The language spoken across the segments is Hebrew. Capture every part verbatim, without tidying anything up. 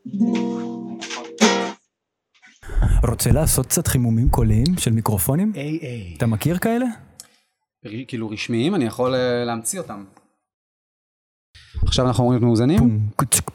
רוצה לעשות קצת חימומים קוליים של מיקרופונים? איי איי. אתה מכיר כאלה? כאילו רשמיים, אני יכול להמציא אותם. עכשיו אנחנו אומרים מאוזנים?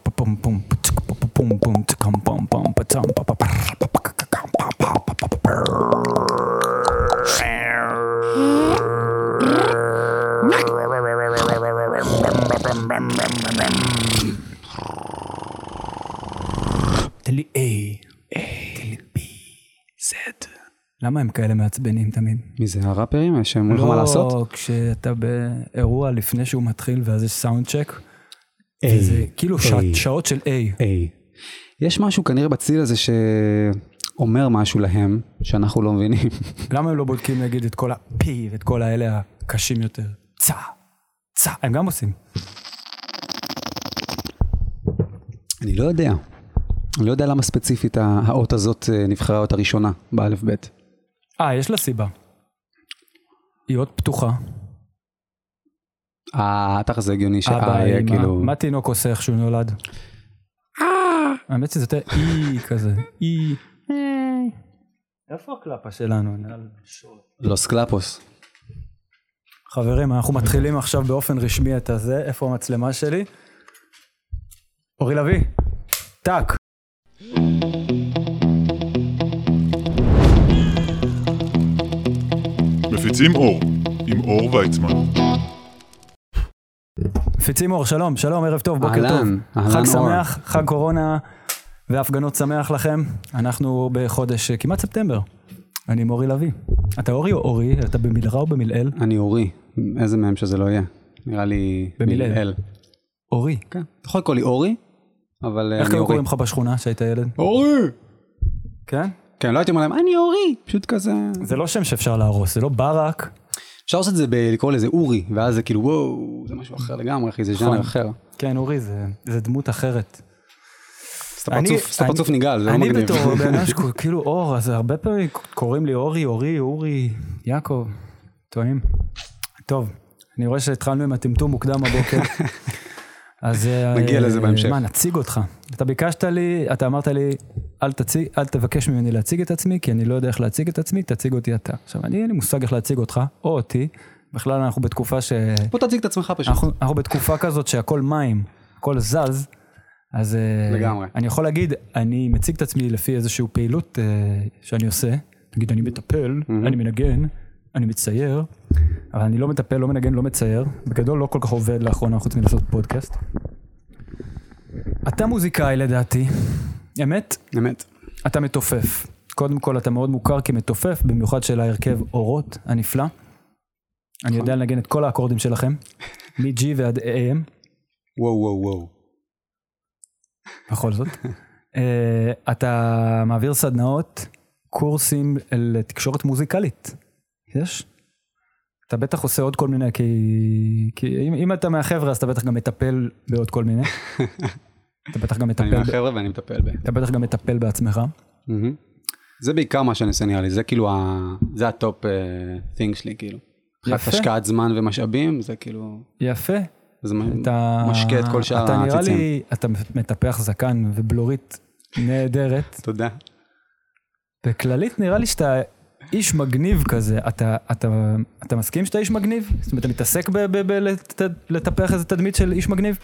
תן לי A, תן לי B, Z. למה הם כאלה מעצבנים תמיד? מי זה, הראפרים? יש אומרים לך מה לעשות? לא, כשאתה באירוע לפני שהוא מתחיל ואז יש סאונד צ'ק, וזה כאילו שעות של A. יש משהו כנראה בציל הזה שאומר משהו להם, שאנחנו לא מבינים. למה הם לא בודקים נגיד את כל ה-P ואת כל האלה הקשים יותר? צה, צה, הם גם עושים. אני לא יודע. אני לא יודע למה ספציפית האות הזאת נבחרה אות הראשונה, באלף בית. אה, יש לה סיבה. היא אות פתוחה. אה, תכף זה הגיוני שאה יהיה כאילו... מה תינוק עושה איך שהוא נולד? האמת שזה יותר אי כזה. אי. איפה הקלפה שלנו? לוס קלפוס. חברים, אנחנו מתחילים עכשיו באופן רשמי את הזה. איפה המצלמה שלי? אורי לוי. טק. מפיצים אור, עם אור ויצמן. מפיצים אור, שלום, שלום, ערב טוב, בוקר טוב. חג שמח, חג קורונה והפגנות שמח לכם. אנחנו בחודש כמעט ספטמבר. אני עם אורי לוי. אתה אורי או אורי? אתה במילרע או במילאל? אני אורי, איזה מהם שזה לא יהיה. נראה לי במילאל. אורי? כן. אתה יכול לקרוא לי אורי, אבל איך קראו קוראים לך בשכונה שהיית ילד? אורי! כן? כן, לא הייתי אומר להם, אני אורי, פשוט כזה... זה לא שם שאפשר להרוס, זה לא ברק. אפשר לעשות את זה, לקרוא לזה אורי, ואז זה כאילו, וואו, זה משהו אחר לגמרי, אחי, זה ז'אנר אחר. כן, אורי, זה דמות אחרת. סתם פרצוף ניגל, זה לא מגניב. אני בתור בן אדם כאילו אור, אז הרבה פעמים קוראים לי אורי, אורי, אורי, יעקב, טועים. טוב, אני רואה שהתחלנו עם הטמטום מוקדם הבוקר. אז נגיע לזה בהמשך. מה, נציג אותך. אתה ביקשת לי, אתה אמרת לי, אל תציג, אל תבקש ממני להציג את עצמי, כי אני לא יודע איך להציג את עצמי, תציג אותי אתה. עכשיו, אני אין לי מושג איך להציג אותך, או אותי. בכלל אנחנו בתקופה ש... בוא תציג את עצמך פשוט. אנחנו, אנחנו בתקופה כזאת שהכל מים, הכל זז, אז לגמרי. אני יכול להגיד, אני מציג את עצמי לפי איזושהי פעילות שאני עושה, נגיד אני מטפל, אני מנגן, אני מצייר, אבל אני לא מטפל, לא מנגן, לא מצייר, בגדול לא כל כך עובד לאחרונה חוץ מלעשות פודקאסט. אתה מוזיקאי לדעתי, אמת? אמת. אתה מתופף. קודם כל אתה מאוד מוכר כמתופף, במיוחד של ההרכב אורות הנפלא. אני יודע לנגן את כל האקורדים שלכם, מ-G ועד A M. וואו וואו וואו. בכל זאת. אתה מעביר סדנאות, קורסים לתקשורת מוזיקלית. יש? אתה בטח עושה עוד כל מיני, כי, כי אם, אם אתה מהחבר'ה, אז אתה בטח גם מטפל בעוד כל מיני. אתה בטח גם מטפל... אני מהחבר'ה ואני מטפל ב... אתה בטח גם מטפל בעצמך. זה בעיקר מה שאני עושה נראה לי, זה כאילו, זה הטופ thing שלי, כאילו. יפה. השקעת זמן ומשאבים, זה כאילו... יפה. זה משקע את כל שאר הציצים. אתה נראה הציצים. לי, אתה מטפח זקן ובלורית נהדרת. תודה. בכללית נראה לי שאתה... איש מגניב כזה, אתה, אתה, אתה מסכים שאתה איש מגניב? זאת אומרת, אתה מתעסק בלטפח איזה תדמית של איש מגניב?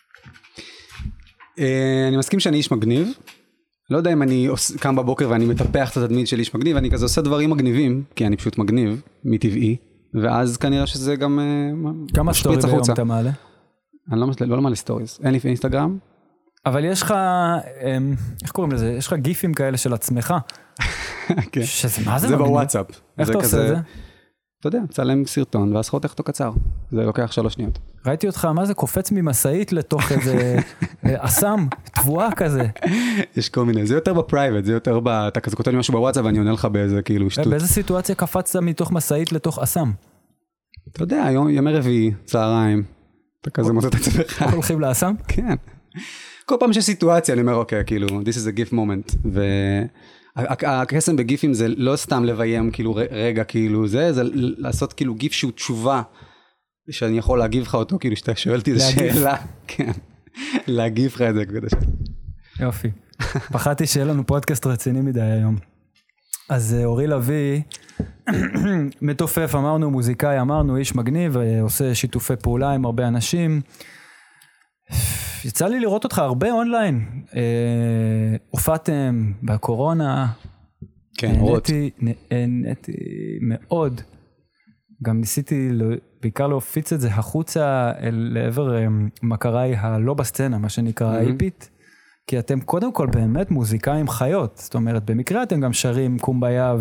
אני מסכים שאני איש מגניב. לא יודע אם אני קם בבוקר ואני מטפח את התדמית של איש מגניב, אני כזה עושה דברים מגניבים, כי אני פשוט מגניב, מטבעי, ואז כנראה שזה גם כמה סטורי ביום אתה מעלה? אני לא מעלה סטוריז. אין לי אינסטגרם. אבל יש לך, איך קוראים לזה? יש לך גיפים כאלה של עצמך. שזה מה זה? זה בוואטסאפ. איך אתה עושה את זה? אתה יודע, צלם סרטון ואז חותך אותו קצר. זה לוקח שלוש שניות. ראיתי אותך, מה זה? קופץ ממסעית לתוך איזה אסם, תבואה כזה. יש כל מיני, זה יותר בפרייבט, זה יותר ב... אתה כזה כותב לי משהו בוואטסאפ ואני עונה לך באיזה כאילו שטות. באיזה סיטואציה קפצת מתוך מסעית לתוך אסם? אתה יודע, ימי רביעי, צהריים, אתה כזה מוצא את עצמך. הולכים לאסם? כן. כל פעם שיש סיטואציה, אני אומר, אוקיי, כאילו, this is a gift moment, והקסם בגיפים זה לא סתם לביים, כאילו, רגע, כאילו, זה, זה לעשות, כאילו, גיף שהוא תשובה, שאני יכול להגיב לך אותו, כאילו, שאתה שואל אותי איזו שאלה, כן, להגיב לך את זה, כדי ש... יופי. פחדתי שיהיה לנו פודקאסט רציני מדי היום. אז אורי לוי, מתופף, אמרנו, מוזיקאי, אמרנו, איש מגניב, עושה שיתופי פעולה עם הרבה אנשים. יצא לי לראות אותך הרבה אונליין. הופעתם בקורונה. כן, רוט. נהניתי מאוד. גם ניסיתי בעיקר להופיץ את זה החוצה לעבר מכריי הלא בסצנה, מה שנקרא איפית. כי אתם קודם כל באמת מוזיקאים חיות, זאת אומרת, במקרה אתם גם שרים קומביה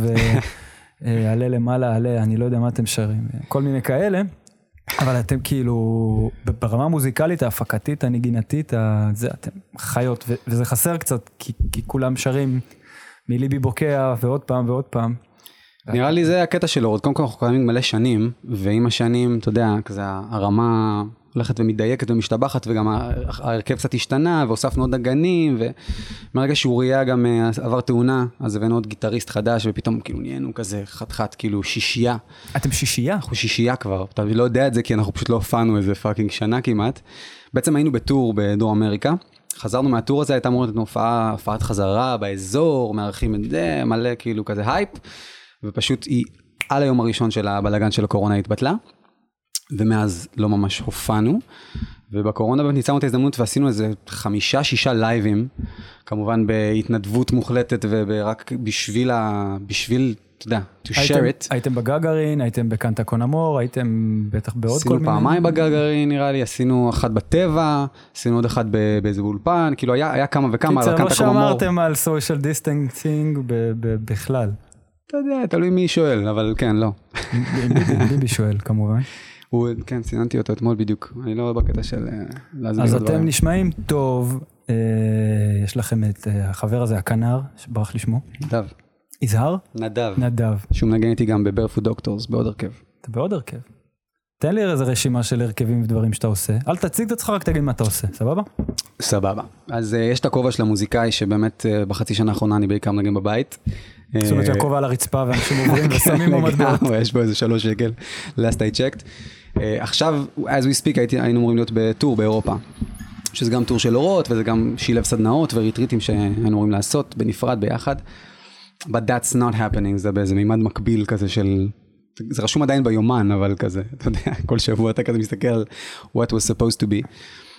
ועלה למעלה, עלה, אני לא יודע מה אתם שרים, כל מיני כאלה, אבל אתם כאילו, ברמה המוזיקלית, ההפקתית, הנגינתית, זה, אתם חיות, וזה חסר קצת, כי, כי כולם שרים מליבי בוקע, ועוד פעם ועוד פעם. נראה לי זה הקטע שלו, עוד קודם כל אנחנו קיימים מלא שנים, ועם השנים, אתה יודע, כזה הרמה הולכת ומתדייקת ומשתבחת, וגם ההרכב קצת השתנה, והוספנו עוד נגנים, ומרגע שאוריה גם עבר תאונה, אז הבאנו עוד גיטריסט חדש, ופתאום כאילו נהיינו כזה חתיכת, כאילו שישייה. אתם שישייה? אנחנו שישייה כבר, אתה לא יודע את זה, כי אנחנו פשוט לא הופענו איזה פאקינג שנה כמעט. בעצם היינו בטור בדרום אמריקה, חזרנו מהטור הזה, הייתה אמורה להיות הופעה, הופעת חזרה באזור, מארחים את זה, מלא כאילו כזה הייפ, ופשוט היא על היום הראשון של הבלגן של הקורונה התבטלה, ומאז לא ממש הופענו, ובקורונה באמת ניצרנו את ההזדמנות ועשינו איזה חמישה, שישה לייבים, כמובן בהתנדבות מוחלטת ורק בשביל, ה... בשביל, אתה יודע, to share it. הייתם בגגרין, הייתם בקנטה קונמור, הייתם בטח בעוד כל מיני. עשינו פעמיים בגגרין נראה לי, עשינו אחת בטבע, עשינו עוד אחד באיזה אולפן, כאילו היה, היה כמה וכמה על הקנטה קיצר, לא קונמור. שמרתם על social distancing בכלל. אתה יודע, תלוי מי שואל, אבל כן, לא. ביבי שואל, כמובן. הוא, כן, ציננתי אותו אתמול בדיוק, אני לא בקטע של להסביר אז את הדברים. אתם נשמעים טוב, יש לכם את החבר הזה, הכנר, שברח לשמו. נדב. יזהר? נדב. נדב. שהוא מנגן איתי גם בברפוט דוקטורס, בעוד הרכב. אתה בעוד הרכב. תן לי איזה רשימה של הרכבים ודברים שאתה עושה. אל תציג את עצמך, רק תגיד מה אתה עושה, סבבה? סבבה. אז יש את הכובע של המוזיקאי, שבאמת בחצי שנה האחרונה אני בעיקר מנגן בבית. זאת אומרת שהכובע על הרצפה ואנשים עוברים ושמים בו מטבעות. יש בו איזה שלוש שקל, last I checked. עכשיו, as we speak, היינו אמורים להיות בטור באירופה, שזה גם טור של אורות, וזה גם שילב סדנאות וריטריטים שהיינו אמורים לעשות בנפרד ביחד. But that's not happening, זה באיזה מימד מקביל כזה של, זה רשום עדיין ביומן, אבל כזה, אתה יודע, כל שבוע אתה כזה מסתכל על what was supposed to be.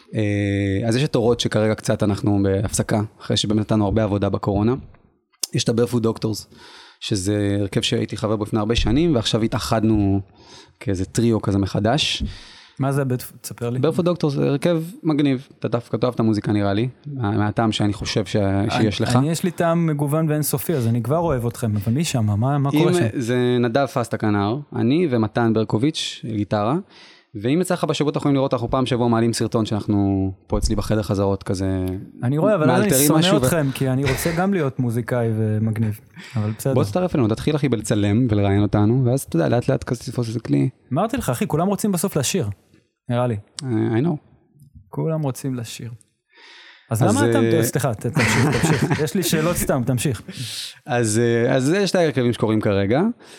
אז יש את אורות שכרגע קצת אנחנו בהפסקה, אחרי שבאמת נתנו הרבה עבודה בקורונה. יש את הברפוט דוקטורס, שזה הרכב שהייתי חבר בו לפני הרבה שנים, ועכשיו התאחדנו כאיזה טריו כזה מחדש. מה זה ברפוט? תספר לי. ברפוט דוקטורס זה הרכב מגניב, אתה דווקא תאהב את המוזיקה נראה לי, מהטעם שאני חושב שיש לך. אני יש לי טעם מגוון ואינסופי, אז אני כבר אוהב אתכם, אבל מי שם? מה קורה שם? זה נדב פסט הכנר, אני ומתן ברקוביץ', גיטרה, ואם יצא לך בשבועות יכולים לראות, אנחנו פעם שבוע מעלים סרטון שאנחנו פה אצלי בחדר חזרות כזה. אני רואה, אבל אני שונא אתכם, כי אני רוצה גם להיות מוזיקאי ומגניב, אבל בסדר. בוא תצטרף אלינו, תתחיל אחי בלצלם ולראיין אותנו, ואז אתה יודע, לאט לאט כזה תתפוס איזה כלי. אמרתי לך, אחי, כולם רוצים בסוף לשיר, נראה לי. I know. כולם רוצים לשיר. אז למה אתה, סליחה, תמשיך, תמשיך. יש לי שאלות סתם, תמשיך. אז יש שתי הרכבים שקורים כרגע.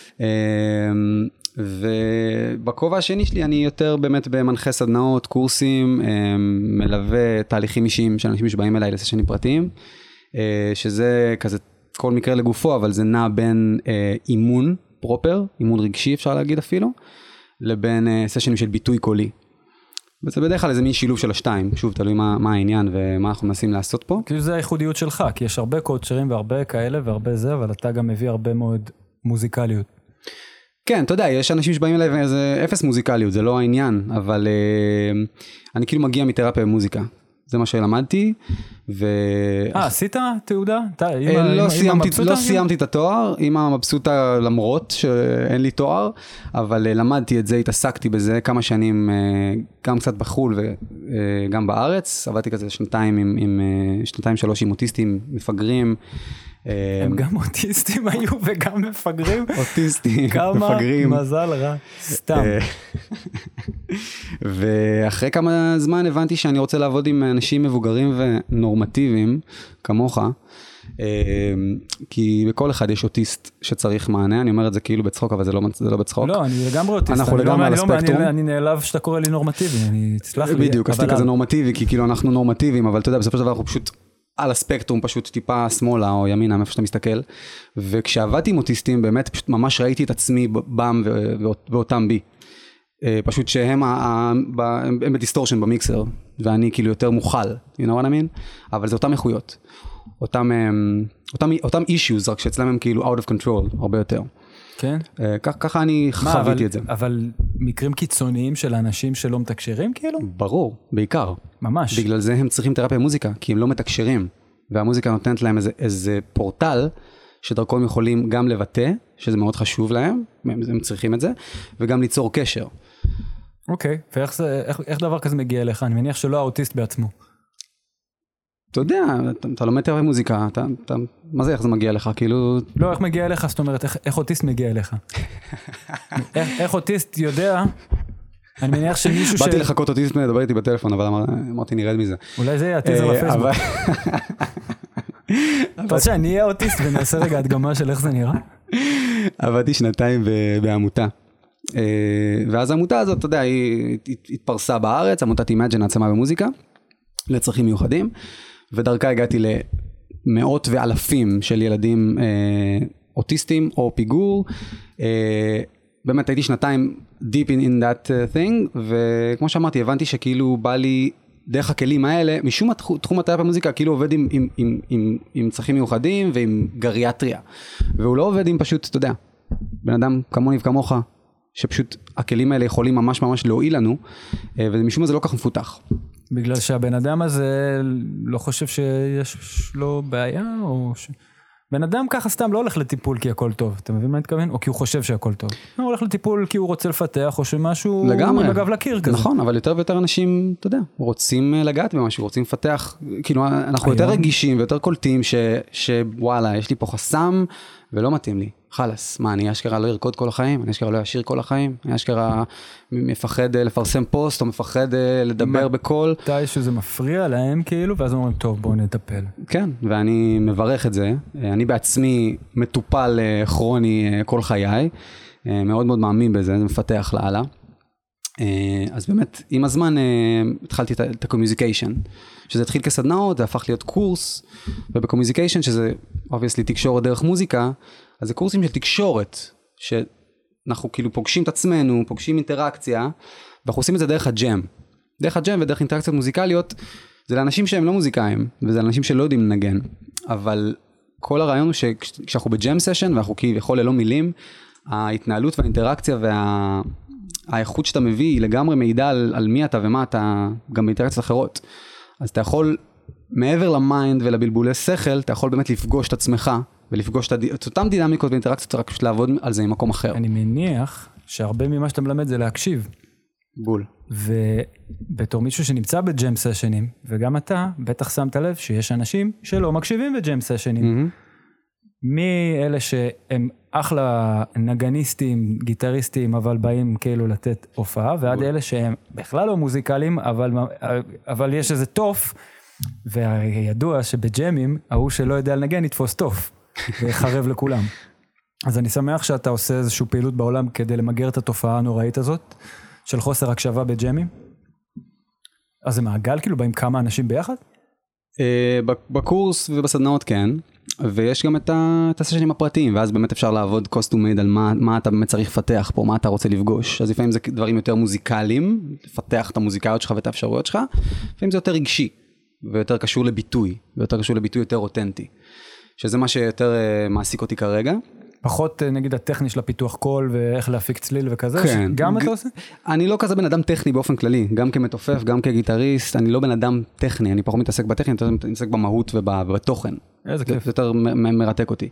ובכובע השני שלי אני יותר באמת במנחה סדנאות, קורסים, מלווה תהליכים אישיים של אנשים שבאים אליי לסשנים פרטיים, שזה כזה כל מקרה לגופו, אבל זה נע בין אימון פרופר, אימון רגשי אפשר להגיד אפילו, לבין סשנים של ביטוי קולי. וזה בדרך כלל איזה מין שילוב של השתיים, שוב תלוי מה, מה העניין ומה אנחנו מנסים לעשות פה. כאילו זה הייחודיות שלך, כי יש הרבה קואוצ'רים והרבה כאלה והרבה זה, אבל אתה גם מביא הרבה מאוד מוזיקליות. כן, אתה יודע, יש אנשים שבאים אליי ואיזה אפס מוזיקליות, זה לא העניין, אבל uh, אני כאילו מגיע מתרפיה במוזיקה. זה מה שלמדתי, ו... אה, עשית תעודה? לא סיימתי את התואר, אמא מבסוטה למרות שאין לי תואר, אבל למדתי את זה, התעסקתי בזה כמה שנים, גם קצת בחול וגם בארץ, עבדתי כזה שנתיים עם, שנתיים שלוש עם אוטיסטים מפגרים, הם גם אוטיסטים היו וגם מפגרים. אוטיסטים, מפגרים. כמה מזל רע, סתם. ואחרי כמה זמן הבנתי שאני רוצה לעבוד עם אנשים מבוגרים ונורמטיביים, כמוך, כי בכל אחד יש אוטיסט שצריך מענה, אני אומר את זה כאילו בצחוק, אבל זה לא, זה לא בצחוק. לא, אני לגמרי אוטיסט. אנחנו לגמרי על הספקטרום. אני נעלב שאתה קורא לי נורמטיבי, אני תסלח לי. בדיוק, עשיתי כזה נורמטיבי, כי כאילו אנחנו נורמטיביים, אבל אתה יודע, בסופו של דבר אנחנו פשוט על הספקטרום פשוט טיפה שמאלה או ימינה, מאיפה שאתה מסתכל, וכשעבדתי עם אוטיסטים, באמת פשוט ממש ראיתי את עצמי בם ואותם בי. פשוט שהם הם בדיסטורשן במיקסר, ואני כאילו יותר מוכל, you know what I mean? אבל זה אותם איכויות, אותם, אותם, אותם issues, רק שאצלם הם כאילו out of control, הרבה יותר. כן? ככה אני חוויתי את זה. אבל מקרים קיצוניים של אנשים שלא מתקשרים כאילו? ברור, בעיקר. ממש. בגלל זה הם צריכים תרפיה מוזיקה, כי הם לא מתקשרים, והמוזיקה נותנת להם איזה, איזה פורטל, שדרכו הם יכולים גם לבטא, שזה מאוד חשוב להם, הם צריכים את זה, וגם ליצור קשר. אוקיי, ואיך זה, איך, איך דבר כזה מגיע אליך? אני מניח שלא האוטיסט בעצמו. אתה יודע, אתה, אתה לומד תרפיה מוזיקה, אתה, אתה, מה זה, איך זה מגיע אליך? כאילו... לא, איך מגיע אליך? זאת אומרת, איך, איך אוטיסט מגיע אליך? איך, איך אוטיסט יודע... אני מניח שמישהו ש... באתי לחכות אוטיסט מדבר איתי בטלפון, אבל אמרתי נרד מזה. אולי זה יהיה הטיזר לפייסבוק. אתה רוצה שאני אהיה אוטיסט ונעשה רגע הדגמה של איך זה נראה? עבדתי שנתיים בעמותה. ואז העמותה הזאת, אתה יודע, היא התפרסה בארץ, עמותת Imagine העצמה במוזיקה, לצרכים מיוחדים, ודרכה הגעתי למאות ואלפים של ילדים אוטיסטים או פיגור, באמת הייתי שנתיים deep in, in that thing, וכמו שאמרתי, הבנתי שכאילו בא לי דרך הכלים האלה, משום תחום התרפיה במוזיקה, כאילו עובד עם, עם, עם, עם, עם צרכים מיוחדים ועם גריאטריה, והוא לא עובד עם פשוט, אתה יודע, בן אדם כמוני וכמוך, שפשוט הכלים האלה יכולים ממש ממש להועיל לנו, ומשום מה זה לא כך מפותח. בגלל שהבן אדם הזה לא חושב שיש לו בעיה, או ש... בן אדם ככה סתם לא הולך לטיפול כי הכל טוב, אתה מבין מה אני מתכוון? או כי הוא חושב שהכל טוב. הוא הולך לטיפול כי הוא רוצה לפתח, או שמשהו לגמרי. מגב לקיר כזה. נכון, אבל יותר ויותר אנשים, אתה יודע, רוצים לגעת במשהו, רוצים לפתח, כאילו אנחנו יותר רגישים ויותר קולטים ש, שוואלה, יש לי פה חסם ולא מתאים לי. חלס, מה, אני אשכרה לא ארקוד כל החיים, אני אשכרה לא אשיר כל החיים, אני אשכרה מפחד לפרסם פוסט, או מפחד לדבר בקול. מתי שזה מפריע להם כאילו, ואז אומרים, טוב, בואו נטפל. כן, ואני מברך את זה, אני בעצמי מטופל כרוני כל חיי, מאוד מאוד מאמין בזה, זה מפתח לעלה. אז באמת, עם הזמן התחלתי את הקומיוזיקיישן, שזה התחיל כסדנאות, זה הפך להיות קורס, ובקומיוזיקיישן, שזה obviously תקשורת דרך מוזיקה, אז זה קורסים של תקשורת, שאנחנו כאילו פוגשים את עצמנו, פוגשים אינטראקציה, ואנחנו עושים את זה דרך הג'ם. דרך הג'ם ודרך אינטראקציות מוזיקליות, זה לאנשים שהם לא מוזיקאים, וזה לאנשים שלא יודעים לנגן, אבל כל הרעיון הוא שכשאנחנו בג'ם סשן, ואנחנו כביכול ללא מילים, ההתנהלות והאינטראקציה וה... האיכות שאתה מביא היא לגמרי מידע על, על מי אתה ומה אתה, גם באינטראקציות אחרות. אז אתה יכול, מעבר למיינד ולבלבולי שכל, אתה יכול באמת לפגוש את עצמך, ולפגוש את אותם דינמיקות ואינטראקציות, רק פשוט לעבוד על זה ממקום אחר. אני מניח שהרבה ממה שאתה מלמד זה להקשיב. בול. ובתור מישהו שנמצא בג'ם סשנים, וגם אתה, בטח שמת לב שיש אנשים שלא מקשיבים בג'ם סשנים. Mm-hmm. מאלה שהם אחלה נגניסטים, גיטריסטים, אבל באים כאילו לתת הופעה, ועד אלה שהם בכלל לא מוזיקליים, אבל, אבל יש איזה טוף, וידוע שבג'מים, ההוא שלא יודע לנגן יתפוס טוף, ויחרב לכולם. אז אני שמח שאתה עושה איזושהי פעילות בעולם, כדי למגר את התופעה הנוראית הזאת, של חוסר הקשבה בג'מים. אז זה מעגל כאילו, באים כמה אנשים ביחד? בקורס ובסדנאות כן. ויש גם את הסשנים הפרטיים, ואז באמת אפשר לעבוד קוסטום מייד על מה, מה אתה באמת צריך לפתח פה, מה אתה רוצה לפגוש. אז לפעמים זה דברים יותר מוזיקליים, לפתח את המוזיקאיות שלך ואת האפשרויות שלך, לפעמים זה יותר רגשי, ויותר קשור לביטוי, ויותר קשור לביטוי יותר אותנטי, שזה מה שיותר מעסיק אותי כרגע. פחות נגיד הטכני של הפיתוח קול, ואיך להפיק צליל וכזה, כן. גם אתה עושה? אני לא כזה בן אדם טכני באופן כללי, גם כמתופף, גם כגיטריסט, אני לא בן אדם טכני, אני פחות מתעסק בטכני, אני יותר מתעסק במהות ובתוכן. איזה כיף. זה יותר מ- מרתק אותי.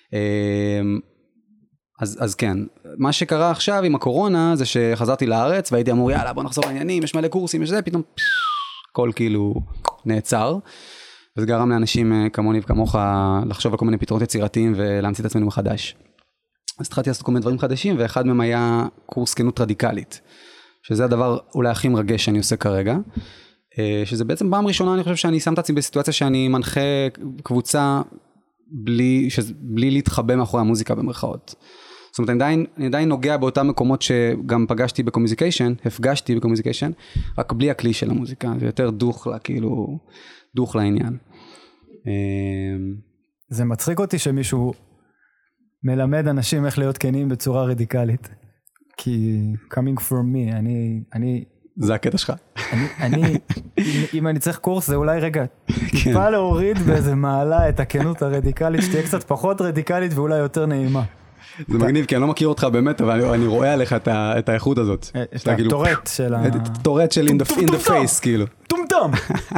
אז, אז כן, מה שקרה עכשיו עם הקורונה, זה שחזרתי לארץ, והייתי אמור, יאללה, בוא נחזור לעניינים, יש מלא קורסים, יש זה, פתאום, הכל כאילו נעצר, וזה גרם לאנשים כמוני וכמוך לחשוב על כל מיני פתרונות יצירתיים, ולהמציא את עצמנו מחדש. אז התחלתי לעשות כל מיני דברים חדשים, ואחד מהם היה קורס כנות רדיקלית, שזה הדבר אולי הכי מרגש שאני עושה כרגע, שזה בעצם פעם ראשונה, אני חושב שאני שם את עצמי בסיטואציה שאני מנחה קבוצה בלי, בלי להתחבא מאחורי המוזיקה במרכאות. זאת אומרת, אני עדיין, אני עדיין נוגע באותם מקומות שגם פגשתי בקומיוזיקיישן, הפגשתי בקומיוזיקיישן, רק בלי הכלי של המוזיקה, זה יותר דוך לה, כאילו, דוך לעניין. זה מצחיק אותי שמישהו מלמד אנשים איך להיות כנים בצורה רדיקלית. כי coming from me, אני, אני, זה הקטע שלך. אני, אני, אם, אם אני צריך קורס, זה אולי רגע, טיפה להוריד באיזה מעלה את הכנות הרדיקלית, שתהיה קצת פחות רדיקלית ואולי יותר נעימה. זה מגניב, כי אני לא מכיר אותך באמת, אבל אני רואה עליך את האיכות הזאת. את הטורט של ה... את הטורט של in the face, כאילו. טומטום!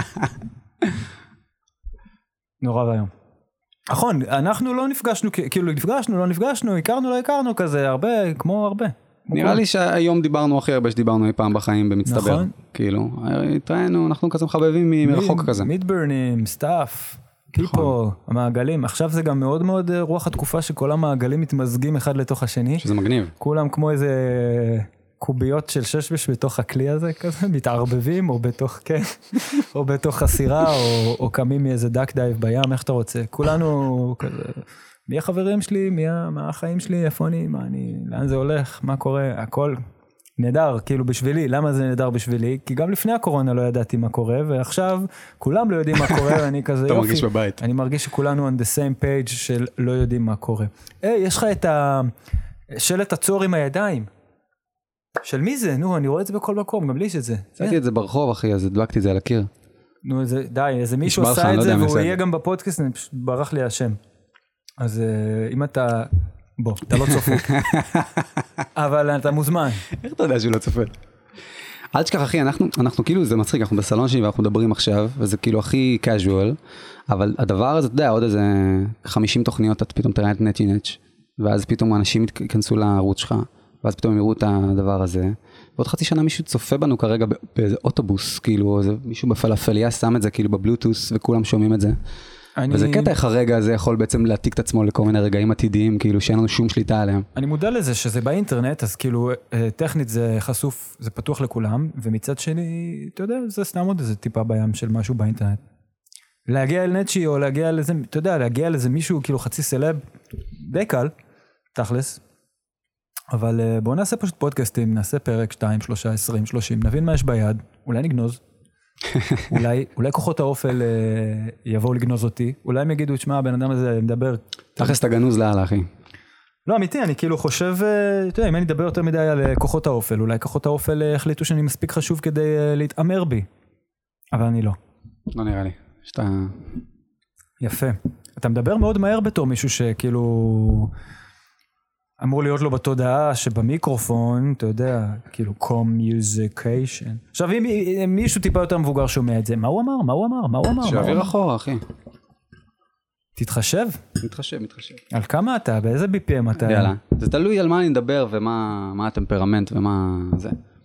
נורא והיום. נכון, אנחנו לא נפגשנו, כאילו נפגשנו, לא נפגשנו, הכרנו, לא הכרנו כזה, הרבה, כמו הרבה. נראה לי שהיום דיברנו הכי הרבה שדיברנו אי פעם בחיים במצטבר. נכון. כאילו, התראינו, אנחנו כזה מחבבים מרחוק כזה. מידברנים, סטאפ, פיפול, המעגלים. עכשיו זה גם מאוד מאוד רוח התקופה שכל המעגלים מתמזגים אחד לתוך השני. שזה מגניב. כולם כמו איזה קוביות של ששבש בתוך הכלי הזה כזה, מתערבבים או בתוך, כן, או בתוך הסירה, או, או קמים מאיזה דק דייב בים, איך שאתה רוצה. כולנו כזה, מי החברים שלי, מי, מה החיים שלי, איפה אני, מה אני, לאן זה הולך, מה קורה, הכל נהדר, כאילו בשבילי. למה זה נהדר בשבילי? כי גם לפני הקורונה לא ידעתי מה קורה, ועכשיו כולם לא יודעים מה קורה, ואני כזה יופי. אתה מרגיש בבית. אני מרגיש שכולנו on the same page של לא יודעים מה קורה. היי, יש לך את השלט הצור עם הידיים. של מי זה? נו, אני רואה את זה בכל מקום, גם לי יש את זה. עשיתי את זה ברחוב, אחי, אז הדלקתי את זה על הקיר. נו, די, איזה מישהו עשה את זה, והוא יהיה גם בפודקאסט, אני פשוט ברח לי השם. אז אם אתה, בוא, אתה לא צופה. אבל אתה מוזמן. איך אתה יודע שהוא לא צופה? אל תשכח, אחי, אנחנו, אנחנו כאילו, זה מצחיק, אנחנו בסלון שלי ואנחנו מדברים עכשיו, וזה כאילו הכי casual, אבל הדבר הזה, אתה יודע, עוד איזה חמישים תוכניות, אתה פתאום תראה את נטי נטש, ואז פתאום אנשים ייכנסו לערוץ שלך, ואז פתאום יראו את הדבר הזה, ועוד חצי שנה מישהו צופה בנו כרגע באיזה אוטובוס, כאילו, איזה, מישהו בפלאפליה שם את זה כאילו בבלוטוס, וכולם שומעים את זה. אני... וזה קטע איך הרגע הזה יכול בעצם להעתיק את עצמו לכל מיני רגעים עתידיים, כאילו שאין לנו שום שליטה עליהם. אני מודע לזה שזה באינטרנט, אז כאילו טכנית זה חשוף, זה פתוח לכולם, ומצד שני, אתה יודע, זה סתם עוד איזה טיפה בים של משהו באינטרנט. להגיע אל נטשי או להגיע לזה, אתה יודע, להגיע לזה מישהו כאילו חצי סלב, די קל, תכלס. אבל בואו נעשה פשוט פודקאסטים, נעשה פרק שתיים, שלושה, עשרים, שלושים, נבין מה יש ביד, אולי נגנוז. אולי, אולי כוחות האופל יבואו לגנוז אותי, אולי הם יגידו, תשמע, הבן אדם הזה מדבר. תכלס את הגנוז לאללה, אחי. לא, אמיתי, אני כאילו חושב, אתה יודע, אם אני אדבר יותר מדי על כוחות האופל, אולי כוחות האופל החליטו שאני מספיק חשוב כדי להתאמר בי. אבל אני לא. לא נראה לי. שאתה... יפה. אתה מדבר מאוד מהר בתור מישהו שכאילו... אמור להיות לו בתודעה שבמיקרופון, אתה יודע, כאילו communication. עכשיו, אם, אם מישהו טיפה יותר מבוגר שומע את זה, מה הוא אמר? מה הוא אמר? מה הוא אמר? שיעביר אחורה, אחי. תתחשב? מתחשב, מתחשב. על כמה אתה? באיזה בי פי אם אתה? יאללה. זה תלוי על מה אני מדבר ומה מה הטמפרמנט ומה זה.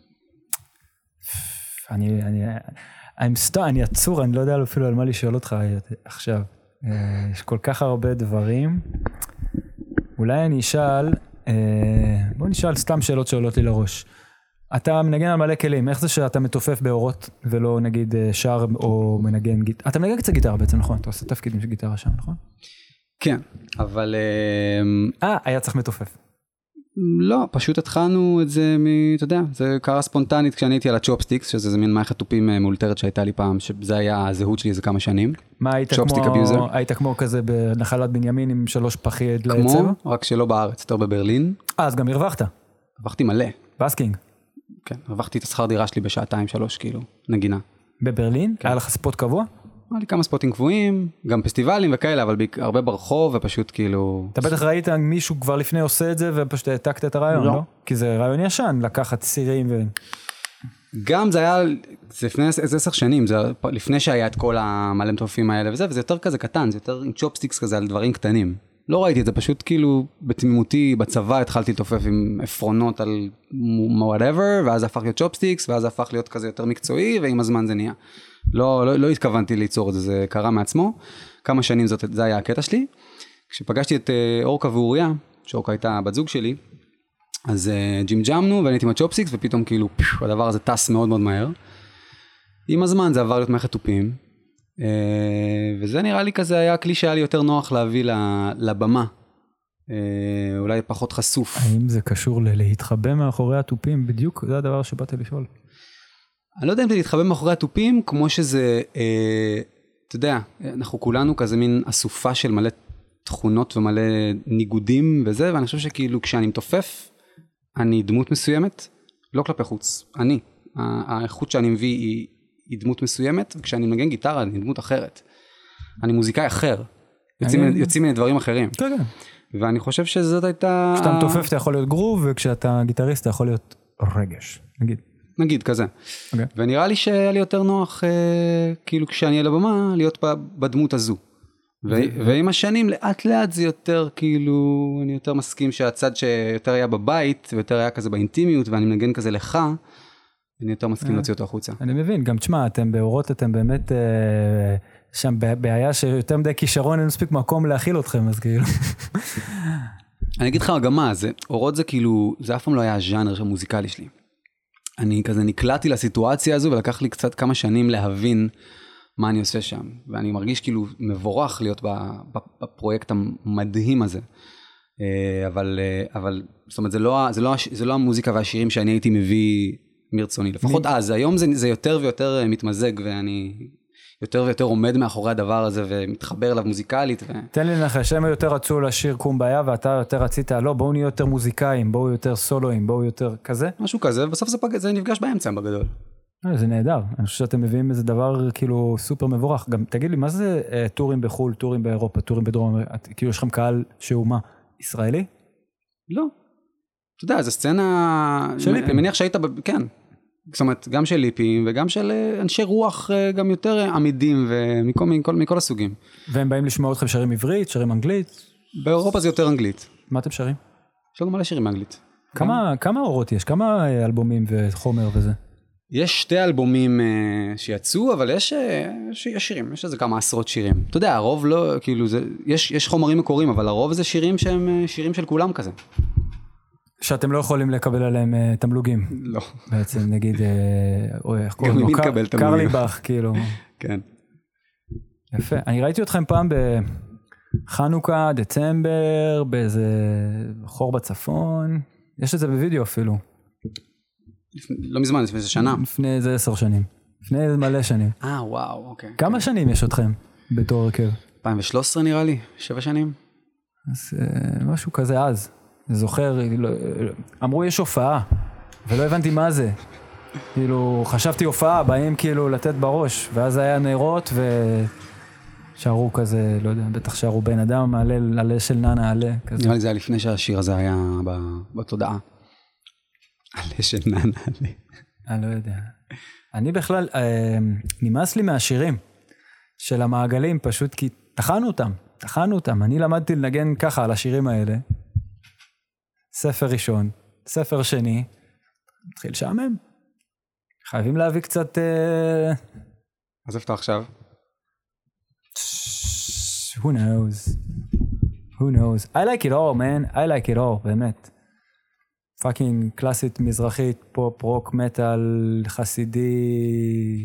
אני, אני, I'm star, אני עצור, אני לא יודע אפילו על מה לשאול אותך עכשיו. יש כל כך הרבה דברים. אולי אני אשאל, בוא נשאל סתם שאלות שעולות לי לראש. אתה מנגן על מלא כלים, איך זה שאתה מתופף באורות ולא נגיד שר או מנגן גיטרה? אתה מנגן קצת גיטרה בעצם, נכון? אתה עושה תפקידים של גיטרה שם, נכון? כן, אבל... אה, היה צריך מתופף. לא, פשוט התחלנו את זה, אתה יודע, זה קרה ספונטנית כשאני הייתי על הצ'ופסטיקס, שזה מין מערכת תופים מאולתרת שהייתה לי פעם, שזה היה הזהות שלי איזה כמה שנים. מה, היית כמו, היית כמו כזה בנחלת בנימין עם שלוש פחית לעצב? כמו, רק שלא בארץ, יותר בברלין. אה, אז גם הרווחת. הרווחתי מלא. בסקינג. כן, הרווחתי את השכר דירה שלי בשעתיים, שלוש, כאילו, נגינה. בברלין? היה לך ספוט קבוע? היה לי כמה ספוטים קבועים, גם פסטיבלים וכאלה, אבל הרבה ברחוב ופשוט כאילו... אתה בטח ראית מישהו כבר לפני עושה את זה ופשוט העתקת את הרעיון, לא? כי זה רעיון ישן, לקחת סירים ו... גם זה היה, זה לפני איזה עשר שנים, זה לפני שהיה את כל המלא מטורפים האלה וזה, וזה יותר כזה קטן, זה יותר עם צ'ופסטיקס כזה על דברים קטנים. לא ראיתי את זה, פשוט כאילו בתמימותי בצבא התחלתי לתופף עם עפרונות על whatever, ואז הפך להיות צ'ופסטיקס, ואז הפך להיות כזה יותר מקצועי, ועם הזמן זה נהיה. לא, לא, לא התכוונתי ליצור את זה, זה קרה מעצמו. כמה שנים זאת, זה היה הקטע שלי. כשפגשתי את אורקה ואוריה, שאורקה הייתה בת זוג שלי, אז ג'ים ג'מנו, ואני הייתי עם הצ'ופסטיקס, ופתאום כאילו, פיו, הדבר הזה טס מאוד מאוד מהר. עם הזמן זה עבר להיות מערכת תופים, וזה נראה לי כזה היה כלי שהיה לי יותר נוח להביא לבמה. אולי פחות חשוף. האם זה קשור להתחבא מאחורי התופים? בדיוק זה הדבר שבאת לשאול. אני לא יודע אם זה להתחבא מאחורי התופים, כמו שזה, אתה יודע, אנחנו כולנו כזה מין אסופה של מלא תכונות ומלא ניגודים וזה, ואני חושב שכאילו כשאני מתופף, אני דמות מסוימת, לא כלפי חוץ, אני. האיכות שאני מביא היא, היא דמות מסוימת, וכשאני מנגן גיטרה אני דמות אחרת. אני מוזיקאי אחר, יוצאים, אני... יוצאים מיני דברים אחרים. כן, כן. ואני חושב שזאת הייתה... כשאתה מתופף אתה יכול להיות גרוב, וכשאתה גיטריסט אתה יכול להיות רגש, נגיד. נגיד, כזה. Okay. ונראה לי שהיה לי יותר נוח, אה, כאילו כשאני על הבמה, להיות בדמות הזו. ו- ועם השנים, לאט לאט זה יותר, כאילו, אני יותר מסכים שהצד שיותר היה בבית, ויותר היה כזה באינטימיות, ואני מנגן כזה לך, אני יותר מסכים להוציא אותו החוצה. אני מבין, גם תשמע, אתם באורות, אתם באמת, אה, שם בעיה שיותר מדי כישרון, אין מספיק מקום להכיל אתכם, אז כאילו. אני אגיד לך גם מה, זה, אורות זה כאילו, זה אף פעם לא היה הז'אנר המוזיקלי שלי. אני כזה נקלעתי לסיטואציה הזו, ולקח לי קצת כמה שנים להבין מה אני עושה שם. ואני מרגיש כאילו מבורך להיות בפרויקט המדהים הזה. אבל, אבל, זאת אומרת, זה לא, זה לא, זה לא המוזיקה והשירים שאני הייתי מביא מרצוני. לפחות אז, היום זה, זה יותר ויותר מתמזג, ואני יותר ויותר עומד מאחורי הדבר הזה, ומתחבר אליו מוזיקלית. ו... תן לי לך, שהם יותר רצו לשיר קומביה, ואתה יותר רצית, לא, בואו נהיה יותר מוזיקאים, בואו יותר סולואים, בואו יותר כזה. משהו כזה, ובסוף זה, פג... זה נפגש באמצע בגדול. זה נהדר, אני חושב שאתם מביאים איזה דבר כאילו סופר מבורך. גם תגיד לי, מה זה אה, טורים בחול, טורים באירופה, טורים בדרום, כאילו יש לכם קהל שהוא מה, ישראלי? לא. אתה יודע, זו סצנה, אני מניח שהיית, ב... כן. זאת אומרת, גם של ליפים וגם של אנשי רוח גם יותר עמידים ומכל מכל, מכל הסוגים. והם באים לשמוע אתכם שרים עברית, שרים אנגלית? באירופה זה יותר אנגלית. מה אתם שרים? יש לנו מלא שירים אנגלית. כמה, כמה אורות יש? כמה אלבומים וחומר וזה? יש שתי אלבומים uh, שיצאו, אבל יש, יש, יש שירים, יש איזה כמה עשרות שירים. אתה יודע, הרוב לא, כאילו, זה, יש, יש חומרים מקוריים, אבל הרוב זה שירים שהם שירים של כולם כזה. שאתם לא יכולים לקבל עליהם uh, תמלוגים. לא. בעצם נגיד, אוי, איך קוראים לו? קרליבך, כאילו. כן. יפה. אני ראיתי אתכם פעם בחנוכה, דצמבר, באיזה חור בצפון. יש את זה בווידאו אפילו. לא מזמן, לפני איזה שנה. לפני איזה עשר שנים. לפני איזה מלא שנים. אה, וואו, אוקיי. כמה שנים יש אתכם בתור הרכב? אלפיים ושלוש עשרה נראה לי, שבע שנים. אז משהו כזה אז. אני זוכר, אמרו יש הופעה, ולא הבנתי מה זה. כאילו, חשבתי הופעה, באים כאילו לתת בראש, ואז היה נרות ושערו כזה, לא יודע, בטח שערו בן אדם, עלה, עלה של ננה, עלה. נראה לי זה היה לפני שהשיר הזה היה בתודעה. עלה של ננה, עלה. אני לא יודע. אני בכלל, נמאס לי מהשירים של המעגלים, פשוט כי תחנו אותם, תחנו אותם. אני למדתי לנגן ככה על השירים האלה. ספר ראשון, ספר שני, מתחיל שעמם. חייבים להביא קצת... אז איפה אתה עכשיו? Who knows? Who knows? I like it all, man. I like it all, באמת. פאקינג קלאסית, מזרחית, פופ, רוק, מטל, חסידי,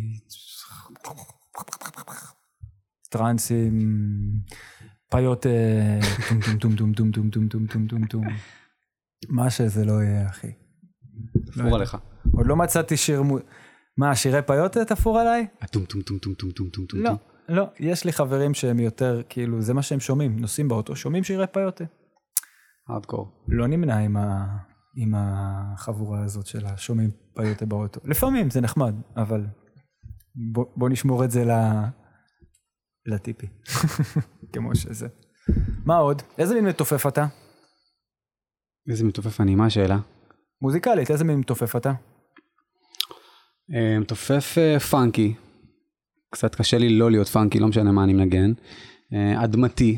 טרנסים, פיות, טום טום טום טום טום טום טום טום טום טום טום. מה שזה לא יהיה, אחי. תפור עליך. עוד לא מצאתי שיר... מה, שירי פיות תפור עליי? טום טום טום טום טום טום טום טום. לא, לא. יש לי חברים שהם יותר, כאילו, זה מה שהם שומעים. נוסעים באוטו, שומעים שירי פיות. הארדקור. לא נמנע עם ה... עם החבורה הזאת של השומעים פיות באוטו. לפעמים זה נחמד, אבל בוא, בוא נשמור את זה ל... לטיפי. כמו שזה. מה עוד? איזה מין מתופף אתה? איזה מתופף אני? מה השאלה? מוזיקלית, איזה מין מתופף אתה? מתופף פאנקי. קצת קשה לי לא להיות פאנקי, לא משנה מה אני מנגן. אדמתי.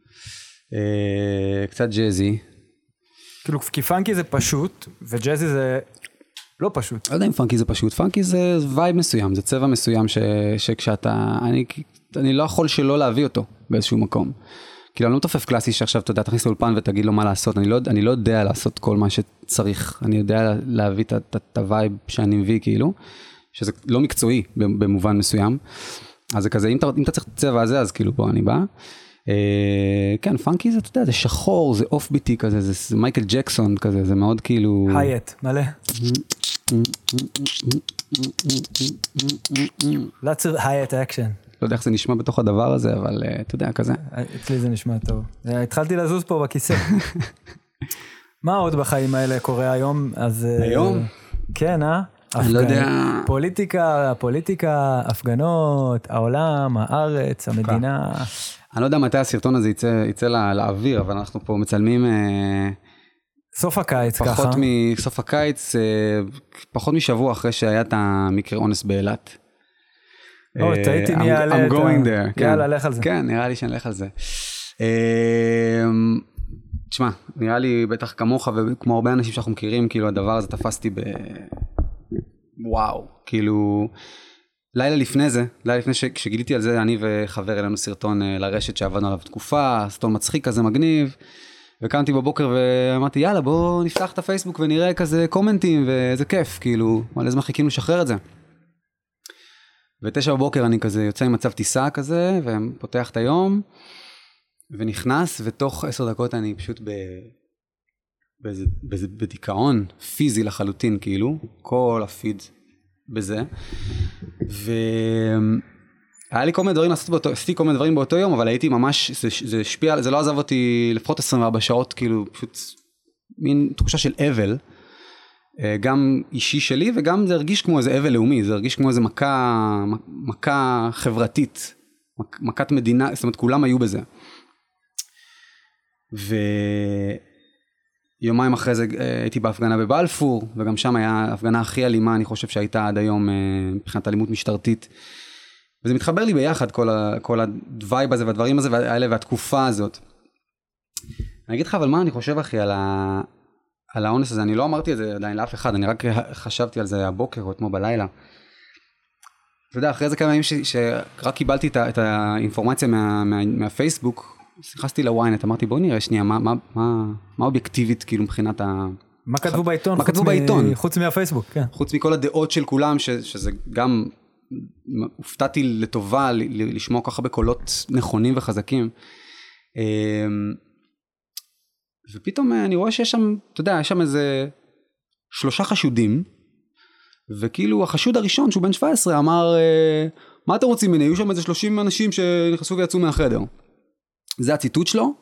קצת ג'זי. כאילו, כי פאנקי זה פשוט, וג'זי זה לא פשוט. לא יודע אם פאנקי זה פשוט. פאנקי זה וייב מסוים, זה צבע מסוים ש... שכשאתה... אני... אני לא יכול שלא להביא אותו באיזשהו מקום. כאילו, אני לא מתופף קלאסי שעכשיו, אתה יודע, תכניס לאולפן ותגיד לו מה לעשות. אני לא, אני לא יודע לעשות כל מה שצריך. אני יודע להביא את, את, את הווייב שאני מביא, כאילו, שזה לא מקצועי במובן מסוים. אז זה כזה, אם אתה, אם אתה צריך את הצבע הזה, אז כאילו, בוא, אני בא. אה, כן, פאנקי זה, אתה יודע, זה שחור, זה אוף ביטי כזה, זה, זה מייקל ג'קסון כזה, זה מאוד כאילו... הייט, מלא. Lots of high-at action. לא יודע איך זה נשמע בתוך הדבר הזה, אבל אתה יודע, כזה. אצלי זה נשמע טוב. התחלתי לזוז פה בכיסא. מה עוד בחיים האלה קורה היום? היום? כן, אה? אני לא יודע. פוליטיקה, פוליטיקה, הפגנות, העולם, הארץ, המדינה. אני לא יודע מתי הסרטון הזה יצא לאוויר, אבל אנחנו פה מצלמים... סוף הקיץ ככה. פחות מסוף הקיץ, פחות משבוע אחרי שהיה את המקרה אונס באילת. או, תהיתי מי יעלה את ה... I'm going there. יאללה, לך על זה. כן, נראה לי שאני אלך על זה. תשמע, נראה לי בטח כמוך וכמו הרבה אנשים שאנחנו מכירים, כאילו הדבר הזה תפסתי ב... וואו, כאילו... לילה לפני זה, לילה לפני שגיליתי על זה, אני וחבר אלינו סרטון לרשת שעבדנו עליו תקופה, סרטון מצחיק כזה מגניב, וקמתי בבוקר ואמרתי, יאללה, בוא נפתח את הפייסבוק ונראה כזה קומנטים, ואיזה כיף, כאילו, על איזה מה חיכינו לשחרר את זה. ותשע בבוקר אני כזה יוצא עם מצב טיסה כזה, ופותח את היום, ונכנס, ותוך עשר דקות אני פשוט ב... באיזה, באיזה, בדיכאון פיזי לחלוטין, כאילו, כל הפיד בזה. והיה לי כל מיני דברים לעשות באותו, עשיתי כל מיני דברים באותו יום, אבל הייתי ממש, זה, זה השפיע, זה לא עזב אותי לפחות עשרים וארבע שעות, כאילו, פשוט מין תחושה של אבל, גם אישי שלי, וגם זה הרגיש כמו איזה אבל לאומי, זה הרגיש כמו איזה מכה, מכה חברתית, מכת מדינה, זאת אומרת, כולם היו בזה. ו... יומיים אחרי זה הייתי בהפגנה בבלפור, וגם שם היה ההפגנה הכי אלימה, אני חושב שהייתה עד היום מבחינת אלימות משטרתית. וזה מתחבר לי ביחד, כל, ה, כל הדווייב הזה והדברים הזה, והאלה והתקופה הזאת. אני אגיד לך, אבל מה אני חושב, אחי, על, ה, על האונס הזה? אני לא אמרתי את זה עדיין לאף אחד, אני רק חשבתי על זה הבוקר או אתמול בלילה. אתה יודע, אחרי זה כמה ימים ש, שרק קיבלתי את, את האינפורמציה מה, מה, מהפייסבוק, נכנסתי לוויינט, אמרתי בוא נראה שנייה, מה, מה, מה, מה אובייקטיבית כאילו מבחינת ה... מה כתבו בעיתון? מה כתבו בעיתון? חוץ מהפייסבוק, כן. חוץ מכל הדעות של כולם, ש, שזה גם, הופתעתי לטובה לשמוע ככה בקולות נכונים וחזקים. ופתאום אני רואה שיש שם, אתה יודע, יש שם איזה שלושה חשודים, וכאילו החשוד הראשון שהוא בן שבע עשרה אמר, מה אתם רוצים ממני? היו שם איזה שלושים אנשים שנכנסו ויצאו מהחדר. זה הציטוט שלו,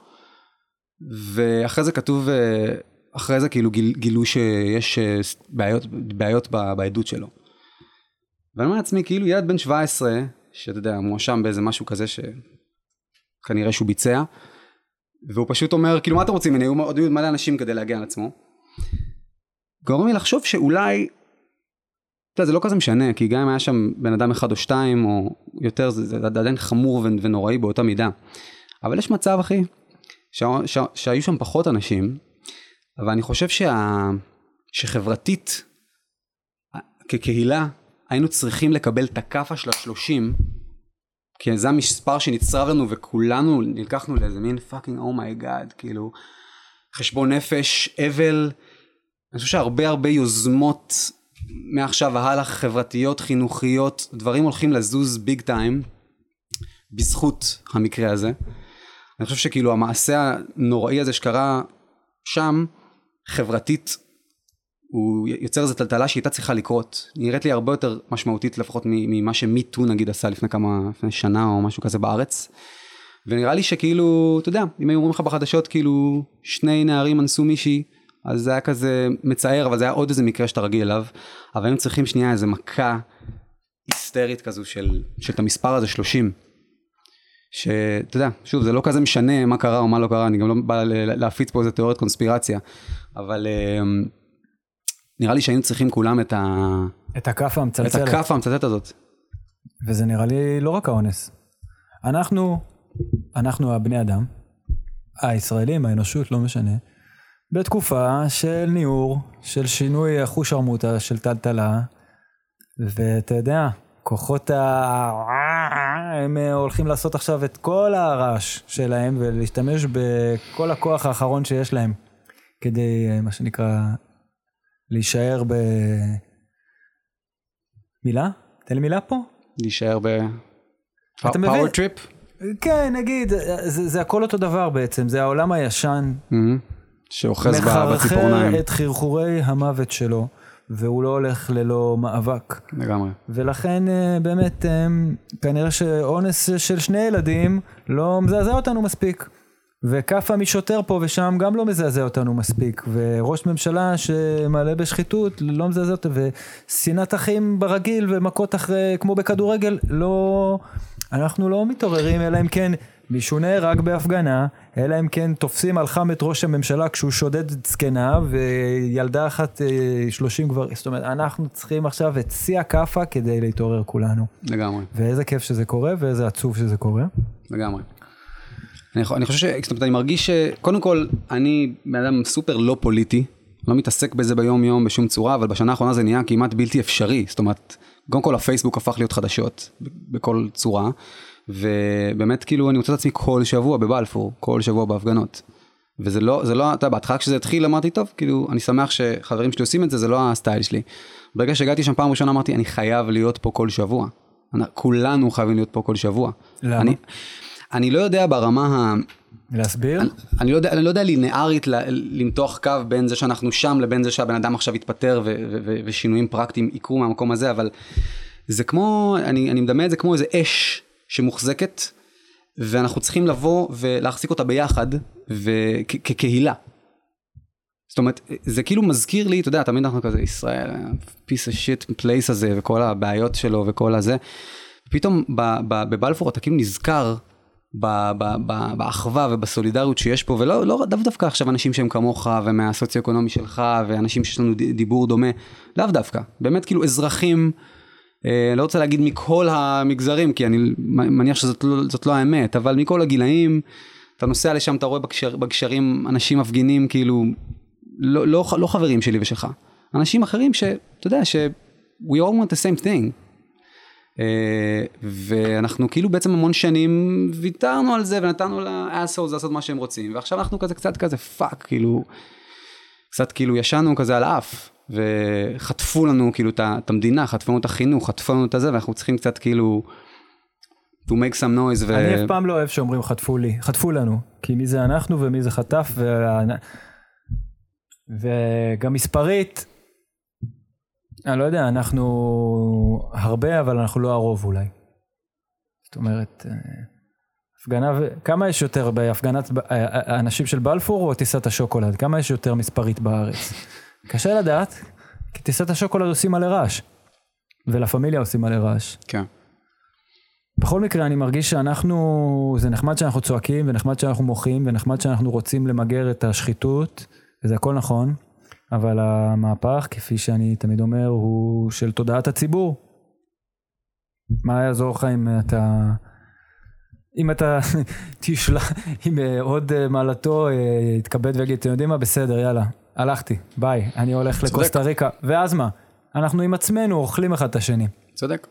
ואחרי זה כתוב, אחרי זה כאילו גיל, גילו שיש בעיות, בעיות בעדות שלו. ואני אומר לעצמי, כאילו ילד בן שבע עשרה, שאתה יודע, מואשם באיזה משהו כזה שכנראה שהוא ביצע, והוא פשוט אומר, כאילו מה אתם רוצים? היו עוד מלא אנשים כדי להגיע על עצמו. גורם לי לחשוב שאולי, אתה יודע, זה לא כזה משנה, כי גם אם היה שם בן אדם אחד או שתיים, או יותר, זה, זה עדיין חמור ונוראי באותה מידה. אבל יש מצב, אחי, ש... ש... שהיו שם פחות אנשים, אבל אני חושב שה... שחברתית, כקהילה, היינו צריכים לקבל את הכפה של השלושים, כי זה המספר שנצרב לנו, וכולנו נלקחנו לאיזה מין פאקינג, oh my god, כאילו, חשבון נפש, אבל, אני חושב שהרבה הרבה יוזמות, מעכשיו והלאה, חברתיות, חינוכיות, דברים הולכים לזוז ביג טיים, בזכות המקרה הזה. אני חושב שכאילו המעשה הנוראי הזה שקרה שם, חברתית, הוא יוצר איזו טלטלה שהייתה צריכה לקרות. נראית לי הרבה יותר משמעותית לפחות ממה שמיטו נגיד עשה לפני כמה, לפני שנה או משהו כזה בארץ. ונראה לי שכאילו, אתה יודע, אם היו אומרים לך בחדשות, כאילו שני נערים אנסו מישהי, אז זה היה כזה מצער, אבל זה היה עוד איזה מקרה שאתה רגיל אליו. אבל היינו צריכים שנייה איזה מכה היסטרית כזו של, של את המספר הזה שלושים. שאתה יודע, שוב, זה לא כזה משנה מה קרה או מה לא קרה, אני גם לא בא להפיץ פה איזה תיאוריית קונספירציה, אבל נראה לי שהיינו צריכים כולם את ה... את הכף המצלצלת. את הכף המצלצלת הזאת. וזה נראה לי לא רק האונס. אנחנו, אנחנו הבני אדם, הישראלים, האנושות, לא משנה, בתקופה של ניעור, של שינוי אחוש הרמוטה, של טלטלה, ואתה יודע, כוחות ה... הם הולכים לעשות עכשיו את כל הרעש שלהם, ולהשתמש בכל הכוח האחרון שיש להם, כדי, מה שנקרא, להישאר ב... מילה? תן לי מילה פה? להישאר ב... פאוור טריפ? כן, נגיד, זה, זה הכל אותו דבר בעצם, זה העולם הישן, שאוחז בציפורניים. מחרחר את חרחורי המוות שלו, והוא לא הולך ללא מאבק. לגמרי. ולכן באמת, כנראה שאונס של שני ילדים לא מזעזע אותנו מספיק. וקפה משוטר פה ושם גם לא מזעזע אותנו מספיק. וראש ממשלה שמעלה בשחיתות לא מזעזע אותנו. ושנאת אחים ברגיל ומכות אחרי, כמו בכדורגל, לא, אנחנו לא מתעוררים, אלא אם כן מישהו נהרג בהפגנה, אלא אם כן תופסים על חם את ראש הממשלה כשהוא שודד זקנה, וילדה אחת שלושים כבר, זאת אומרת, אנחנו צריכים עכשיו את שיא הקפה כדי להתעורר כולנו. לגמרי. ואיזה כיף שזה קורה, ואיזה עצוב שזה קורה. לגמרי. אני, אני חושב ש... זאת אומרת, אני מרגיש שקודם כל, אני אדם סופר לא פוליטי, לא מתעסק בזה ביום יום בשום צורה, אבל בשנה האחרונה זה נהיה כמעט בלתי אפשרי. זאת אומרת, קודם כל הפייסבוק הפך להיות חדשות בכל צורה, ובאמת כאילו אני מוצא את עצמי כל שבוע בבלפור, כל שבוע בהפגנות. וזה לא, זה לא, אתה יודע, בהתחלה כשזה התחיל אמרתי, טוב, כאילו, אני שמח שחברים שלי עושים את זה, זה לא הסטייל שלי. ברגע שהגעתי שם פעם ראשונה אמרתי, אני חייב להיות פה כל שבוע. כולנו חייבים להיות פה כל שבוע. למה? אני, אני לא יודע ברמה ה... להסביר? אני, אני, לא יודע, אני לא יודע לינארית למתוח קו בין זה שאנחנו שם לבין זה שהבן אדם עכשיו יתפטר ו, ו, ו, ושינויים פרקטיים יקרו מהמקום הזה, אבל זה כמו, אני, אני מדמה את זה כמו איזה אש שמוחזקת, ואנחנו צריכים לבוא ולהחזיק אותה ביחד וכקהילה. זאת אומרת, זה כאילו מזכיר לי, אתה יודע, תמיד אנחנו כזה, ישראל, piece of shit place הזה, וכל הבעיות שלו וכל הזה. פתאום בבלפור אתה כאילו נזכר באחווה ובסולידריות שיש פה, ולא לא דו דווקא עכשיו אנשים שהם כמוך ומהסוציו-אקונומי שלך, ואנשים שיש לנו דיבור דומה, לאו דווקא. באמת כאילו אזרחים, לא רוצה להגיד מכל המגזרים, כי אני מניח שזאת לא, זאת לא האמת, אבל מכל הגילאים, אתה נוסע לשם, אתה רואה בקשר, בקשרים אנשים מפגינים, כאילו, לא, לא, לא חברים שלי ושלך. אנשים אחרים שאתה יודע, ש- we all want the same thing. ואנחנו כאילו בעצם המון שנים ויתרנו על זה, ונתנו לאסולס לעשות מה שהם רוצים, ועכשיו אנחנו כזה קצת כזה פאק, כאילו, קצת כאילו ישנו כזה על האף, וחטפו לנו כאילו את המדינה, חטפו לנו את החינוך, חטפו לנו את זה, ואנחנו צריכים קצת כאילו to make some noise. ו... אני אף פעם לא אוהב שאומרים חטפו לי, חטפו לנו, כי מי זה אנחנו ומי זה חטף, ו... וגם מספרית, אני לא יודע, אנחנו הרבה, אבל אנחנו לא הרוב אולי. זאת אומרת, הפגנה, כמה יש יותר בהפגנת האנשים של בלפור או טיסת השוקולד? כמה יש יותר מספרית בארץ? קשה לדעת, כי טיסת השוקולד עושים מלא רעש, ולפמיליה עושים מלא רעש. כן. בכל מקרה, אני מרגיש שאנחנו, זה נחמד שאנחנו צועקים, ונחמד שאנחנו מוחים, ונחמד שאנחנו רוצים למגר את השחיתות, וזה הכל נכון, אבל המהפך, כפי שאני תמיד אומר, הוא של תודעת הציבור. מה יעזור לך אם אתה, אם אתה תשלח, אם עוד מעלתו יתכבד ויגיד, אתם יודעים מה? בסדר, יאללה, הלכתי, ביי, אני הולך לקוסטה ריקה, ואז מה? אנחנו עם עצמנו אוכלים אחד את השני. צודק.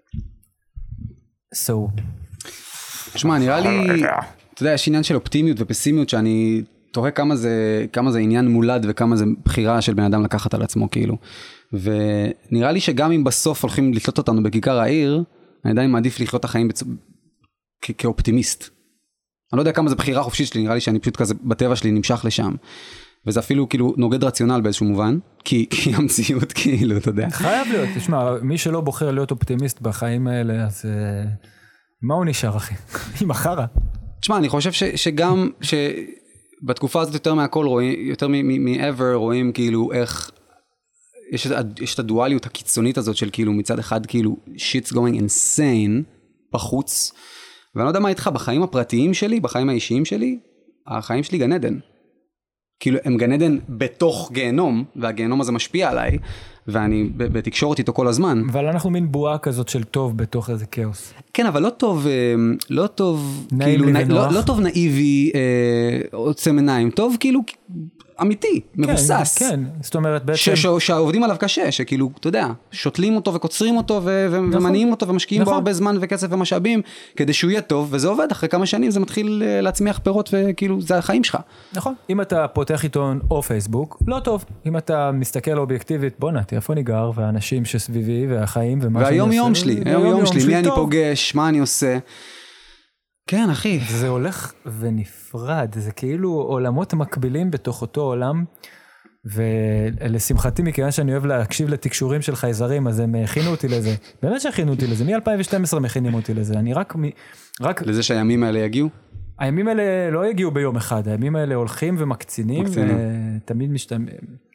So. תשמע, נראה לי, אתה יודע, יש עניין של אופטימיות ופסימיות, שאני תוהה כמה זה, כמה זה עניין מולד, וכמה זה בחירה של בן אדם לקחת על עצמו, כאילו. ונראה לי שגם אם בסוף הולכים לתלות אותנו בכיכר העיר, אני עדיין מעדיף לחיות את החיים בצ... כ- כאופטימיסט. אני לא יודע כמה זה בחירה חופשית שלי, נראה לי שאני פשוט כזה בטבע שלי נמשך לשם. וזה אפילו כאילו נוגד רציונל באיזשהו מובן, כי, כי המציאות כאילו, אתה יודע. חייב להיות, תשמע, מי שלא בוחר להיות אופטימיסט בחיים האלה, אז מה הוא נשאר, אחי? עם החרה. תשמע, אני חושב ש, שגם, שבתקופה הזאת יותר מהכל רואים, יותר מ-ever רואים כאילו איך, יש, יש את הדואליות הקיצונית הזאת של כאילו מצד אחד כאילו shit's going insane בחוץ, ואני לא יודע מה איתך, בחיים הפרטיים שלי, בחיים האישיים שלי, החיים שלי גן עדן. כאילו הם גן עדן בתוך גיהנום, והגיהנום הזה משפיע עליי, ואני בתקשורת איתו כל הזמן. אבל אנחנו מין בועה כזאת של טוב בתוך איזה כאוס. כן, אבל לא טוב, לא טוב, נעים כאילו, לי ונוח. לא, לא טוב נאיבי, עוצם עיניים, טוב כאילו אמיתי, מבוסס. כן, כן, זאת אומרת בעצם... ש, ש, שעובדים עליו קשה, שכאילו, אתה יודע, שותלים אותו וקוצרים אותו ו, ו, נכון. ומניעים אותו ומשקיעים נכון. בו הרבה זמן וכסף ומשאבים, כדי שהוא יהיה טוב, וזה עובד, אחרי כמה שנים זה מתחיל להצמיח פירות וכאילו, זה החיים שלך. נכון, אם אתה פותח עיתון או פייסבוק, לא טוב. אם אתה מסתכל אובייקטיבית, בוא נתי, איפה אני גר, והאנשים שסביבי, והחיים, ומה שאני והיום יום שלי, היום יום שלי, מי אני טוב. פוגש, מה אני עושה. כן, אחי. זה הולך ונפרד, זה כאילו עולמות מקבילים בתוך אותו עולם, ולשמחתי, מכיוון שאני אוהב להקשיב לתקשורים של חייזרים, אז הם הכינו אותי לזה. באמת שהכינו אותי לזה, מ-אלפיים ושתים עשרה מכינים אותי לזה. אני רק... רק... לזה שהימים האלה יגיעו? הימים האלה לא יגיעו ביום אחד, הימים האלה הולכים ומקצינים, ותמיד משתמע...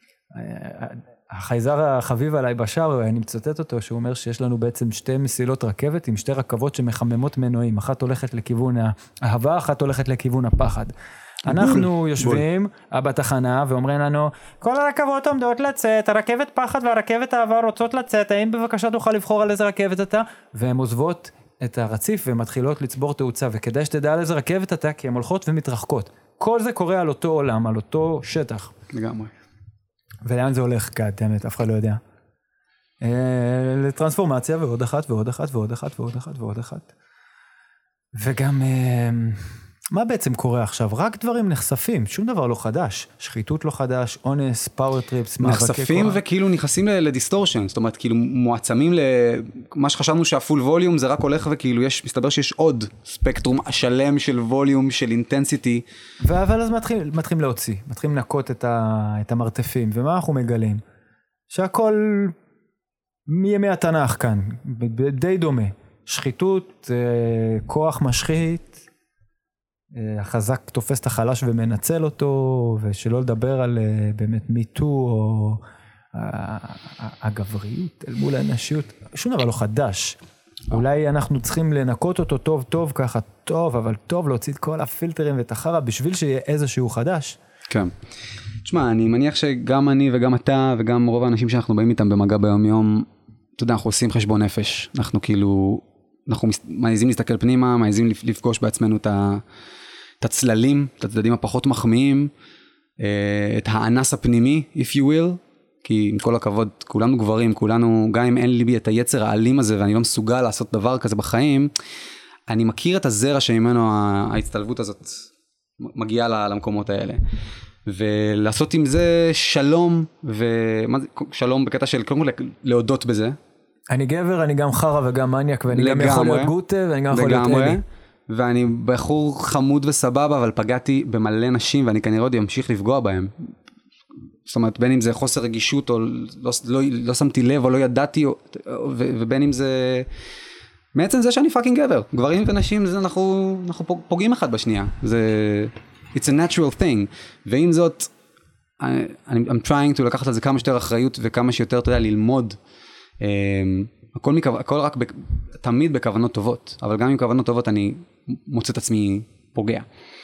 החייזר החביב עליי בשער, אני מצטט אותו, שהוא אומר שיש לנו בעצם שתי מסילות רכבת, עם שתי רכבות שמחממות מנועים, אחת הולכת לכיוון האהבה, אחת הולכת לכיוון הפחד. אנחנו יושבים בתחנה ואומרים לנו, כל הרכבות עומדות לצאת, הרכבת פחד והרכבת אהבה רוצות לצאת, האם בבקשה תוכל לבחור על איזה רכבת אתה? והן עוזבות את הרציף ומתחילות לצבור תאוצה, וכדאי שתדע על איזה רכבת אתה, כי הן הולכות ומתרחקות. כל זה קורה על אותו עולם, על אותו שטח. לגמרי. ולאן זה הולך? כעתמת, אף אחד לא יודע. לטרנספורמציה ועוד אחת ועוד אחת ועוד אחת ועוד אחת ועוד אחת. וגם, מה בעצם קורה עכשיו? רק דברים נחשפים, שום דבר לא חדש. שחיתות לא חדש, אונס, פאוור טריפס, מאבקי כוח. נחשפים וכאילו נכנסים לדיסטורשן, זאת אומרת, כאילו מועצמים למה שחשבנו שהפול ווליום זה רק הולך וכאילו יש, מסתבר שיש עוד ספקטרום שלם של ווליום, של אינטנסיטי. אבל אז מתחילים, מתחילים להוציא, מתחילים לנקות את, ה, את המרתפים, ומה אנחנו מגלים? שהכל מימי התנ"ך כאן, די דומה. שחיתות, כוח משחית, החזק תופס את החלש ומנצל אותו, ושלא לדבר על באמת מיטו, או הגבריות אל מול הנשיות, שום דבר לא חדש. אולי אנחנו צריכים לנקות אותו טוב טוב ככה, טוב, אבל טוב להוציא את כל הפילטרים ואת החרה, בשביל שיהיה איזשהו חדש. כן. תשמע, אני מניח שגם אני וגם אתה, וגם רוב האנשים שאנחנו באים איתם במגע ביום יום, אתה יודע, אנחנו עושים חשבון נפש, אנחנו כאילו, אנחנו מעזים להסתכל פנימה, מעזים לפגוש בעצמנו את ה... את הצללים, את הצדדים הפחות מחמיאים, את האנס הפנימי, if you will, כי עם כל הכבוד, כולנו גברים, כולנו, גם אם אין לי בי את היצר האלים הזה, ואני לא מסוגל לעשות דבר כזה בחיים, אני מכיר את הזרע שממנו ההצטלבות הזאת מגיעה למקומות האלה. ולעשות עם זה שלום, ושלום בקטע של, קודם כל להודות בזה. אני גבר, אני גם חרה וגם מניאק, ואני גם יכול להיות גוטה, ואני גם יכול להיות אלי. ואני בחור חמוד וסבבה, אבל פגעתי במלא נשים, ואני כנראה עוד ימשיך לפגוע בהם. זאת אומרת, בין אם זה חוסר רגישות, או לא, לא, לא שמתי לב, או לא ידעתי, או, ובין אם זה... בעצם זה שאני פאקינג גבר. גברים ונשים, זה אנחנו, אנחנו פוגעים אחד בשנייה. זה... It's a natural thing. ועם זאת, אני, I'm trying to לקחת על זה כמה שיותר אחריות, וכמה שיותר, אתה יודע, ללמוד. הכל, מכו... הכל רק ב... תמיד בכוונות טובות, אבל גם עם כוונות טובות אני מוצא את עצמי פוגע.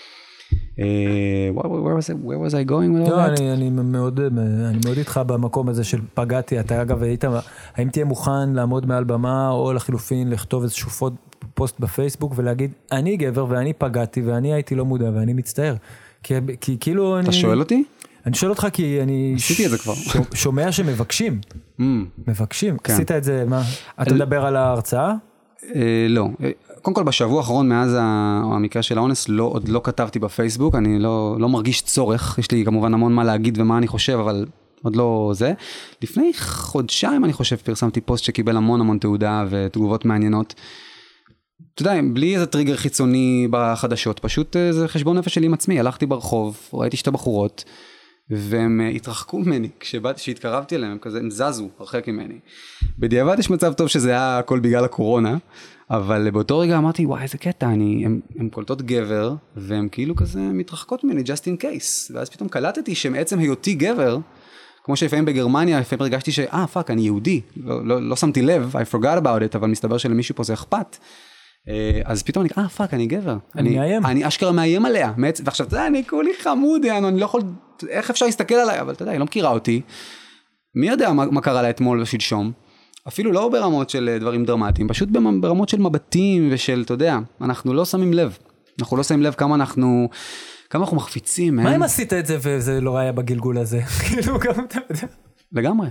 Where was I, where was I going with all that? אני, אני מאוד, אני מאוד איתך במקום הזה של פגעתי. אתה אגב, היית, האם תהיה מוכן לעמוד מעל במה, או לחילופין לכתוב איזשהו פוסט בפייסבוק ולהגיד, אני גבר ואני פגעתי ואני הייתי לא מודע ואני מצטער. כי, כי כאילו אתה אני... שואל אותי? אני שואל אותך כי אני עשיתי את זה כבר. שומע שמבקשים. מבקשים. עשית את זה, מה? אתה מדבר על ההרצאה? לא. קודם כל בשבוע האחרון מאז המקרה של האונס, עוד לא כתבתי בפייסבוק, אני לא מרגיש צורך, יש לי כמובן המון מה להגיד ומה אני חושב, אבל עוד לא זה. לפני חודשיים אני חושב פרסמתי פוסט שקיבל המון המון תעודה ותגובות מעניינות. אתה יודע, בלי איזה טריגר חיצוני בחדשות, פשוט זה חשבון נפש שלי עם עצמי, הלכתי ברחוב, ראיתי שתי בחורות, והם התרחקו ממני, כשהתקרבתי אליהם, הם כזה, הם זזו, הרחק ממני. בדיעבד יש מצב טוב שזה היה הכל בגלל הקורונה, אבל באותו רגע אמרתי, וואי, איזה קטע, אני, הם, הם קולטות גבר, והם כאילו כזה מתרחקות ממני, just in case. ואז פתאום קלטתי שמעצם היותי גבר, כמו שלפעמים בגרמניה, לפעמים הרגשתי ש, אה, פאק, אני יהודי. לא, לא, לא שמתי לב, I forgot about it, אבל מסתבר שלמישהו פה זה אכפת. אז פתאום אני, אה, פאק, אני גבר. אני מאיים. אני אשכרה מאיים עליה. ועכשיו, אתה יודע, אני כולי חמוד, אני לא יכול, איך אפשר להסתכל עליי? אבל אתה יודע, היא לא מכירה אותי. מי יודע מה, מה קרה לה אתמול ושלשום? אפילו לא ברמות של דברים דרמטיים, פשוט ברמות של מבטים ושל, אתה יודע, אנחנו לא שמים לב. אנחנו לא שמים לב כמה אנחנו, כמה אנחנו מחפיצים. מה אם עשית את זה וזה לא היה בגלגול הזה? כאילו, גם אתה יודע. לגמרי.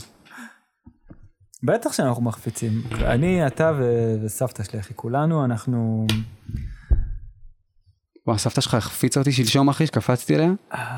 בטח שאנחנו מחפיצים. אני, אתה וסבתא שלי, אחי, כולנו, אנחנו... וואו, סבתא שלך החפיצה אותי שלשום, אחי, שקפצתי אליה?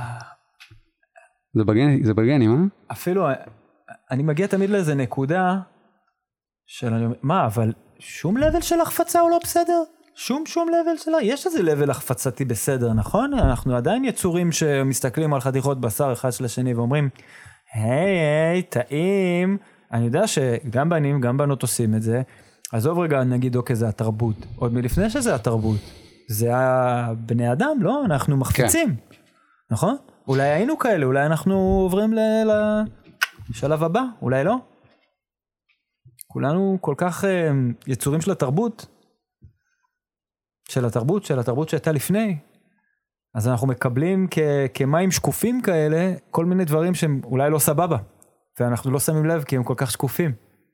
זה בגני, זה בגני, מה? אפילו, אני מגיע תמיד לאיזה נקודה של, מה, אבל שום לבל של החפצה הוא לא בסדר? שום שום לבל שלה, יש איזה לבל החפצתי בסדר, נכון? אנחנו עדיין יצורים שמסתכלים על חתיכות בשר אחד של השני ואומרים, היי היי, טעים, אני יודע שגם בנים, גם בנות עושים את זה, עזוב רגע נגיד אוקיי זה התרבות, עוד מלפני שזה התרבות, זה הבני אדם, לא? אנחנו מחפיצים, כן. נכון? אולי היינו כאלה, אולי אנחנו עוברים לשלב הבא, אולי לא? כולנו כל כך יצורים של התרבות, של התרבות, של התרבות שהייתה לפני, אז אנחנו מקבלים כ- כמים שקופים כאלה, כל מיני דברים שהם אולי לא סבבה, ואנחנו לא שמים לב כי הם כל כך שקופים.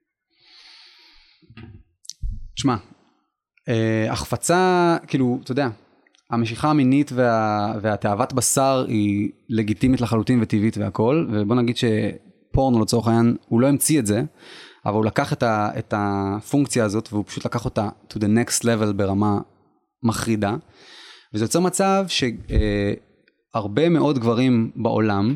שמע, אה, החפצה, כאילו, אתה יודע, המשיכה המינית וה, והתאוות בשר היא לגיטימית לחלוטין וטבעית והכל, ובוא נגיד שפורנו לצורך העניין, הוא לא המציא את זה, אבל הוא לקח את, ה, את הפונקציה הזאת, והוא פשוט לקח אותה to the next level ברמה מחרידה, וזה יוצר מצב שהרבה מאוד גברים בעולם,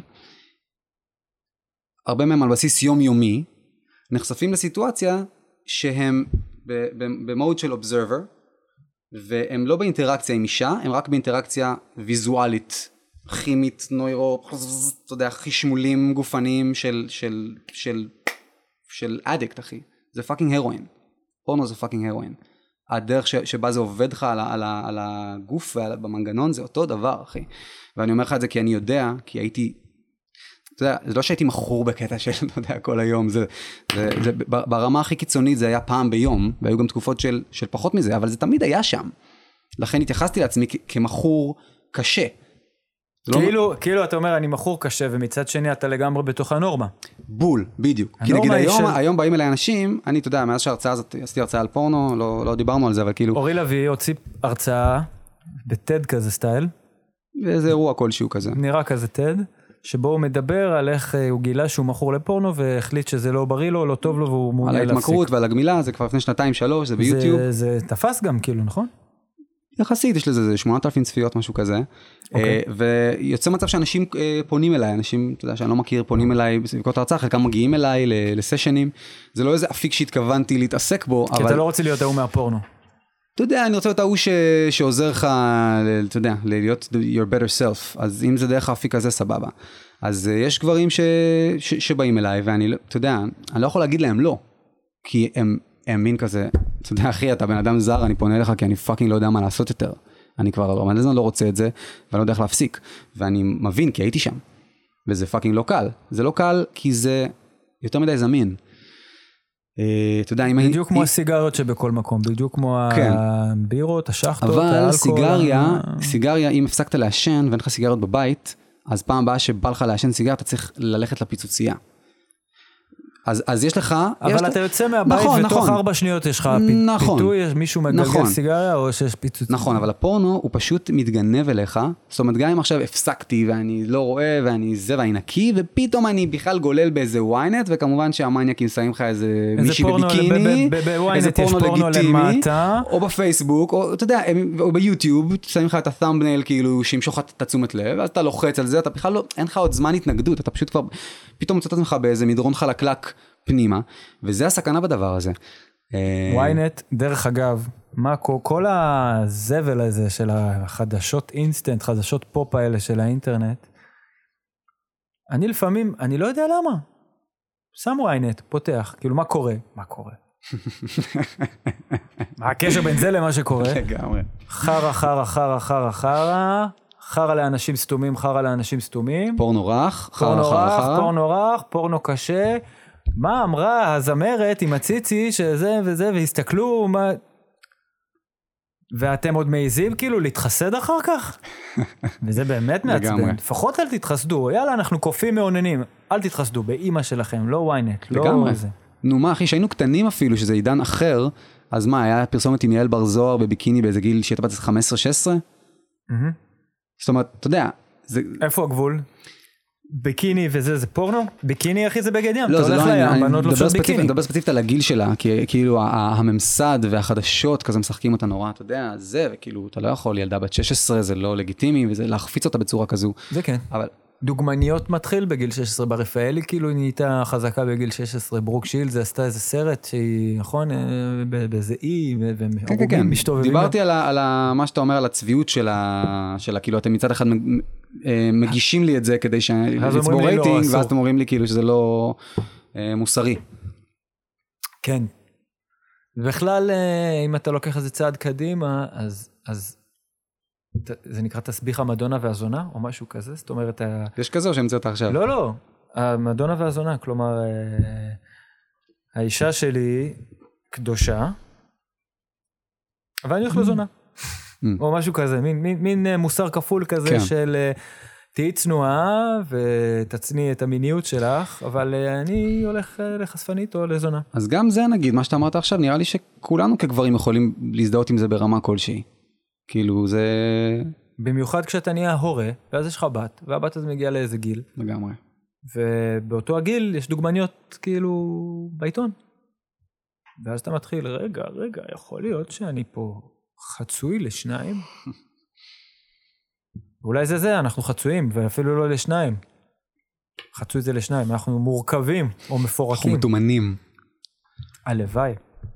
הרבה מהם על בסיס יומיומי, נחשפים לסיטואציה שהם במוד של observer, והם לא באינטראקציה עם אישה, הם רק באינטראקציה ויזואלית, כימית, נוירו, אתה יודע, חשמולים גופניים של, של, של, של אדיקט, אחי. זה פאקינג הרואין. פורנו זה פאקינג הרואין. הדרך ש, שבה זה עובד לך על, על, על הגוף ובמנגנון זה אותו דבר, אחי. ואני אומר לך את זה כי אני יודע, כי הייתי, אתה יודע, זה לא שהייתי מכור בקטע של, אתה יודע, כל היום, זה, זה, זה, ברמה הכי קיצונית זה היה פעם ביום, והיו גם תקופות של, של פחות מזה, אבל זה תמיד היה שם. לכן התייחסתי לעצמי כ- כמכור קשה. כאילו, לא... כאילו אתה אומר, אני מכור קשה, ומצד שני אתה לגמרי בתוך הנורמה. בול, בדיוק. כי נגיד היום, של... היום באים אליי אנשים, אני, אתה יודע, מאז שההרצאה הזאת, עשיתי הרצאה על פורנו, לא, לא דיברנו על זה, אבל כאילו... אורי לוי הוציא הרצאה, בטד כזה סטייל. איזה אירוע כלשהו כזה. נראה כזה טד, שבו הוא מדבר על איך הוא גילה שהוא מכור לפורנו, והחליט שזה לא בריא לו, לא טוב לו, והוא מעוניין להפסיק. על ההתמכרות ועל הגמילה, זה כבר לפני שנתיים, שלוש, זה ביוטיוב. זה, זה תפס גם, כאילו, נכון? יחסית, יש לזה שמונת אלפים צפיות, משהו כזה. Okay. ויוצא מצב שאנשים פונים אליי, אנשים, אתה יודע, שאני לא מכיר, פונים אליי בסביבות הרצאה, חלקם מגיעים אליי לסשנים. זה לא איזה אפיק שהתכוונתי להתעסק בו, כי אבל... אתה לא רוצה להיות ההוא מהפורנו. אתה יודע, אני רוצה להיות ההוא ש... שעוזר לך, אתה יודע, להיות your better self. אז אם זה דרך האפיק הזה, סבבה. אז יש גברים ש... ש... שבאים אליי, ואני, אתה יודע, אני לא יכול להגיד להם לא. כי הם, הם מין כזה, אתה יודע, אחי, אתה בן אדם זר, אני פונה לך, כי אני פאקינג לא יודע מה לעשות יותר. אני כבר אבל אני לא רוצה את זה, ואני לא יודע איך להפסיק. ואני מבין, כי הייתי שם. וזה פאקינג לא קל. זה לא קל, כי זה יותר מדי זמין. אתה יודע, אם... בדיוק כמו הסיגריות שבכל מקום, בדיוק כמו הבירות, השחטות, האלכוהול. אבל סיגריה, סיגריה, אם הפסקת לעשן ואין לך סיגריות בבית, אז פעם הבאה שבא לך לעשן סיגריה, אתה צריך ללכת לפיצוצייה. אז, אז יש לך... אבל יש אתה יוצא מהבית נכון, ותוך נכון. ארבע שניות יש לך נכון. פיתוי, יש מישהו מגלגל נכון. סיגריה או שיש פיצוץ. נכון, אבל הפורנו הוא פשוט מתגנב אליך, זאת אומרת גם אם עכשיו הפסקתי ואני לא רואה ואני זה ואני נקי, ופתאום אני בכלל גולל באיזה וויינט, וכמובן שהמניאקים שמים לך איזה מישהי בביקיני, איזה פורנו לגיטימי, או בפייסבוק, או אתה יודע, או ביוטיוב, שמים לך את הת'אמבנייל כאילו שימשוך את תשומת לב, אז אתה לוחץ על זה, אתה בכלל לא, אין לך עוד זמן התנגדות, אתה פשוט כבר, פתאום מצאת לך באיזה מדרון חלקלק פנימה, וזה הסכנה בדבר הזה. וויינט, דרך אגב, מה כל הזבל הזה של החדשות אינסטנט, חדשות פופ האלה של האינטרנט, אני לפעמים, אני לא יודע למה, שם וויינט, פותח, כאילו מה קורה? מה קורה? מה הקשר בין זה למה שקורה? לגמרי. חרה, חרה, חרה, חרה, חרה, חרה לאנשים סתומים, חרה לאנשים סתומים. פורנו רך, פורנו רך, פורנו רך, פורנו קשה. מה אמרה הזמרת עם הציצי שזה וזה, והסתכלו, מה... ואתם עוד מעיזים כאילו להתחסד אחר כך? וזה באמת מעצבן. לפחות אל תתחסדו, יאללה, אנחנו קופים מעוננים, אל תתחסדו, באמא שלכם, לא וויינט, לא זה. נו מה אחי, שהיינו קטנים אפילו, שזה עידן אחר, אז מה, היה פרסומת עם יעל בר זוהר בביקיני באיזה גיל שהייתה בת חמש עשרה שש עשרה? זאת אומרת, אתה יודע, זה... איפה הגבול? ביקיני וזה, זה פורנו? ביקיני אחי זה בגד ים, לא, אתה הולך לים, בנות לובשות ביקיני. אני מדבר ספציפית על הגיל שלה, כי כאילו הממסד והחדשות כזה משחקים אותה נורא, אתה יודע, זה, וכאילו אתה לא יכול, ילדה בת שש עשרה, זה לא לגיטימי, וזה להחפיץ אותה בצורה כזו. זה כן. אבל דוגמניות מתחיל בגיל שש עשרה, ברפאלי כאילו היא נהייתה חזקה בגיל שש עשרה, ברוק שילד, עשתה איזה סרט שהיא, נכון, באיזה אי, והרוגים משתובבים. דיברתי על מה שאתה אומר, על הצביעות שלה, כאילו אתם מצד אחד מגישים לי את זה כדי לצבור רייטינג, ואז אתם אומרים לי כאילו שזה לא מוסרי. כן. בכלל, אם אתה לוקח איזה צעד קדימה, אז זה נקרא תסביך המדונה והזונה, או משהו כזה, זאת אומרת... יש כזה או שהמציא אותה עכשיו? לא, לא, המדונה והזונה, כלומר, האישה שלי קדושה, אבל אני הולך לזונה, או משהו כזה, מין מוסר כפול כזה של תהי צנועה ותצני את המיניות שלך, אבל אני הולך לחשפנית או לזונה. אז גם זה נגיד, מה שאתה אמרת עכשיו, נראה לי שכולנו כגברים יכולים להזדהות עם זה ברמה כלשהי. כאילו זה... במיוחד כשאתה נהיה הורה, ואז יש לך בת, והבת הזה מגיעה לאיזה גיל. לגמרי. ובאותו הגיל יש דוגמניות כאילו בעיתון. ואז אתה מתחיל, רגע, רגע, יכול להיות שאני פה חצוי לשניים? אולי זה זה, אנחנו חצויים, ואפילו לא לשניים. חצוי זה לשניים, אנחנו מורכבים או מפורקים. אנחנו מתומנים. הלוואי.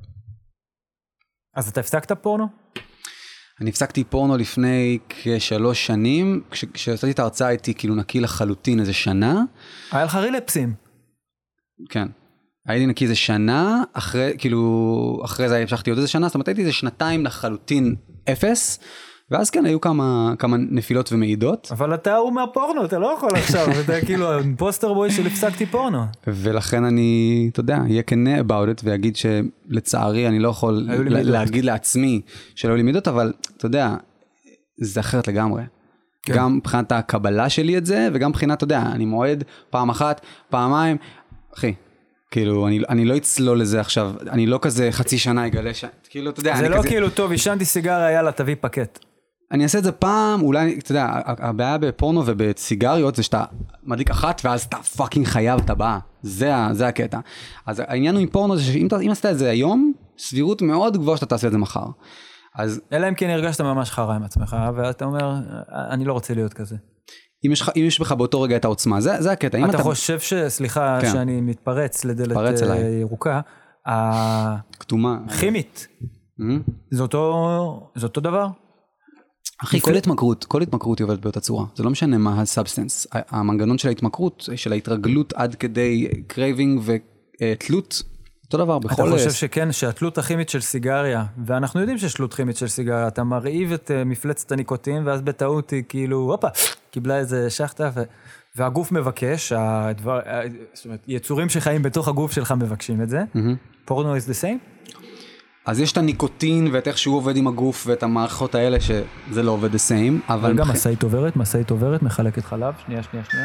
אז אתה הפסקת פורנו? אני הפסקתי פורנו לפני כשלוש שנים, כשעשיתי את ההרצאה הייתי כאילו נקי לחלוטין איזה שנה. היה לך רילפסים. כן. הייתי נקי איזה שנה, אחרי, כאילו, אחרי זה המשכתי עוד איזה שנה, זאת אומרת הייתי איזה שנתיים לחלוטין אפס, ואז כן היו כמה, כמה נפילות ומעידות. אבל אתה הוא מהפורנו, אתה לא יכול עכשיו, אתה כאילו פוסטר בוי של הפסקתי פורנו. ולכן אני, אתה יודע, יהיה כנה about it, ויגיד שלצערי אני לא יכול להגיד לעצמי שלא היו לי מידות, אבל אתה יודע, זה אחרת לגמרי. כן. גם מבחינת הקבלה שלי את זה, וגם מבחינת, אתה יודע, אני מועד פעם אחת, פעמיים, אחי, כאילו, אני, אני לא אצלול לזה עכשיו, אני לא כזה חצי שנה אגלה ש... כאילו, אתה יודע, זה אני לא כזה... כאילו, טוב, ישנתי סיגריה, יאללה, תביא פקט. אני אעשה את זה פעם, אולי, אתה יודע, הבעיה בפורנו ובסיגריות זה שאתה מדליק אחת ואז אתה פאקינג חייב את הבאה. זה, זה הקטע. אז העניין עם פורנו זה שאם אם עשית את זה היום, סבירות מאוד גבוהה שאתה תעשה את זה מחר. אז... אלא אם כן הרגשת ממש חרה עם עצמך, ואתה אומר, אני לא רוצה להיות כזה. אם יש, אם יש בך באותו רגע את העוצמה, זה, זה הקטע. אתה, אתה חושב ש... סליחה, כן. שאני מתפרץ לדלת ירוקה, כתומה. כימית. Mm-hmm. זה אותו, זה אותו דבר? אחי, כל התמכרות, כל התמכרות היא עובדת באותה צורה. זה לא משנה מה הסאבסטנס. המנגנון של ההתמכרות, של ההתרגלות עד כדי קרייבינג ותלות, אותו דבר בכל... אתה חושב שכן, שהתלות הכימית של סיגריה, ואנחנו יודעים שיש תלות כימית של סיגריה, אתה מרעיב את מפלצת הניקוטין, ואז בטעות היא כאילו, הופה, קיבלה איזה שחטה, ו... והגוף מבקש, הדבר... זאת אומרת, יצורים שחיים בתוך הגוף שלך מבקשים את זה. פורנו is the same? אז יש את הניקוטין ואת איך שהוא עובד עם הגוף ואת המערכות האלה שזה לא עובד the same, אבל... גם מסעית עוברת, מסעית עוברת, מחלקת חלב, שנייה, שנייה, שנייה.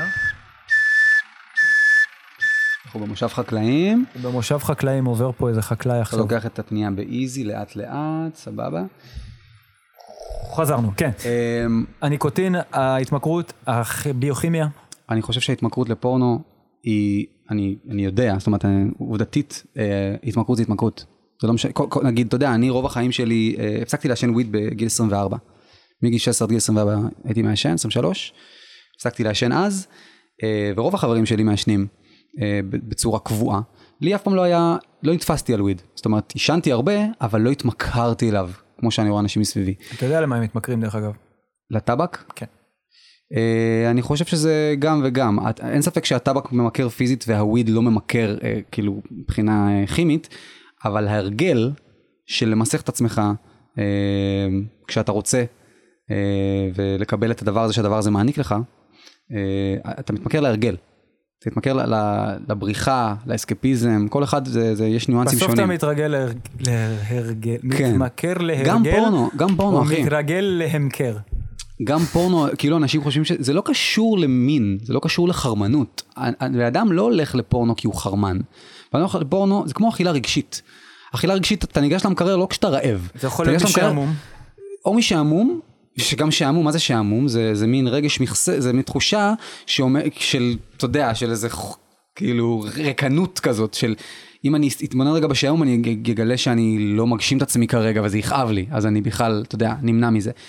אנחנו במושב חקלאים. במושב חקלאים עובר פה איזה חקלאי עכשיו. אתה לוקח את הפנייה באיזי, לאט לאט, סבבה. חזרנו, כן. הניקוטין, ההתמכרות, הביוכימיה. אני חושב שההתמכרות לפורנו היא, אני, אני יודע, זאת אומרת, עובדתית, התמכרות זה התמכרות. זה לא משנה, נגיד, אתה יודע, אני רוב החיים שלי, הפסקתי לעשן וויד בגיל עשרים וארבע. מגיל שש עשרה עד גיל עשרים וארבע הייתי מעשן, עשרים ושלוש. הפסקתי לעשן אז, ורוב החברים שלי מעשנים בצורה קבועה. לי אף פעם לא היה, לא התפסתי על וויד. זאת אומרת, עישנתי הרבה, אבל לא התמכרתי אליו, כמו שאני רואה אנשים מסביבי. אתה יודע למה הם מתמכרים דרך אגב? לטבק? כן. אני חושב שזה גם וגם. אין ספק שהטבק ממכר פיזית והוויד לא ממכר, כאילו, מבחינה כימית, אבל ההרגל של למסך את עצמך אה, כשאתה רוצה אה, ולקבל את הדבר הזה שהדבר הזה מעניק לך, אה, אתה מתמכר להרגל. אתה מתמכר לבריחה, לאסקפיזם, כל אחד זה, זה, יש ניואנסים שונים. בסוף אתה מתרגל להרגל, כן. מתמכר להרגל, גם פורנו, גם פורנו, אחי. או מתרגל להמכר. גם פורנו, כאילו אנשים חושבים שזה לא קשור למין, זה לא קשור לחרמנות. האדם לא הולך לפורנו כי הוא חרמן. פורנו זה כמו אכילה רגשית. אכילה רגשית, אתה ניגש למקרר לא כשאתה רעב. זה יכול להיות משעמום. או משעמום, שגם שעמום, מה זה שעמום? זה, זה מין רגש מכסה, זה מין תחושה שאומר, של, אתה יודע, של איזה כאילו רקנות כזאת, של אם אני אתמונן רגע בשעמום, אני אגלה שאני לא מגשים את עצמי כרגע, וזה יכאב לי, אז אני בכלל, אתה יודע, נמנע מזה.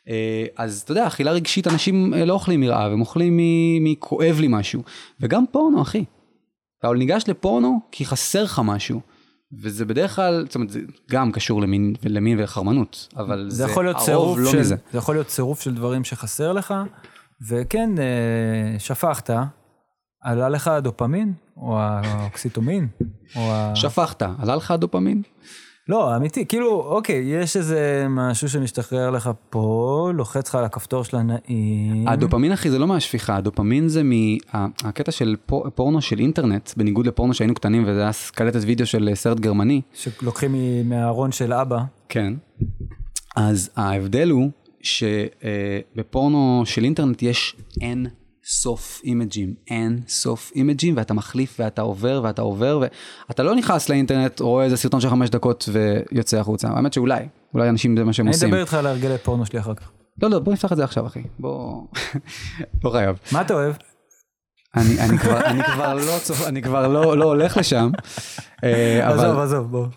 אז אתה יודע, אכילה רגשית, אנשים לא אוכלים מרעב, הם אוכלים מכואב לי משהו. וגם פורנו, אחי. אתה ניגש לפורנו כי חסר לך משהו. וזה בדרך כלל, זאת אומרת, זה גם קשור למין, למין ולחרמנות, אבל זה, זה יכול להיות הרוב לא של, מזה. זה יכול להיות צירוף של דברים שחסר לך, וכן, שפכת, עלה לך הדופמין, או האוקסיטומין, או ה... שפכת, עלה לך הדופמין? לא, אמיתי, כאילו, אוקיי, יש איזה משהו שמשתחרר לך פה, לוחץ לך על הכפתור של הנעים. הדופמין, אחי, זה לא מהשפיכה, הדופמין זה מהקטע של פורנו של אינטרנט, בניגוד לפורנו שהיינו קטנים, וזה היה קלטת וידאו של סרט גרמני. שלוקחים מהארון של אבא. כן. אז ההבדל הוא שבפורנו של אינטרנט יש אין סוף אימג'ים, אין סוף אימג'ים, ואתה מחליף ואתה עובר ואתה עובר, ואתה לא נכנס לאינטרנט, רואה איזה סרטון של חמש דקות ויוצא החוצה. האמת שאולי, אולי אנשים זה מה שהם עושים. אני אדבר איתך על הרגלי פורנו שלי אחר כך. לא, לא, בוא נפתח את זה עכשיו, אחי. בוא... לא חייב. מה אתה אוהב? אני, אני כבר, אני כבר לא, אני כבר לא, לא הולך לשם. עזוב, עזוב, בוא.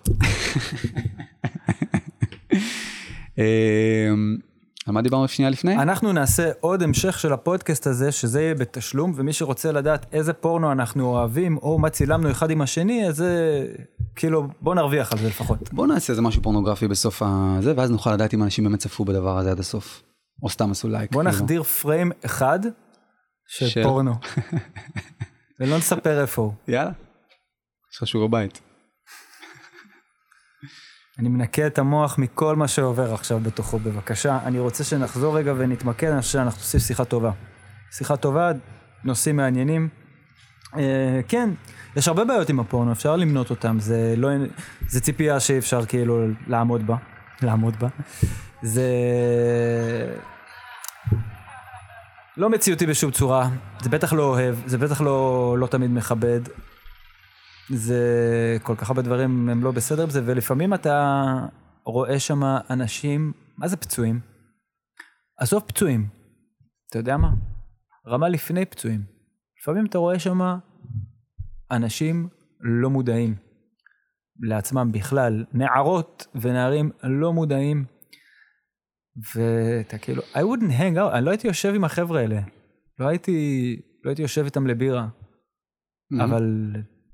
על מה דיברנו שנייה לפני? אנחנו נעשה עוד המשך של הפודקאסט הזה, שזה יהיה בתשלום, ומי שרוצה לדעת איזה פורנו אנחנו אוהבים, או מה צילמנו אחד עם השני, אז זה, כאילו, בוא נרוויח על זה לפחות. בוא נעשה איזה משהו פורנוגרפי בסוף הזה, ואז נוכל לדעת אם אנשים באמת צפו בדבר הזה עד הסוף. או סתם עשו לייק. בוא נחדיר פריים אחד של, של... פורנו. ולא נספר איפה הוא. יאללה. יש לך שיעורי בית. אני מנקה את המוח מכל מה שעובר עכשיו בתוכו, בבקשה. אני רוצה שנחזור רגע ונתמקד, אני חושב שאנחנו עושים שיחה טובה. שיחה טובה, נושאים מעניינים. אה, כן, יש הרבה בעיות עם הפורנו, אפשר למנות אותם, זה, לא, זה ציפייה שאי אפשר כאילו לעמוד בה, לעמוד בה. זה לא מציאותי בשום צורה, זה בטח לא אוהב, זה בטח לא, לא תמיד מכבד. זה כל כך הרבה דברים הם לא בסדר בזה, ולפעמים אתה רואה שם אנשים, מה זה פצועים? עזוב פצועים, אתה יודע מה? רמה לפני פצועים. לפעמים אתה רואה שם אנשים לא מודעים לעצמם בכלל, נערות ונערים לא מודעים, ואתה כאילו, I wouldn't hang out, אני לא הייתי יושב עם החבר'ה האלה, לא הייתי, לא הייתי יושב איתם לבירה, mm-hmm. אבל...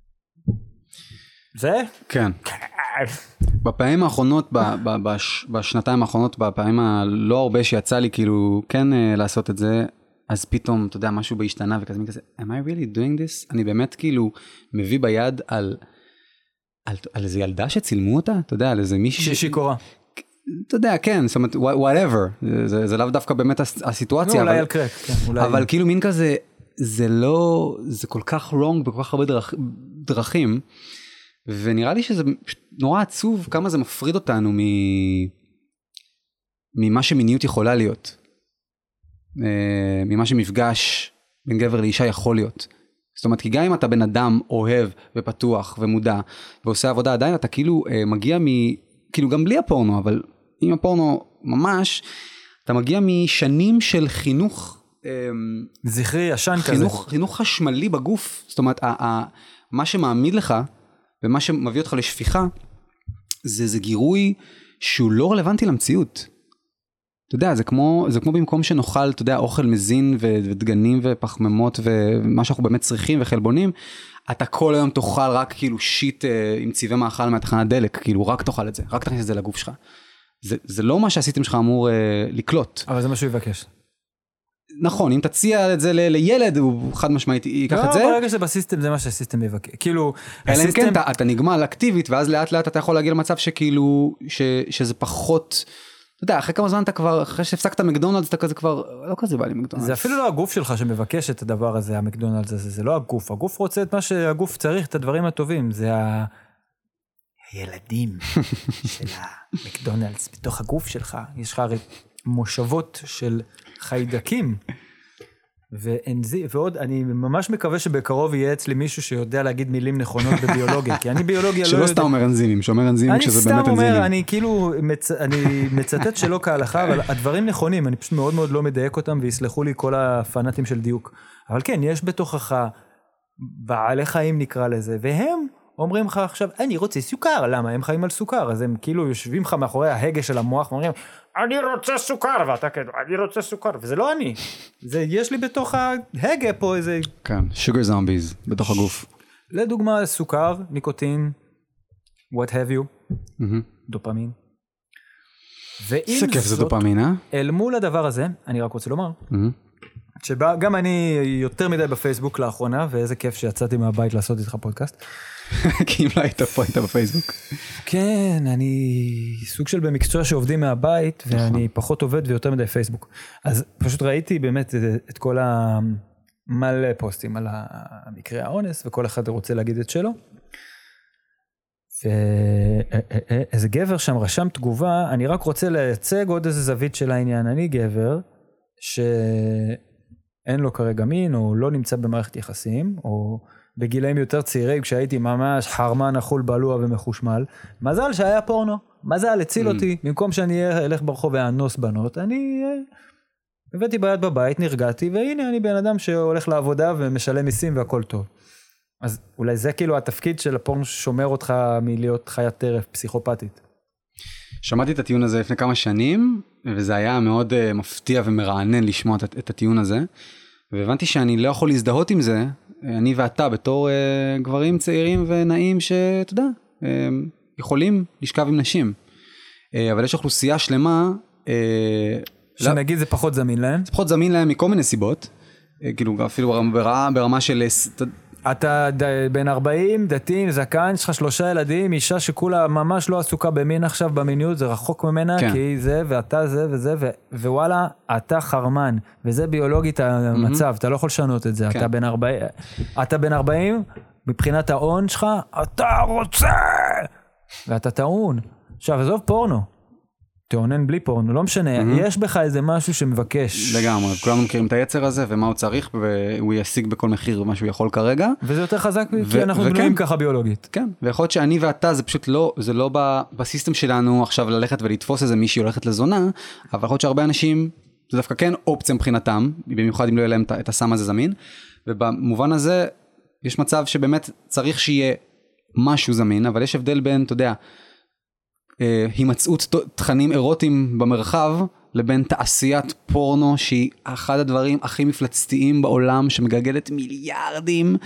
זה? כן. בפעמים האחרונות, בשנתיים האחרונות, בפעמים הלא הרבה שיצא לי כאילו כן לעשות את זה, אז פתאום, אתה יודע, משהו בהשתנה וכזה, כזה, am I really doing this? אני באמת כאילו מביא ביד על, על, על איזה ילדה שצילמו אותה, אתה יודע, על איזה מישהי... שישי קורה. אתה יודע, כן, זאת אומרת, whatever, זה, זה לאו דווקא באמת הסיטואציה. לא, אבל, אולי על קרק, כן, אולי. אבל כאילו מין כזה, זה לא, זה כל כך wrong בכל כך הרבה דרכ, דרכים, ונראה לי שזה נורא עצוב כמה זה מפריד אותנו מ... ממה שמיניות יכולה להיות. ממה שמפגש בין גבר לאישה יכול להיות. זאת אומרת, כי גם אם אתה בן אדם אוהב ופתוח ומודע ועושה עבודה, עדיין אתה כאילו מגיע מ... כאילו גם בלי הפורנו, אבל עם הפורנו ממש, אתה מגיע משנים של חינוך... זכרי ישן חינוך, כזה. חינוך חשמלי בגוף. זאת אומרת, ה- ה- מה שמעמיד לך ומה שמביא אותך לשפיכה, זה, זה גירוי שהוא לא רלוונטי למציאות. אתה יודע, זה כמו, זה כמו במקום שנאכל, אתה יודע, אוכל מזין ו- ודגנים ופחממות ומה שאנחנו באמת צריכים וחלבונים, אתה כל היום תאכל רק כאילו שיט אה, עם צבעי מאכל מהתחנת דלק, כאילו רק תאכל את זה, רק תכניס את זה לגוף שלך. זה, זה לא מה שהסיסטם שלך אמור אה, לקלוט. אבל זה מה שהוא יבקש. נכון, אם תציע את זה ל- לילד, הוא חד משמעית ייקח את זה. לא, ברגע שבסיסטם זה מה שהסיסטם יבקש. כאילו, אלא אם כן, אתה, אתה נגמל אקטיבית, ואז לאט לאט אתה יכול להגיע למצב שכאילו, ש, שזה פחות, אתה יודע, אחרי כמה זמן אתה כבר, אחרי שהפסקת מקדונלדס, אתה כזה כבר, לא כזה בא לי מקדונלדס. זה אפילו לא הגוף שלך שמבקש את הדבר הזה, המקדונלדס הזה, זה לא הגוף. הגוף רוצה את מה שהגוף צריך, את הדברים הטובים. זה ה... הילדים של המקדונלדס בתוך הגוף שלך. יש לך הרי מושבות של חיידקים. ואנזי, ועוד, אני ממש מקווה שבקרוב יהיה אצלי מישהו שיודע להגיד מילים נכונות בביולוגיה, כי אני ביולוגיה לא יודע... שלא סתם אומר אנזימים, שאומר אנזימים כשזה באמת אנזימים. אני סתם אומר, אני כאילו, מצ... אני מצטט שלא כהלכה, אבל הדברים נכונים, אני פשוט מאוד מאוד לא מדייק אותם, ויסלחו לי כל הפנאטים של דיוק. אבל כן, יש בתוכך בעלי חיים נקרא לזה, והם אומרים לך עכשיו, אני רוצה סוכר, למה? הם חיים על סוכר, אז הם כאילו יושבים לך מאחורי ההגה של המוח, ואומרים, אני רוצה סוכר, ואתה כאילו, אני רוצה סוכר, וזה לא אני. זה, יש לי בתוך ההגה פה איזה... כן, sugar zombies בתוך הגוף. לדוגמה, סוכר, ניקוטין, what have you, דופמין. איזה כיף זה דופמין, אה? אל מול הדבר הזה, אני רק רוצה לומר, שגם אני יותר מדי בפייסבוק לאחרונה, ואיזה כיף שיצאתי מהבית לעשות איתך פודקאסט. כי אם לא היית פה, היית בפייסבוק. כן, אני סוג של במקצוע שעובדים מהבית, ואני פחות עובד ויותר מדי פייסבוק. אז פשוט ראיתי באמת את כל המלא פוסטים על המקרה האונס, וכל אחד רוצה להגיד את שלו. ואיזה גבר שם רשם תגובה, אני רק רוצה לייצג עוד איזה זווית של העניין. אני גבר שאין לו כרגע מין, או לא נמצא במערכת יחסים, או בגילאים יותר צעירים, כשהייתי ממש חרמן, אכול בלוע ומחושמל. מזל שהיה פורנו, מזל הציל אותי, במקום שאני אלך ברחוב ואנוס בנות, אני הבאתי ביד בבית, נרגעתי, והנה אני בן אדם שהולך לעבודה ומשלם מיסים והכל טוב. אז אולי זה כאילו התפקיד של הפורנו ששומר אותך מלהיות חיית טרף, פסיכופתית. שמעתי את הטיעון הזה לפני כמה שנים, וזה היה מאוד uh, מפתיע ומרענן לשמוע את, את הטיעון הזה, והבנתי שאני לא יכול להזדהות עם זה, אני ואתה בתור uh, גברים צעירים ונעים שאתה יודע, uh, יכולים לשכב עם נשים. Uh, אבל יש אוכלוסייה שלמה, uh, שנגיד לא, זה פחות זמין להם? זה פחות זמין להם מכל מיני סיבות, uh, כאילו אפילו ברמה, ברמה של... אתה בן ארבעים, דתיים, זקן, יש לך שלושה ילדים, אישה שכולה ממש לא עסוקה במין עכשיו במיניות, זה רחוק ממנה, כן. כי זה ואתה זה וזה, ו- ווואלה, אתה חרמן, וזה ביולוגית המצב, mm-hmm. אתה לא יכול לשנות את זה, כן. אתה בן ארבעים, אתה בן ארבעים, מבחינת ההון שלך, אתה רוצה, ואתה טעון. עכשיו, עזוב פורנו. תעונן בלי פורנו, לא משנה, mm-hmm. יש בך איזה משהו שמבקש. לגמרי, כולנו מכירים את היצר הזה, ומה הוא צריך, והוא ישיג בכל מחיר מה שהוא יכול כרגע. וזה יותר חזק, ו- כי אנחנו בנויים ככה ביולוגית. כן, ויכול להיות שאני ואתה, זה פשוט לא, זה לא ב- בסיסטם שלנו עכשיו ללכת ולתפוס איזה מישהי הולכת לזונה, אבל יכול להיות שהרבה אנשים, זה דווקא כן אופציה מבחינתם, במיוחד אם לא יהיה להם את הסם הזה זמין, ובמובן הזה, יש מצב שבאמת צריך שיהיה משהו זמין, אבל יש הבדל בין, אתה יודע, הימצאות תכנים אירוטיים במרחב, לבין תעשיית פורנו, שהיא אחד הדברים הכי מפלצתיים בעולם, שמגלגלת מיליארדים,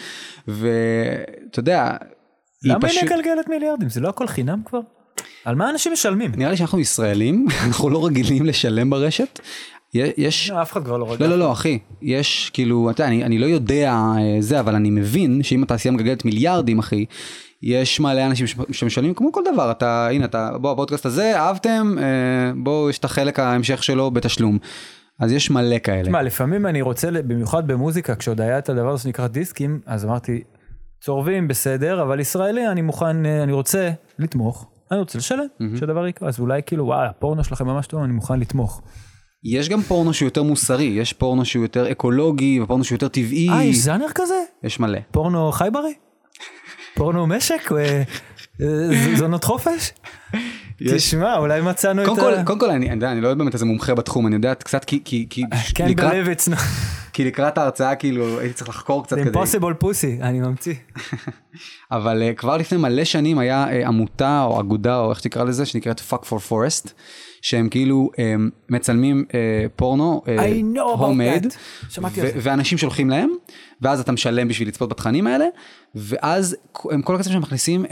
ואתה יודע, למה היא מגלגלת מיליארדים? זה לא הכל חינם כבר? על מה אנשים משלמים? נראה לי שאנחנו ישראלים, אנחנו לא רגילים לשלם ברשת, יש... אף אחד כבר לא רגיל. לא, לא, לא, אחי, יש כאילו, אתה יודע, אני, אני לא יודע זה, אבל אני מבין שאם התעשייה מגלגלת מיליארדים, אחי, יש מלא אנשים שמשלמים כמו כל דבר, אתה, הנה, אתה, בוא, הפודקאסט הזה, אהבתם, בוא, יש את החלק ההמשך שלו בתשלום. אז יש מלא כאלה. מה, לפעמים אני רוצה, במיוחד במוזיקה, כשעוד היה את הדבר שנקרא דיסקים, אז אמרתי, צורבים בסדר, אבל ישראלי, אני מוכן, אני רוצה לתמוך, אני רוצה לשלם, שהדבר יקרה, אז אולי כאילו, וואי, הפורנו שלכם ממש טוב, אני מוכן לתמוך. יש גם פורנו שהוא יותר מוסרי, יש פורנו שהוא יותר אקולוגי, ופורנו שהוא יותר טבעי. אה, יש ז'אנר כזה? יש מלא. פורנו חי בריא? פורנו משק? זונות חופש? תשמע, אולי מצאנו את ה... קודם כל, אני לא יודע באמת איזה מומחה בתחום, אני יודע קצת כי... כן, בלוויץ. כי לקראת ההרצאה, כאילו, הייתי צריך לחקור קצת כדי... Impossible Pussy, אני ממציא. אבל כבר לפני מלא שנים היה עמותה או אגודה, או איך תקרא לזה, שנקראת Fuck for Forest, שהם כאילו מצלמים פורנו, homemade, ואנשים שולחים להם, ואז אתה משלם בשביל לצפות בתכנים האלה, ואז כל הכסף שהם מכניסים,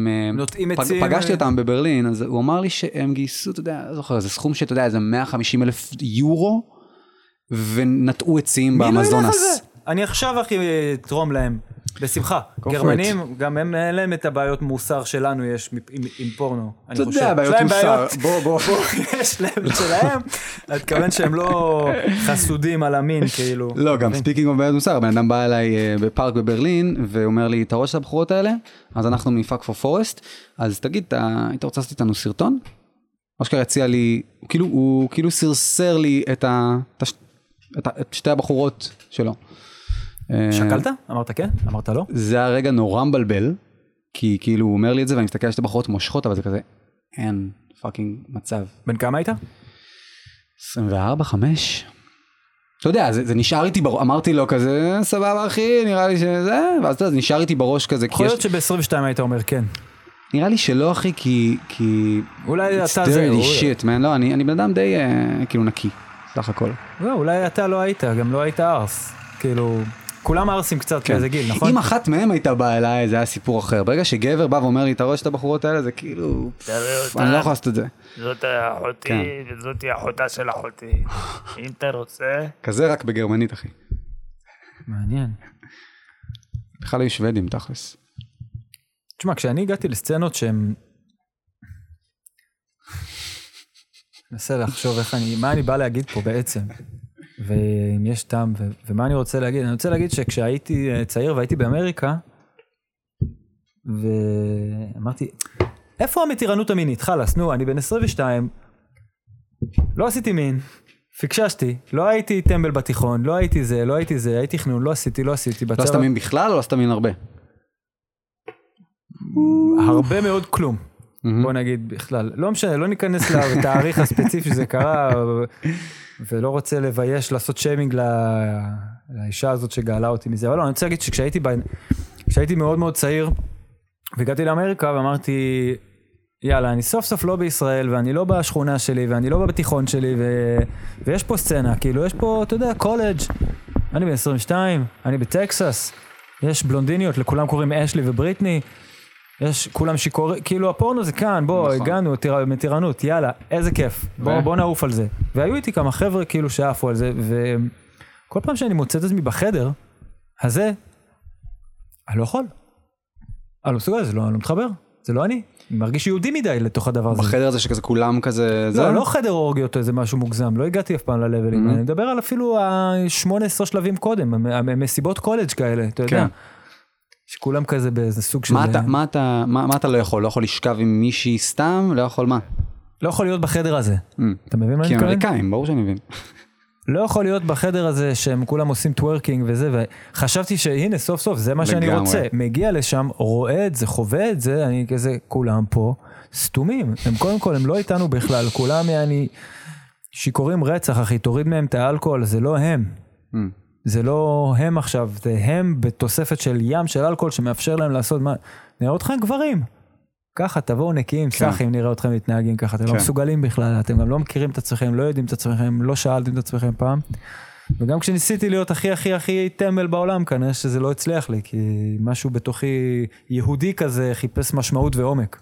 פגשתי אותם בברלין, אז הוא אמר לי שהם גייסו, אתה יודע, זוכר, זה סכום שאתה יודע, איזה מאה וחמישים אלף יורו, ונטעו עצים באמזונס. מי לא ילך על זה? אני עכשיו הכי תרום להם. בשמחה. גרמנים, גם הם אין להם את הבעיות מוסר שלנו יש עם פורנו. אתה יודע, בעיות מוסר. בוא, בוא. יש להם שלהם. אתה מתכוון שהם לא חסודים על המין, כאילו. לא, גם ספיקינג of בעיות מוסר. הבן אדם בא אליי בפארק בברלין, ואומר לי, אתה רואה את הבחורות האלה? אז אנחנו מ-Fuck for Forest. אז תגיד, היית רוצה לעשות איתנו סרטון? מה שכבר יציע לי, הוא כאילו סרסר לי את שתי הבחורות שלו. שקלת? אמרת כן? אמרת לא? זה הרגע נורא מבלבל, כי כאילו הוא אומר לי את זה, ואני מסתכל על שתי בחורות מושכות, אבל זה כזה, אין פאקינג מצב. בן כמה היית? עשרים וארבע, חמש. אתה יודע, זה, זה נשאר איתי בראש, אמרתי לו כזה, סבבה אחי, נראה לי שזה, ואז אתה יודע, זה נשאר איתי בראש כזה. יכול להיות שב-עשרים ושתיים היית אומר כן. נראה לי שלא אחי, כי, כי... אולי it's אתה זה... dirty shit, man. לא, אני, אני בן אדם די, uh, כאילו, נקי, סך הכל. לא, אולי אתה לא היית, גם לא היית ארס. כאילו, כולם ארסים קצת באיזה גיל, נכון? אם אחת מהם הייתה באה אליי, זה היה סיפור אחר. ברגע שגבר בא ואומר לי, אתה רואה שאת הבחורות האלה, זה כאילו... אני לא יכול לעשות את זה. זאת אחותי, וזאת אחותה של אחותי. אם אתה רוצה... כזה רק בגרמנית, אחי. מעניין. בכלל היו שוודים, תכלס. תשמע, כשאני הגעתי לסצנות שהן... נסה לחשוב איך אני... מה אני בא להגיד פה בעצם? ואם יש טעם, ו... ומה אני רוצה להגיד? אני רוצה להגיד שכשהייתי צעיר והייתי באמריקה, ואמרתי, איפה המתירנות המינית? חלס, נו, אני בן עשרים ושתיים, לא עשיתי מין, פיקששתי, לא הייתי טמבל בתיכון, לא הייתי זה, לא הייתי זה, הייתי חנון, לא עשיתי, לא עשיתי. לא עשת מין בכלל או לא עשת מין הרבה? הרבה מאוד כלום. בוא נגיד בכלל. לא משנה, לא ניכנס לתאריך הספציפי שזה קרה, ולא רוצה לבייש, לעשות שיימינג לאישה הזאת שגאלה אותי מזה. אבל לא, אני רוצה להגיד שכשהייתי כשהייתי מאוד מאוד צעיר, והגעתי לאמריקה ואמרתי, יאללה, אני סוף סוף לא בישראל, ואני לא בשכונה שלי, ואני לא בתיכון שלי, ו... ויש פה סצנה, כאילו יש פה, אתה יודע, קולג', אני בן עשרים ושתיים, אני בטקסס, יש בלונדיניות, לכולם קוראים אשלי ובריטני, יש כולם שיקור... כאילו הפורנו זה כאן, בוא, נכון. הגענו, תיר... מתירנות, יאללה, איזה כיף, ו... בוא, בוא נעוף על זה. והיו איתי כמה חבר'ה כאילו שעפו על זה, וכל פעם שאני מוצא את עצמי בחדר, הזה, אני לא יכול. אני לא מסוגל, זה לא, אני לא מתחבר, זה לא אני. אני מרגיש יהודי מדי לתוך הדבר הזה. בחדר הזה שכזה כולם כזה... לא, לא חדר אורגיות, זה משהו מוגזם, לא הגעתי אף פעם ללבלים. אני מדבר על אפילו ה-שמונה עשרה שלבים קודם, מסיבות קולג' כאלה, אתה יודע. שכולם כזה באיזה סוג של... מה אתה לא יכול? לא יכול לשכב עם מישהי סתם? לא יכול מה? לא יכול להיות בחדר הזה. אתה מבין מה אני כי מתכוון? אמריקאים, ברור שאני מבין. לא יכול להיות בחדר הזה שהם כולם עושים טוורקינג וזה, וחשבתי שהנה סוף סוף זה מה שאני רוצה. מגיע לשם, רואה את זה, חווה את זה, אני כזה, כולם פה סתומים. הם קודם כל, הם לא איתנו בכלל, כולם אני שיקורים רצח, אחי, תוריד מהם את האלכוהול, זה לא הם. זה לא הם עכשיו, זה הם בתוספת של ים של אלכוהול שמאפשר להם לעשות מה, נראה אתכם גברים. ככה, תבואו נקיים, סחים, נראה אתכם מתנהגים ככה, אתם לא מסוגלים בכלל, אתם גם לא מכירים את עצמכם, לא יודעים את עצמכם, לא שאלתם את עצמכם פעם, וגם כשניסיתי להיות הכי הכי הכי טמבל בעולם, כנראה שזה לא הצליח לי, כי משהו בתוכי יהודי כזה חיפש משמעות ועומק.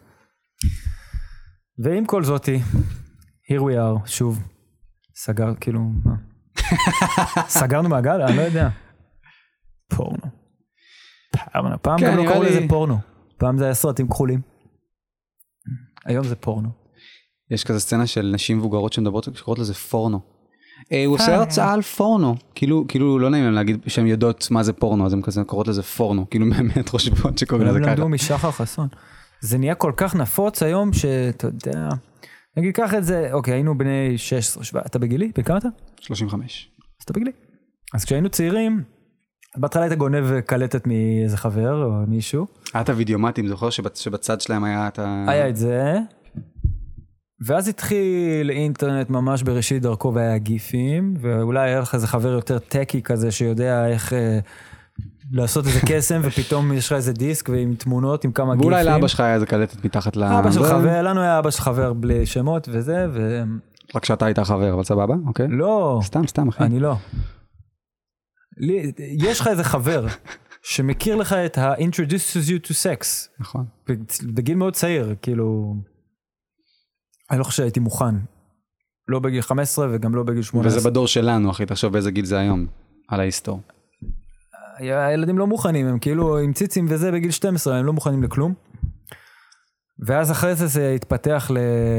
ועם כל זאתי, here we are, שוב, סגר, כאילו, מה? סגרנו מעגל? אני לא יודע. פורנו. פעם גם לא קראו לזה פורנו, פעם זה היה סרטים כחולים. היום זה פורנו. יש כזה סצנה של נשים מבוגרות שמדברות, שקוראות לזה פורנו. הוא עושה הרצאה על פורנו. כאילו לא נעים להם להגיד שהן יודעות מה זה פורנו, אז הן כזה קוראות לזה פורנו. כאילו באמת חושבות שקוראים לזה ככה. למדו משחר חסון. זה נהיה כל כך נפוץ היום שאתה יודע, נגיד קח את זה, אוקיי, היינו בני שש עשרה, שבע, אתה בגילי? בכמה אתה? שלושים וחמש. אז אתה בגילי. אז כשהיינו צעירים, בהתחלה היית גונב קלטת מאיזה חבר או מישהו. היה את הווידאומטים, זוכר שבצד שלהם היה את ה... היה את זה, ואז התחיל אינטרנט ממש בראשית דרכו והיה גיפים, ואולי היה לך איזה חבר יותר טקי כזה שיודע איך אה, לעשות איזה קסם, ופתאום יש לך איזה דיסק ועם תמונות, עם כמה גיפים. ואולי לאבא שלך היה איזה קלטת מתחת ל... אבא של חבר, לנו היה אבא של חבר בלי שמות וזה, ו... רק שאתה היית חבר, אבל סבבה, אוקיי? לא. סתם, סתם, אחי. אני לא. לי, יש לך איזה חבר שמכיר לך את ה-introduces you to sex. נכון. בגיל מאוד צעיר, כאילו, אני לא חושב שהייתי מוכן. לא בגיל חמש עשרה וגם לא בגיל שמונה עשרה. וזה בדור שלנו, אחי, תחשוב באיזה גיל זה היום, על ההיסטור. הילדים לא מוכנים, הם כאילו עם ציצים וזה בגיל שתים עשרה, הם לא מוכנים לכלום. ואז אחרי זה זה התפתח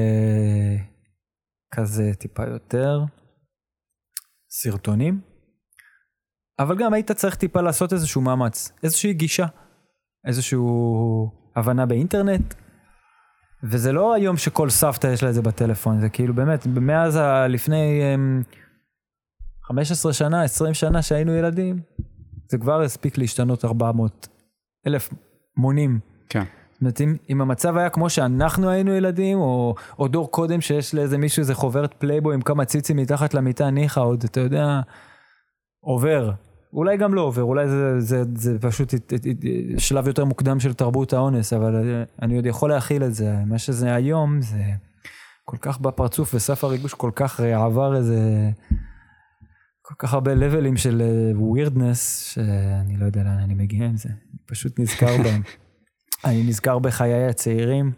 לכזה טיפה יותר סרטונים. אבל גם היית צריך טיפה לעשות איזשהו מאמץ, איזושהי גישה, איזושהי הבנה באינטרנט, וזה לא היום שכל סבתא יש לה את זה בטלפון, זה כאילו באמת, מאז לפני חמש עשרה שנה, עשרים שנה שהיינו ילדים, זה כבר הספיק להשתנות ארבע מאות אלף מונים. כן. זאת אומרת, אם, אם המצב היה כמו שאנחנו היינו ילדים, או, או דור קודם שיש לאיזה מישהו, איזה חוברת פלייבוי עם כמה ציצים מתחת למיטה, ניחה עוד, אתה יודע, עובר. אולי גם לא עובר, אולי זה, זה, זה פשוט שלב יותר מוקדם של תרבות האונס, אבל אני עוד יכול להכיל את זה. מה שזה היום זה כל כך בפרצוף, וסף הריגוש כל כך עבר איזה, כל כך הרבה לבלים של weirdness, שאני לא יודע לאן אני מגיע עם זה. אני פשוט נזכר בהם. אני נזכר בחיי הצעירים.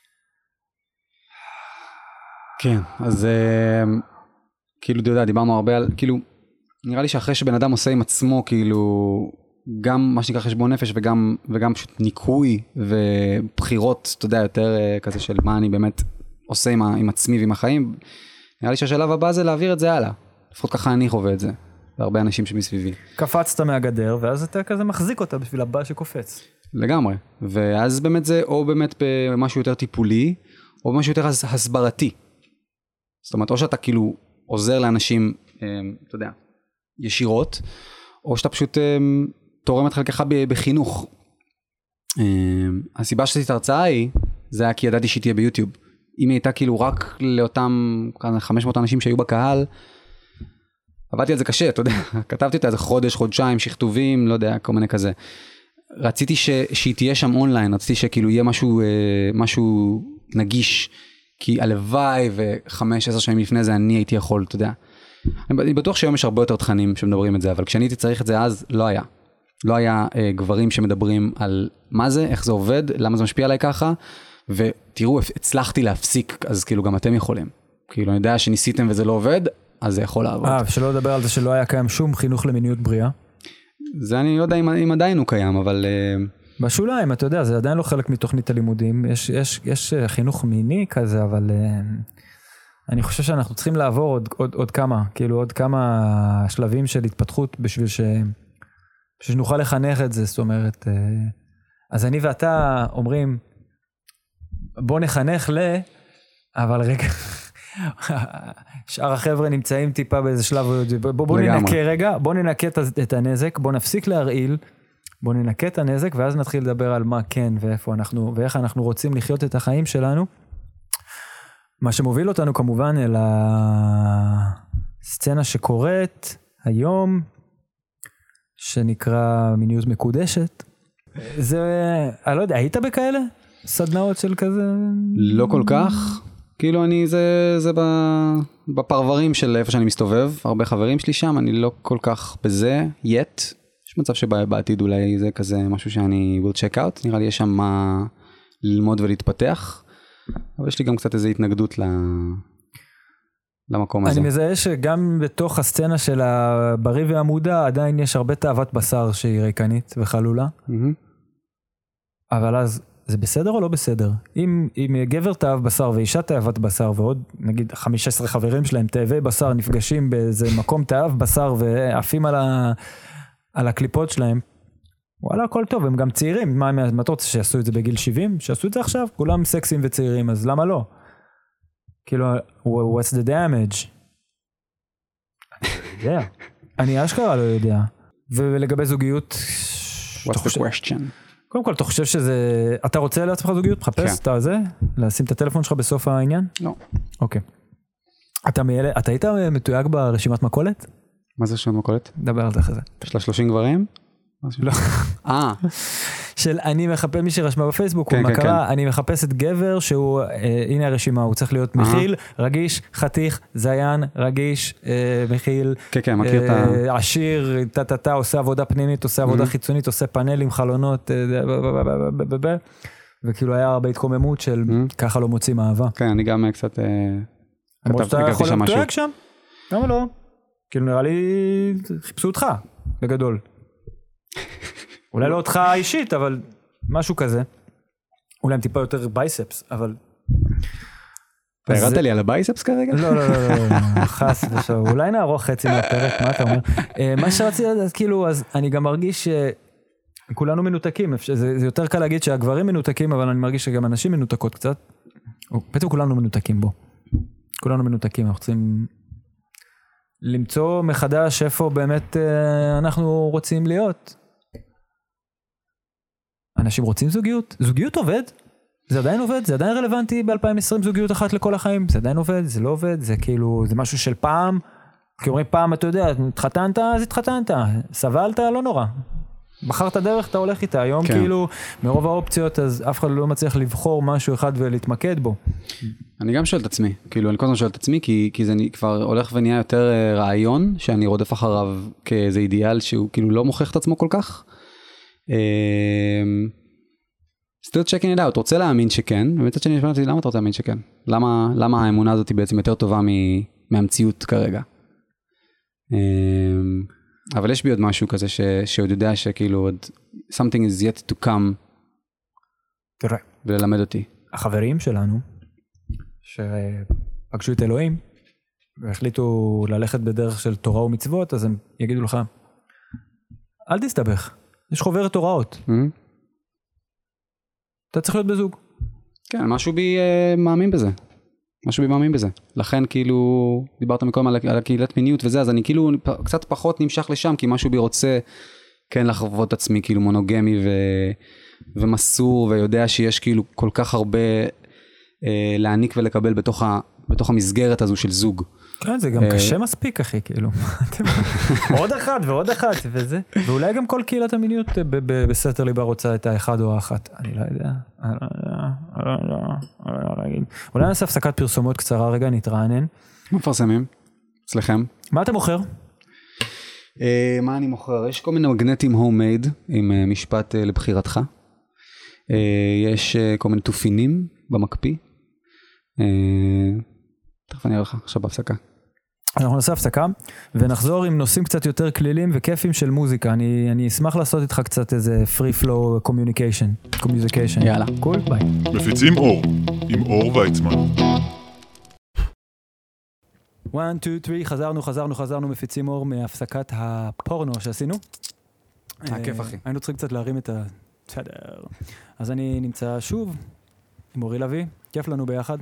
כן, אז כאילו, אתה יודע, דיברנו הרבה על, כאילו, נראה לי שאחרי שבן אדם עושה עם עצמו, כאילו, גם מה שנקרא חשבון נפש, וגם, וגם פשוט ניקוי ובחירות, אתה יודע, יותר כזה של מה אני באמת עושה עם, עם עצמי ועם החיים, נראה לי שהשלב הבא זה להעביר את זה הלאה. לפחות ככה אני חווה את זה, והרבה אנשים שמסביבי. קפצת מהגדר, ואז אתה כזה מחזיק אותה בשביל הבא שקופץ. לגמרי, ואז באמת זה או באמת במשהו יותר טיפולי, או במשהו יותר הסברתי. זאת אומרת, או שאתה כאילו עוזר לאנשים, אתה יודע, ישירות, או שאתה פשוט תורם את חלקך בחינוך. הסיבה שעשיתי את ההרצאה היא, זה היה כי ידעתי שהיא תהיה ביוטיוב. אם היא הייתה כאילו רק לאותם חמש מאות אנשים שהיו בקהל, עבדתי על זה קשה, אתה יודע, כתבתי אותה איזה חודש, חודשיים, שכתובים, לא יודע, כל מיני כזה. רציתי ש, שהיא תהיה שם אונליין, רציתי שכאילו יהיה משהו, משהו נגיש, כי הלוואי וחמש, עשר שנים לפני זה אני הייתי יכול, אתה יודע. אני בטוח שהיום יש הרבה יותר תכנים שמדברים את זה, אבל כשאני הייתי צריך את זה אז, לא היה. לא היה אה, גברים שמדברים על מה זה, איך זה עובד, למה זה משפיע עליי ככה, ותראו, הצלחתי להפסיק, אז כאילו גם אתם יכולים. כאילו אני יודע שניסיתם וזה לא עובד, אז זה יכול לעבוד. אה, שלא לדבר על זה שלא היה קיים שום חינוך למיניות בריאה. זה אני לא יודע אם, אם עדיין הוא קיים, אבל... בשוליים, אתה יודע, זה עדיין לא חלק מתוכנית הלימודים. יש, יש, יש חינוך מיני כזה, אבל אני חושב שאנחנו צריכים לעבור עוד, עוד, עוד כמה, כאילו עוד כמה שלבים של התפתחות בשביל ש... בשביל שנוכל לחנך את זה, זאת אומרת. אז אני ואתה אומרים, בוא נחנך ל... אבל רגע... שאר החבר'ה נמצאים טיפה באיזה שלב, בוא, בוא ננקה רגע, בוא ננקה את הנזק, בוא נפסיק להרעיל, בוא ננקה את הנזק, ואז נתחיל לדבר על מה כן ואיפה אנחנו, ואיך אנחנו רוצים לחיות את החיים שלנו. מה שמוביל אותנו כמובן אל הסצנה שקורית היום, שנקרא מיניות מקודשת. זה, אני לא יודע, היית בכאלה? סדנאות של כזה? לא כל כך. כאילו אני, זה, זה בפרברים של איפה שאני מסתובב, הרבה חברים שלי שם, אני לא כל כך בזה, yet. יש מצב שבעתיד אולי זה כזה משהו שאני will check out, נראה לי יש שם מה ללמוד ולהתפתח, אבל יש לי גם קצת איזו התנגדות למקום הזה. אני מזהה שגם בתוך הסצנה של הבריא והמודע, עדיין יש הרבה תאוות בשר שהיא ריקנית וחלולה, אבל אז... זה בסדר או לא בסדר? אם, אם גבר תאב בשר ואישה תאבת בשר ועוד נגיד חמישה עשר חברים שלהם תאבי בשר נפגשים באיזה מקום תאב בשר ועפים על, ה, על הקליפות שלהם, וואלה הכל טוב, הם גם צעירים, מה, מה אתה רוצה שיעשו את זה בגיל שבעים? שיעשו את זה עכשיו, כולם סקסים וצעירים, אז למה לא? כאילו, what's the damage? אני יודע, אני אשכרה לא יודע. ולגבי זוגיות... What's the question? קודם כל, אתה חושב שזה... אתה רוצה לעצמך זוגיות? מחפש את זה? לשים את הטלפון שלך בסוף העניין? לא. אוקיי. אתה מאלה... אתה היית מתויג ברשימת מכולת? מה זה רשימת מכולת? דבר על זה אחרי זה. יש לה שלושים גברים? לא. אה. של אני מחפש, מי שרשמה בפייסבוק, הוא מכרה, אני מחפש את גבר שהוא, הנה הרשימה, הוא צריך להיות מכיל, רגיש, חתיך, זיין, רגיש, מכיל, עשיר, טה-טה-טה, עושה עבודה פנימית, עושה עבודה חיצונית, עושה פאנלים, חלונות, וכאילו היה הרבה התקוממות של ככה לא מוצאים אהבה. כן, אני גם קצת כתבתי שם משהו. שם? למה לא? כאילו נראה לי, חיפשו אותך, בגדול. אולי לא אותך אישית, אבל משהו כזה. אולי הם טיפה יותר בייספס, אבל... אתה הראת לי על הבייספס כרגע? לא, לא, לא, לא, חס ושוב. אולי נערוך חצי מהפרק, מה אתה אומר? מה שרציתי לדעת, כאילו, אז אני גם מרגיש שכולנו מנותקים. זה יותר קל להגיד שהגברים מנותקים, אבל אני מרגיש שגם אנשים מנותקות קצת. בעצם כולנו מנותקים בו. כולנו מנותקים, אנחנו צריכים למצוא מחדש איפה באמת אנחנו רוצים להיות. אנשים רוצים זוגיות? זוגיות עובד? זה עדיין עובד? זה עדיין רלוונטי ב-אלפיים ועשרים זוגיות אחת לכל החיים? זה עדיין עובד? זה לא עובד? זה כאילו, זה משהו של פעם? כי אומרים פעם, אתה יודע, התחתנת, אז התחתנת, סבלת, לא נורא. בחרת דרך, אתה הולך איתה. היום כאילו, מרוב האופציות, אז אף אחד לא מצליח לבחור משהו אחד ולהתמקד בו. אני גם שואל את עצמי, כאילו, אני כל הזמן שואל את עצמי, כי, כי זה כבר הולך ונהיה יותר רעיון, שאני רודף אחריו כאיזה אידיאל, שהוא כאילו לא מוכיח את עצמו כל כך. still checking it out, רוצה להאמין שכן, ומצד שני נשמע אותי, למה אתה רוצה להאמין שכן? למה, למה האמונה הזאת היא בעצם יותר טובה מהמציאות כרגע? אבל יש בי עוד משהו כזה, ש, שעוד יודע שכאילו, עוד, something is yet to come, תראה, וללמד אותי. החברים שלנו, שפגשו את אלוהים, והחליטו ללכת בדרך של תורה ומצוות, אז הם יגידו לך, אל תסתבך, יש חוברת הוראות. Mm-hmm. אתה צריך להיות בזוג. כן, משהו בי uh, מאמין בזה. משהו בי מאמין בזה. לכן כאילו, דיברת מקודם על, על הקהילת מיניות וזה, אז אני כאילו פ, קצת פחות נמשך לשם, כי משהו בי רוצה כן לחוות עצמי כאילו מונוגמי ו, ומסור, ויודע שיש כאילו כל כך הרבה אה, להעניק ולקבל בתוך, ה, בתוך המסגרת הזו של זוג. כן, זה גם קשה מספיק, אחי, כאילו. עוד אחד ועוד אחת, וזה. ואולי גם כל קהילת המיניות בסתר ליבה רוצה את האחד או האחת. אני לא יודע. אולי נעשה הפסקת פרסומות קצרה, רגע, נתרענן. מה מפרסמים? אצלכם? מה אתה מוכר? מה אני מוכר? יש כל מיני מגנטים הומייד, עם משפט לבחירתך. יש כל מיני תופינים במקפיא. תכף אני אראה לך עכשיו בהפסקה. אנחנו נעשה הפסקה, ונחזור עם נושאים קצת יותר כלילים וכיפים של מוזיקה. אני, אני אשמח לעשות איתך קצת איזה free flow communication. communication. יאללה. קול, ביי. מפיצים אור, עם אור ויצמן. אחת, שתיים, שלוש, חזרנו, חזרנו, חזרנו, מפיצים אור מהפסקת הפורנו שעשינו. כיף אחי. היינו צריכים קצת להרים את ה... בסדר. אז אני נמצא שוב עם אורי לוי, כיף לנו ביחד.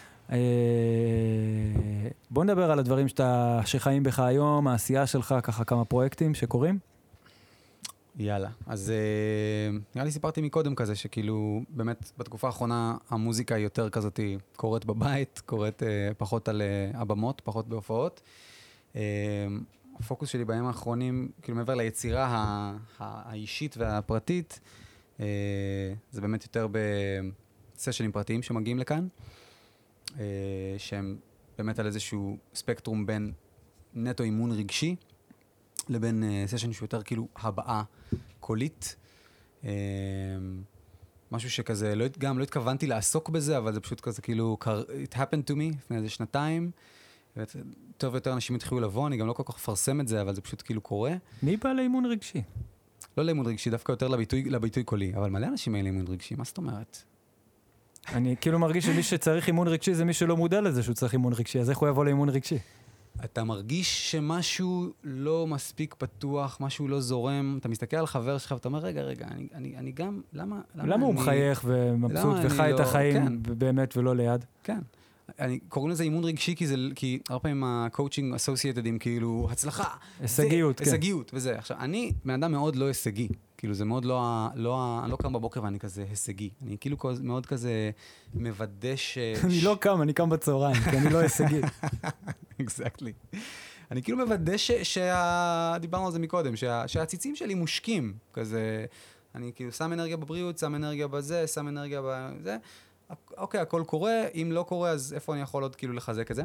בוא נדבר על הדברים שאתה, שחיים בך היום, העשייה שלך, ככה כמה פרויקטים שקורים. יאללה, אז נראה לי סיפרתי מקודם כזה, שכאילו באמת בתקופה האחרונה המוזיקה היא יותר כזאת קורית בבית, קורית פחות על הבמות, פחות בהופעות. הפוקוס שלי בימים האחרונים, כאילו מעבר ליצירה האישית והפרטית, זה באמת יותר בסשנים פרטיים שמגיעים לכאן. Uh, שהם באמת על איזשהו ספקטרום בין נטו אימון רגשי, לבין uh, סשן שהוא יותר כאילו הבאה קולית. Uh, משהו שכזה, לא, גם לא התכוונתי לעסוק בזה, אבל זה פשוט כזה כאילו, it happened to me לפני איזה שנתיים, טוב יותר אנשים התחילו לבוא, אני גם לא כל כך מפרסם את זה, אבל זה פשוט כאילו קורה. מי בא לאימון רגשי? לא לאימון רגשי, דווקא יותר לביטוי, לביטוי קולי, אבל מלא אנשים אין לאימון רגשי, מה זאת אומרת? אני כאילו מרגיש שמי שצריך אימון רגשי זה מי שלא מודע לזה שהוא צריך אימון רגשי, אז איך הוא יבוא לאימון רגשי? אתה מרגיש שמשהו לא מספיק פתוח, משהו לא זורם, אתה מסתכל על חבר שלך ואתה אומר, רגע, רגע, אני, אני, אני גם, למה, למה, למה אני, הוא מחייך ומבסוט וחי לא, את החיים כן. באמת ולא ליד? כן. אני קוראים לזה אימון רגשי, כי זה, כי הרבה פעמים הקואוצ'ינג אסוסייטד עם כאילו הצלחה. הישגיות, כן. הישגיות וזה. עכשיו, אני מאדם מאוד לא הישגי. כאילו זה מאוד לא, לא, אני לא קם בבוקר ואני כזה הישגי. אני כאילו מאוד כזה מוודא ש... אני לא קם, אני קם בצהריים, כי אני לא הישגי. אקזקטלי. אני כאילו מוודא ש... דיברנו על זה מקודם, שהציצים שלי מושקים. כזה, אני כאילו שם אנרגיה בבריאות, שם אנרגיה בזה, שם אנרגיה בזה. אוקיי, הכל קורה, אם לא קורה, אז איפה אני יכול עוד כאילו לחזק את זה?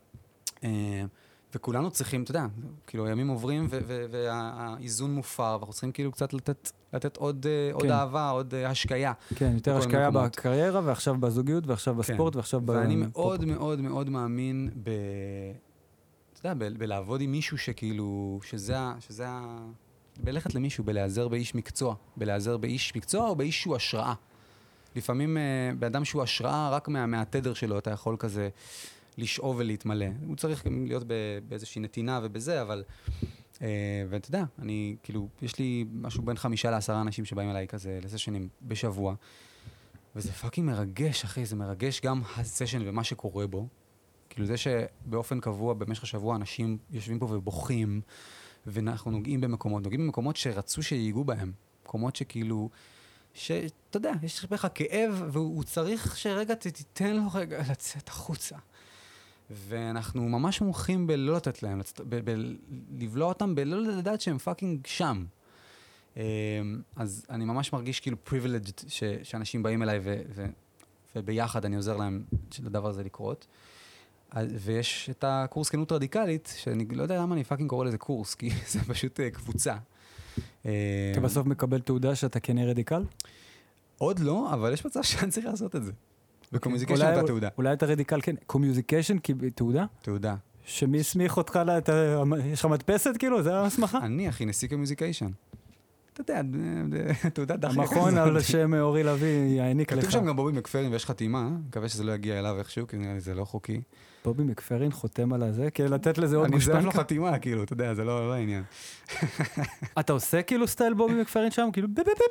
וכולנו צריכים, אתה יודע, כאילו הימים עוברים והאיזון מופר, ואנחנו צריכים כאילו קצת לתת עוד אהבה, עוד השקיה. כן, יותר השקיה בקריירה, ועכשיו בזוגיות, ועכשיו בספורט, ועכשיו... ואני מאוד מאוד מאוד מאמין ב... אתה יודע, בלעבוד עם מישהו שכאילו, שזה ה... בלכת למישהו, בלעזר באיש מקצוע, בלעזר באיש מקצוע או באיש שהוא השראה. לפעמים באדם שהוא השראה, רק מה, מהתדר שלו אתה יכול כזה לשאוב ולהתמלא. הוא צריך גם להיות באיזושהי נתינה ובזה, אבל... ואתה יודע, אני כאילו, יש לי משהו בין חמישה לעשרה אנשים שבאים אליי כזה לסשנים בשבוע, וזה פאקינג מרגש, אחי, זה מרגש גם הסשן ומה שקורה בו. כאילו זה שבאופן קבוע במשך השבוע אנשים יושבים פה ובוכים, ואנחנו נוגעים במקומות, נוגעים במקומות שרצו שיגעו בהם. מקומות שכאילו... שאתה יודע, יש לך כאב, והוא צריך שרגע תיתן לו רגע לצאת החוצה. ואנחנו ממש מומחים בלא לתת להם, לבלוע אותם בלא לדעת שהם פאקינג שם. אז אני ממש מרגיש כאילו privileged שאנשים באים אליי וביחד אני עוזר להם לדבר הזה לקרות. ויש את הקורס כנות רדיקלית, שאני לא יודע למה אני פאקינג קורא לזה קורס, כי זה פשוט קבוצה. אתה בסוף מקבל תעודה שאתה כן רדיקל? עוד לא, אבל יש מצב שאני צריך לעשות את זה. בקומיוזיקיישן אותה תעודה. אולי אתה רדיקל, כן. קומיוזיקיישן תעודה? תעודה. שמי הסמיך אותך, יש לך מדפסת כאילו? זה ההסמכה? אני, אחי, נשיא קומיוזיקיישן. אתה יודע, תעודה דחי. המכון על שם אורי לוי יעניק לך. כתוב שם גם בובי מקפרין ויש חתימה, מקווה שזה לא יגיע אליו איכשהו, כי נראה לי זה לא חוקי. בובי מקפרין חותם על הזה, כי לתת לזה עוד גושפנקה. אני זרף לו חתימה, כאילו, אתה יודע, זה לא העניין. אתה עושה כאילו סטייל בובי מקפרין שם, כאילו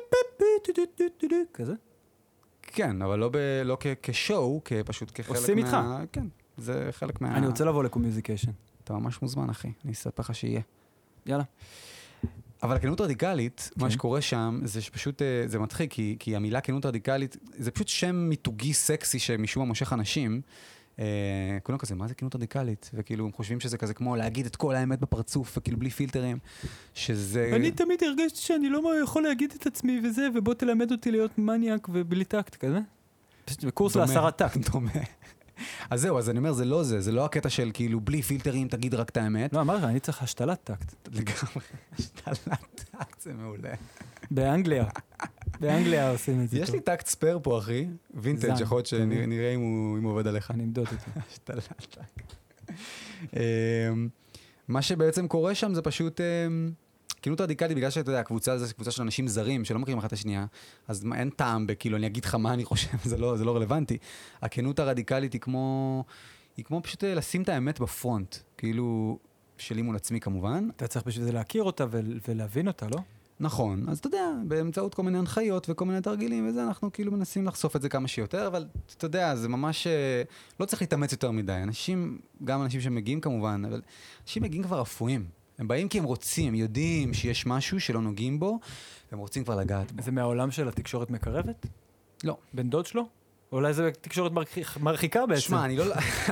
כזה? כן, אבל לא כשואו, פשוט כחלק מה... עושים איתך? כן, זה חלק מה... אני רוצה לבוא לקומיוזיקיישן. אתה ממש מוזמן, אחי, אני אספר לך שיהיה. יאללה. אבל הכנות רדיקלית, מה שקורה שם, זה שפשוט, זה מצחיק, כי, כי המילה כנות רדיקלית, זה פשוט שם מיתוגי סקסי שמשום מה מושך אנשים, כולם כזה, מה זה כנות רדיקלית? וכאילו, הם חושבים שזה כזה כמו להגיד את כל האמת בפרצוף, וכאילו בלי פילטרים, שזה... אני תמיד הרגשתי שאני לא יכול להגיד את עצמי וזה, ובוא תלמד אותי להיות מניאק ובלי טקט כזה. פשוט בקורס לעשרה טקט. דומה. אז זהו, אז אני אומר, זה לא זה, זה לא הקטע של כאילו, בלי פילטרים, תגיד רק את האמת. לא, אמר לך, אני צריך השתלת טקט. לגמרי, השתלת טקט, זה מעולה. באנגליה, באנגליה עושים את זה. יש לי טקט ספר פה, אחי, וינטג' יכול להיות שנראה אם הוא עובד עליך. אני אמדוד אותו. השתלת טקט. מה שבעצם קורה שם זה פשוט... כנות רדיקלית, בגלל שאתה יודע, הקבוצה הזו, קבוצה של אנשים זרים, שלא מכירים אחת השנייה, אז אין טעם בכאילו, אני אגיד לך מה אני חושב, זה לא, זה לא רלוונטי. הכנות הרדיקלית היא כמו, היא כמו פשוט לשים את האמת בפרונט, כאילו, שלי מול עצמי כמובן. אתה צריך בשביל זה להכיר אותה ולהבין אותה, לא? נכון, אז אתה יודע, באמצעות כל מיני הנחיות וכל מיני תרגילים וזה, אנחנו כאילו מנסים לחשוף את זה כמה שיותר, אבל אתה יודע, זה ממש, לא צריך להתאמץ יותר מדי. אנשים, גם אנשים שמגיעים כמובן, אבל אנשים מגיעים כבר אפויים. הם באים כי הם רוצים, הם יודעים שיש משהו שלא נוגעים בו, והם רוצים כבר לגעת בו. זה מהעולם של התקשורת מקרבת? לא. בן דוד שלו? אולי זה תקשורת מרחיקה בעצם? שמע, אני לא...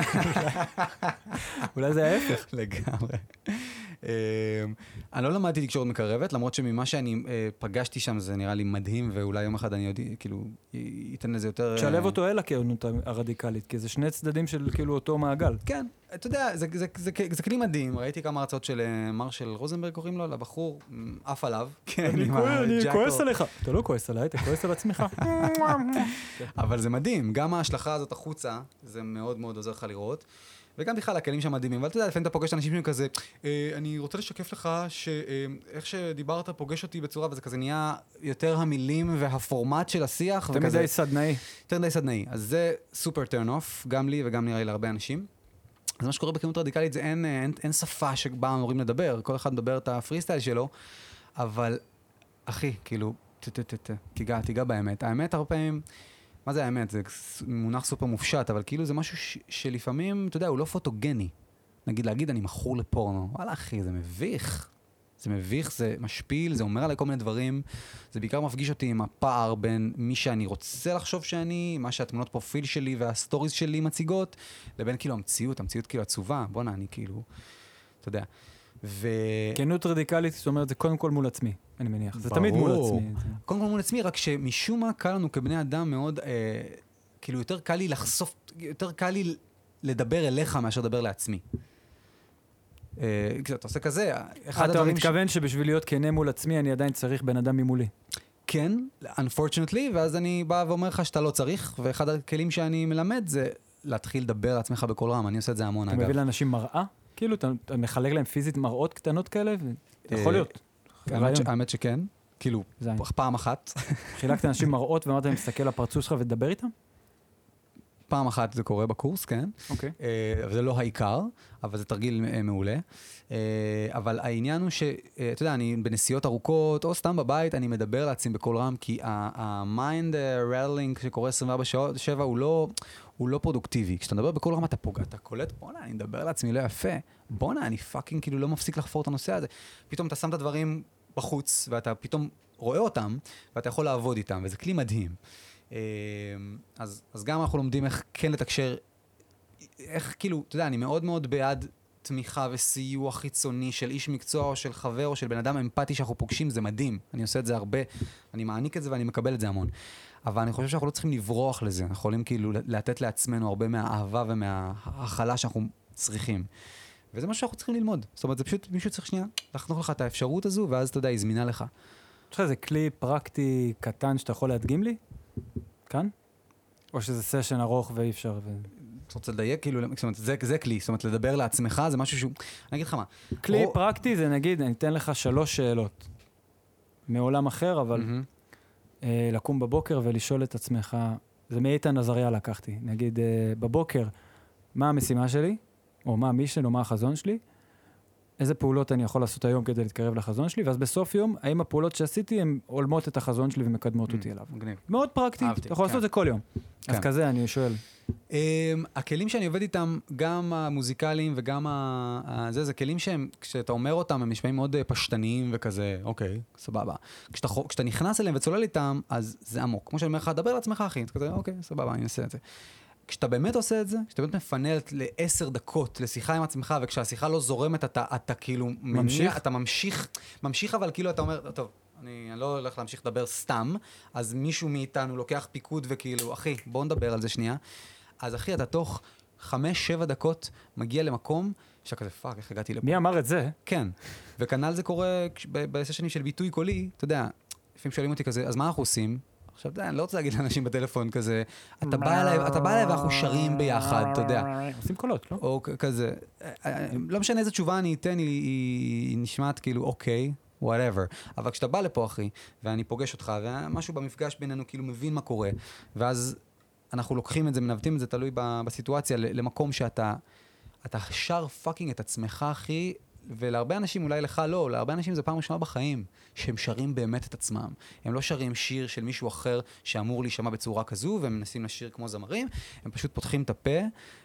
אולי זה ההפך. לגמרי. אני לא למדתי תקשורת מקרבת, למרות שממה שאני פגשתי שם זה נראה לי מדהים, ואולי יום אחד אני יודע, כאילו, ייתן לזה יותר... תשלב אותו אל הכנות הרדיקלית, כי זה שני צדדים של כאילו אותו מעגל. כן, אתה יודע, זה כלי מדהים, ראיתי כמה הרצאות של מרשל רוזנברג קוראים לו, לבחור, אף עליו. אני כועס עליך. אתה לא כועס עליי, אתה כועס על עצמך. אבל זה מדהים, גם ההשלכה הזאת החוצה, זה מאוד מאוד עוזר לך לראות. וגם בכלל, הכלים שם מדהימים, אבל אתה יודע, לפעמים אתה פוגש אנשים כזה, אני רוצה לשקף לך שאיך שדיברת פוגש אותי בצורה, וזה כזה נהיה יותר המילים והפורמט של השיח. יותר מדי סדנאי. יותר מדי סדנאי. אז זה סופר טרן אוף, גם לי וגם נראה לי להרבה אנשים. אז מה שקורה בכנות רדיקלית זה אין, אין, אין שפה שבה אמורים לדבר, כל אחד מדבר את הפרי סטייל שלו, אבל, אחי, כאילו, ת, ת, ת, ת, תיגע, תיגע באמת. האמת, הרבה פעמים, מה זה האמת? זה מונח סופר מופשט, אבל כאילו זה משהו ש, שלפעמים, אתה יודע, הוא לא פוטוגני. נגיד, להגיד, אני מכור לפורנו. וואלה, אחי, זה מביך. זה מביך, זה משפיל, זה אומר עליי כל מיני דברים. זה בעיקר מפגיש אותי עם הפער בין מי שאני רוצה לחשוב שאני, מה שהתמונות פרופיל שלי והסטוריז שלי מציגות, לבין כאילו המציאות, המציאות כאילו עצובה. בוא'נה, אני כאילו, אתה יודע. ו... כנות רדיקלית, זאת אומרת, זה קודם כל מול עצמי, אני מניח. זה תמיד מול עצמי. קודם כל מול עצמי, רק שמשום מה קל לנו כבני אדם מאוד, אה, כאילו יותר קל לי לחשוף, יותר קל לי לדבר אליך מאשר לדבר לעצמי. אתה עושה כזה, אחד אתה הדברים... מתכוון שבשביל להיות כנה מול עצמי, אני עדיין צריך בן אדם ממולי. כן, unfortunately, ואז אני בא ואומר לך שאתה לא צריך, ואחד הכלים שאני מלמד זה להתחיל לדבר לעצמך בכל רם, אני עושה את זה המון, אגב. אתה מביא לאנשים מראה? כאילו, אתה מחלק להם פיזית מראות קטנות כאלה? יכול להיות. האמת שכן, כאילו, פעם אחת. חילקת לאנשים מראות ואמרת להם, מסתכל לפרצוף שלך ודבר איתם? פעם אחת זה קורה בקורס, כן. אוקיי. זה לא העיקר, אבל זה תרגיל מעולה. אבל העניין הוא שאתה יודע, אני בנסיעות ארוכות, או סתם בבית, אני מדבר לעצמי בכל רם, כי המיינד רלינג שקורה עשרים וארבע שעות, שבע, הוא לא, הוא לא פרודוקטיבי. כשאתה מדבר בכל רם, אתה פוגע, אתה קולט, בונה, אני מדבר לעצמי לא יפה. בונה, אני פאקינג כאילו לא מפסיק לחפור את הנושא הזה. פתאום אתה שם את הדברים בחוץ, ואתה פתאום רואה אותם, ואתה יכול לעבוד איתם, וזה כלי מדהים. אז, אז גם אנחנו לומדים איך כן לתקשר איך כאילו, אתה יודע, אני מאוד מאוד בעד תמיכה וסיוע חיצוני של איש מקצוע או של חבר או של בן אדם אמפתי שאנחנו פוגשים, זה מדהים. אני עושה את זה הרבה, אני מעניק את זה ואני מקבל את זה המון. אבל אני חושב שאנחנו לא צריכים לברוח לזה, אנחנו יכולים כאילו לתת לעצמנו הרבה מהאהבה ומההכלה שאנחנו צריכים. וזה משהו שאנחנו צריכים ללמוד. זאת אומרת, זה פשוט מישהו צריך שנייה לחנוך לך את האפשרות הזו, ואז אתה יודע, היא זמינה לך. יש לך איזה כלי פרקטי קטן שאתה יכול להדגים לי? כאן? או שזה סשן ארוך ואי אפשר? ו... אתה רוצה לדייק? כאילו, זאת אומרת, זה, זה כלי. זאת אומרת, לדבר לעצמך זה משהו שהוא... אני אגיד לך מה. כלי או... פרקטי זה נגיד, אני אתן לך שלוש שאלות. מעולם אחר, אבל Mm-hmm. אה, לקום בבוקר ולשאול את עצמך, זה מאיתן עזריה לקחתי. נגיד, אה, בבוקר, מה המשימה שלי? או מה המישן, או מה החזון שלי? איזה פעולות אני יכול לעשות היום כדי להתקרב לחזון שלי? ואז בסוף יום, האם הפעולות שעשיתי, הן עולמות את החזון שלי ומקדמות אותי אליו. מגניב. מאוד פרקטי, אהבתי, אתה יכול לעשות את כן. זה כל יום. אז כן. כזה, אני שואל. Um, הכלים שאני עובד איתם, גם המוזיקליים וגם ה... ה- זה, זה כלים שהם, כשאתה אומר אותם, הם נשמעים מאוד אה, פשטניים וכזה, אוקיי, סבבה. כשאתה, חו- כשאתה נכנס אליהם וצולל איתם, אז זה עמוק. כמו שאני אומר לך, דבר לעצמך, אחי. אתה כזה, אוקיי, סבבה, אני אעשה את זה. כשאתה באמת עושה את זה, כשאתה באמת מפנה לעשר דקות לשיחה עם עצמך, וכשהשיחה לא זורמת, אתה, אתה כאילו... ממשיך? מניע, אתה ממשיך, ממשיך, אבל כאילו אתה אומר, טוב, אני, אני לא הולך להמשיך לדבר סתם, אז מישהו מאיתנו לוקח פיקוד וכאילו, אחי, בוא נדבר על זה שנייה. אז אחי, אתה תוך חמש, שבע דקות מגיע למקום שאתה כזה, פאק, איך הגעתי לפה? מי אמר את זה? כן, וכנ"ל זה קורה כש- ב- בסשנים של ביטוי קולי, אתה יודע, לפעמים שואלים אותי כזה, אז מה אנחנו עושים? עכשיו, אתה יודע, אני לא רוצה להגיד לאנשים בטלפון כזה, אתה בא אליי, אתה בא אליי ואנחנו שרים ביחד, אתה יודע. עושים קולות, לא? או כ- כזה, לא משנה איזה תשובה אני אתן, היא, היא נשמעת כאילו, אוקיי, whatever. אבל כשאתה בא לפה, אחי, ואני פוגש אותך, ומשהו במפגש בינינו כאילו מבין מה קורה, ואז אנחנו לוקחים את זה, מנווטים את זה, תלוי ב- בסיטואציה, ל- למקום שאתה, אתה שר פאקינג את עצמך, אחי, ולהרבה אנשים, אולי לך לא, להרבה אנשים זה פעם ראשונה בחיים, שהם שרים באמת את עצמם. הם לא שרים שיר של מישהו אחר שאמור להישמע בצורה כזו, והם מנסים לשיר כמו זמרים, הם פשוט פותחים את הפה,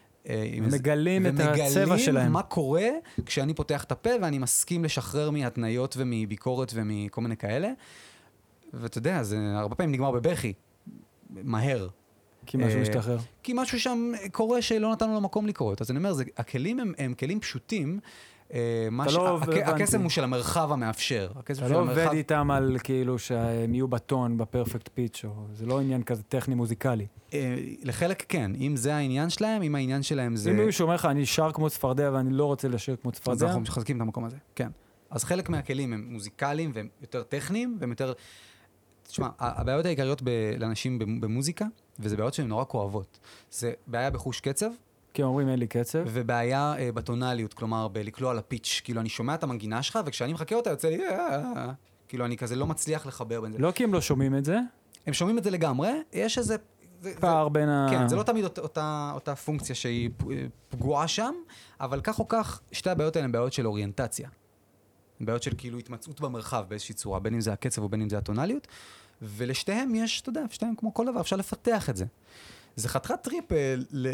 ומגלים את הצבע ומגלים שלהם. מה קורה כשאני פותח את הפה, ואני מסכים לשחרר מהתניות ומביקורת ומכל מיני כאלה. ואתה יודע, זה הרבה פעמים נגמר בבכי, מהר. כי משהו אה, משתחרר. כי משהו שם קורה שלא נתנו לו מקום לקרות. אז אני אומר, זה, הכלים הם, הם כלים פשוטים, אה, מה אתה ש... לא הכ... הבנתי. הקסם הוא של המרחב המאפשר. הקסם אתה של לא המרחב... עובד איתם על כאילו שהם יהיו בטון, בפרפקט פיץ', או זה לא עניין כזה טכני מוזיקלי. אה, לחלק כן, אם זה העניין שלהם, אם העניין שלהם זה... אם מישהו אומר לך, אני שר כמו צפרדע ואני לא רוצה לשיר כמו אז צפרדע, אנחנו מחזקים את המקום הזה, כן. אז חלק מהכלים הם מוזיקליים והם יותר טכניים, והם יותר... תשמע, הבעיות העיקריות ב... לאנשים במוזיקה, וזה בעיות שהן נורא כואבות. זה בעיה בחוש קצב, כי אומרים אין לי קצב. ובעיה אה, בטונליות, כלומר, בלקלוע לפיץ'. כאילו, אני שומע את המנגינה שלך, וכשאני מחכה אותה, יוצא לי... "אה", כאילו, אני כזה לא מצליח לחבר בין זה. לא כי הם לא שומעים את זה, הם שומעים את זה לגמרי, יש איזה... זה- פער זה- בין ה... כן, זה לא תמיד אותה, אותה, אותה פונקציה שהיא פ- פגועה שם, אבל כך או כך, שתי הבעיות האלה הן בעיות של אוריינטציה. הן בעיות של כאילו התמצאות במרחב באיזושהי צורה, בין אם זה הקצב או בין אם זה הטונליות, ולשתיהם יש, אתה יודע, שתיהם כמו כל דבר, אפשר לפתח את זה. זה חתיכת טריפ אה, ל...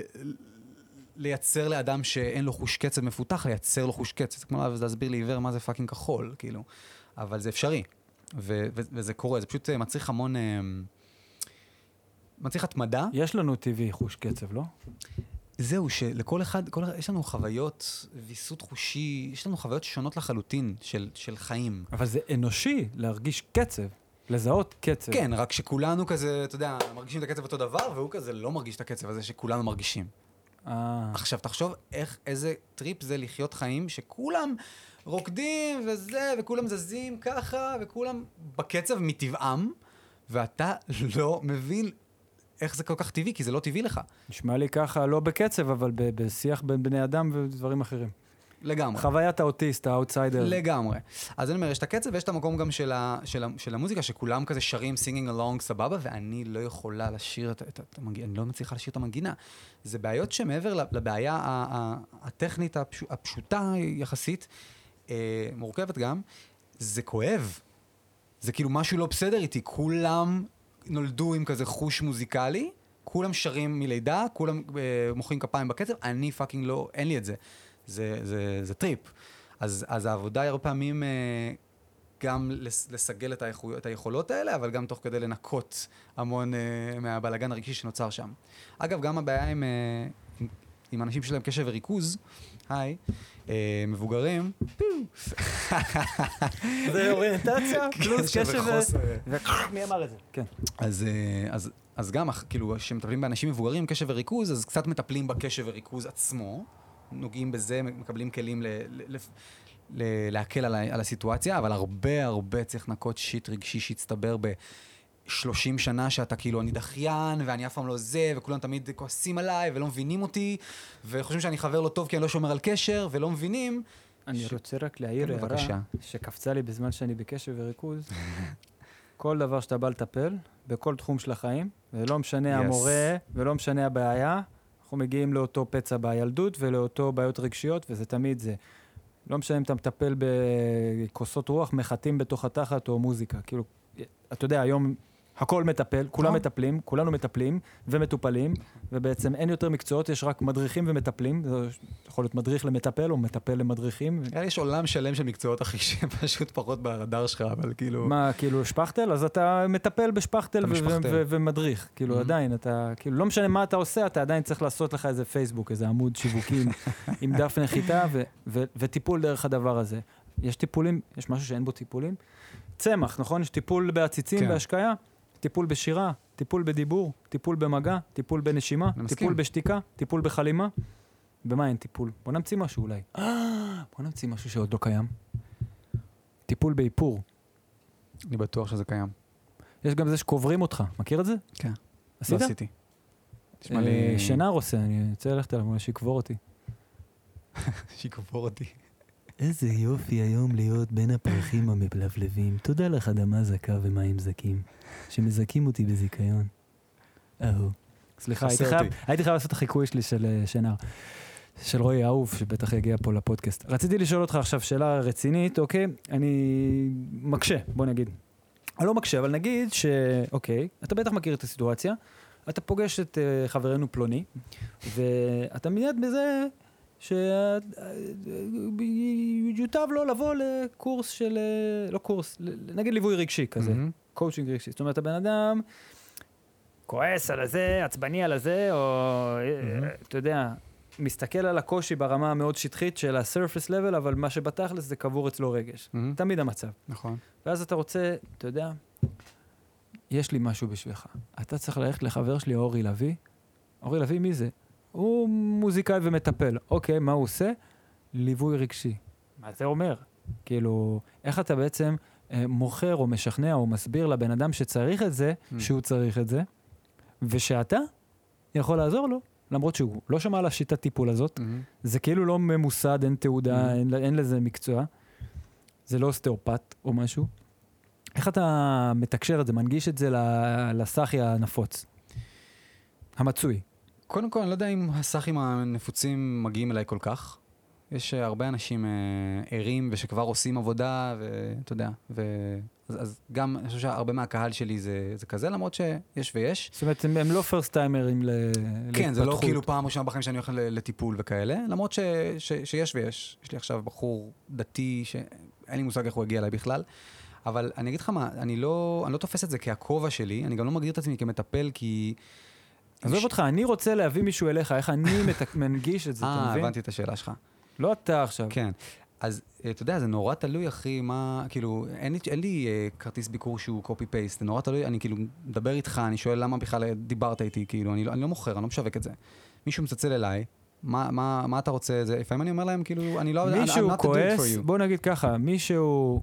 לייצר לאדם שאין לו חוש קצב מפותח, לייצר לו חוש קצב. זה כמו להסביר לעיוור מה זה פאקינג כחול, כאילו. אבל זה אפשרי, ו- ו- וזה קורה, זה פשוט אה, מצריך המון... אה, מצריך התמדה. יש לנו טבעי חוש קצב, לא? זהו, שלכל אחד, כל, יש לנו חוויות, ויסות חושי, יש לנו חוויות שונות לחלוטין של, של חיים. אבל זה אנושי להרגיש קצב, לזהות קצב. כן, רק שכולנו כזה, אתה יודע, מרגישים את הקצב אותו דבר, והוא כזה לא מרגיש את הקצב הזה שכולנו מרגישים. אה, עכשיו, תחשוב איך, איזה טריפ זה לחיות חיים שכולם רוקדים וזה, וכולם זזים ככה, וכולם בקצב מטבעם, ואתה לא מבין איך זה כל כך טבעי, כי זה לא טבעי לך. נשמע לי ככה, לא בקצב, אבל ב- בשיח בין בני אדם ודברים אחרים. לגמרי. חוויית האוטיסט, האוטסיידר. לגמרי. אז אני אומר, יש את הקצב ויש את המקום גם של, ה, של, ה, של המוזיקה, שכולם כזה שרים, singing along, סבבה, ואני לא יכולה לשיר את, את, את המנגינה, אני לא מצליחה לשיר את המנגינה. זה בעיות שמעבר לבעיה ה, ה, הטכנית הפש, הפשוטה יחסית, אה, מורכבת גם, זה כואב. זה כאילו משהו לא בסדר איתי, כולם נולדו עם כזה חוש מוזיקלי, כולם שרים מלידה, כולם אה, מוחאים כפיים בקצב, אני פאקינג לא, אין לי את זה. זה, זה, זה טריפ. אז, אז העבודה היא הרבה פעמים אה, גם לס, לסגל את, היכול, את היכולות האלה, אבל גם תוך כדי לנקות המון אה, מהבלגן הרגשי שנוצר שם. אגב, גם הבעיה עם, אה, עם עם אנשים שלהם קשב וריכוז, היי, מבוגרים, זה אוריינטציה, פלוס קשב וחוסר. מי אמר את זה? כן. אז, אז, אז גם, כאילו, כשמטפלים באנשים מבוגרים, קשב וריכוז, אז קצת מטפלים בקשב וריכוז עצמו, נוגעים בזה, מקבלים כלים ל, ל, ל, להקל על, על הסיטואציה, אבל הרבה הרבה צריך לנקות שיט רגשי שהצטבר ב-שלושים שנה, שאתה כאילו, אני דחיין, ואני אף פעם לא זה, וכולם תמיד כועסים עליי, ולא מבינים אותי, וחושבים שאני חבר לא טוב, כי אני לא שומר על קשר, ולא מבינים. אני ש... רוצה רק להעיר הערה, שקפצה לי בזמן שאני בקשב וריכוז, כל דבר שאתה בא לטפל, בכל תחום של החיים, ולא משנה yes. המורה, ולא משנה הבעיה, אנחנו מגיעים לאותו פצע בילדות, ולאותו בעיות רגשיות, וזה תמיד זה. לא משנה אם אתה מטפל בכוסות רוח, מחטים בתוך התחת, או מוזיקה. כאילו, אתה יודע, היום הכל מטפל, כולם מטפלים, כולנו מטפלים ומטופלים, ובעצם אין יותר מקצועות, יש רק מדריכים ומטפלים, זה יכול להיות מדריך למטפל או מטפל למדריכים. יש עולם שלם של מקצועות אחי שפשוט פחות ברדאר שלך, אבל כאילו... מה, כאילו שפכטל? אז אתה מטפל בשפכטל ומדריך, כאילו עדיין, אתה, כאילו לא משנה מה אתה עושה, אתה עדיין צריך לעשות לך איזה פייסבוק, איזה עמוד שיווקים עם דף נחיתה וטיפול דרך הדבר הזה. יש טיפולים, יש משהו שאין בו טיפולים? צמח, נכון? יש טיפול בעציצים, בהשקיה. טיפול בשירה, טיפול בדיבור, טיפול במגע, טיפול בנשימה, טיפול בשתיקה, טיפול בחלימה. במה אין טיפול? בוא נמציא משהו אולי. בוא נמציא משהו שעוד לא קיים. טיפול באיפור. אני בטוח שזה קיים. יש גם זה שקוברים אותך. מכיר את זה? כן. עשית? לא עשיתי. תשמע לי... שנר עושה, אני רוצה ללכת אליו, שיקבור אותי. שיקבור אותי. איזה יופי היום להיות בין הפרחים המבלבלבים. תודה לך אדמה זכה ומים זקים, שמזכים אותי בזיקיון. אהו. סליחה, הייתי חייב, הייתי חייב לעשות את החיקוי שלי של שנר, של רועי אהוב, שבטח יגיע פה לפודקאסט. רציתי לשאול אותך עכשיו שאלה רצינית, אוקיי? אני מקשה, בוא נגיד. אני לא מקשה, אבל נגיד שאוקיי, אתה בטח מכיר את הסיטואציה, אתה פוגש את חברנו פלוני, ואתה מיד בזה... שיוטב לו לבוא לקורס של, לא קורס, נגיד ליווי רגשי כזה, קואוצ'ינג רגשי. זאת אומרת, הבן אדם כועס על הזה, עצבני על הזה, או אתה יודע, מסתכל על הקושי ברמה המאוד שטחית של ה-surface level, אבל מה שבתכלס זה קבור אצלו רגש. תמיד המצב. נכון. ואז אתה רוצה, אתה יודע, יש לי משהו בשבילך. אתה צריך ללכת לחבר שלי, אורי לוי. אורי לוי, מי זה? הוא מוזיקאי ומטפל. אוקיי, מה הוא עושה? ליווי רגשי. מה זה אומר? כאילו, איך אתה בעצם אה, מוכר או משכנע או מסביר לבן אדם שצריך את זה, mm. שהוא צריך את זה, ושאתה יכול לעזור לו, למרות שהוא לא שמע על השיטת טיפול הזאת, mm-hmm. זה כאילו לא ממוסד, אין תעודה, mm-hmm. אין, אין לזה מקצוע, זה לא אוסטאופט או משהו. איך אתה מתקשר את זה, מנגיש את זה לסחי הנפוץ, המצוי? קודם כל, אני לא יודע אם הסחים הנפוצים מגיעים אליי כל כך. יש הרבה אנשים אה, ערים ושכבר עושים עבודה, ואתה יודע, ו... אז, אז גם, אני חושב שהרבה מהקהל שלי זה, זה כזה, למרות שיש ויש. זאת אומרת, הם, הם לא פרסט טיימרים ל... כן, זה לא כאילו פעם ראשונה בחיים שאני הולך לטיפול וכאלה, למרות ש, ש, שיש ויש. יש לי עכשיו בחור דתי, שאין לי מושג איך הוא הגיע אליי בכלל, אבל אני אגיד לך מה, אני לא, אני לא תופס את זה כהכובע שלי, אני גם לא מגדיר את עצמי כמטפל, כי... עזוב אותך, אני רוצה להביא מישהו אליך, איך אני מנגיש את זה, אתה מבין? אה, הבנתי את השאלה שלך. לא אתה עכשיו. כן. אז אתה יודע, זה נורא תלוי, אחי, מה, כאילו, אין לי, אין לי uh, כרטיס ביקור שהוא קופי-פייסט, זה נורא תלוי, אני כאילו מדבר איתך, אני שואל למה בכלל דיברת איתי, כאילו, אני לא, אני לא מוכר, אני לא משווק את זה. מישהו מצצל אליי, מה, מה, מה אתה רוצה? זה, לפעמים אני אומר להם, כאילו, אני לא... מישהו כועס, בוא נגיד ככה, מישהו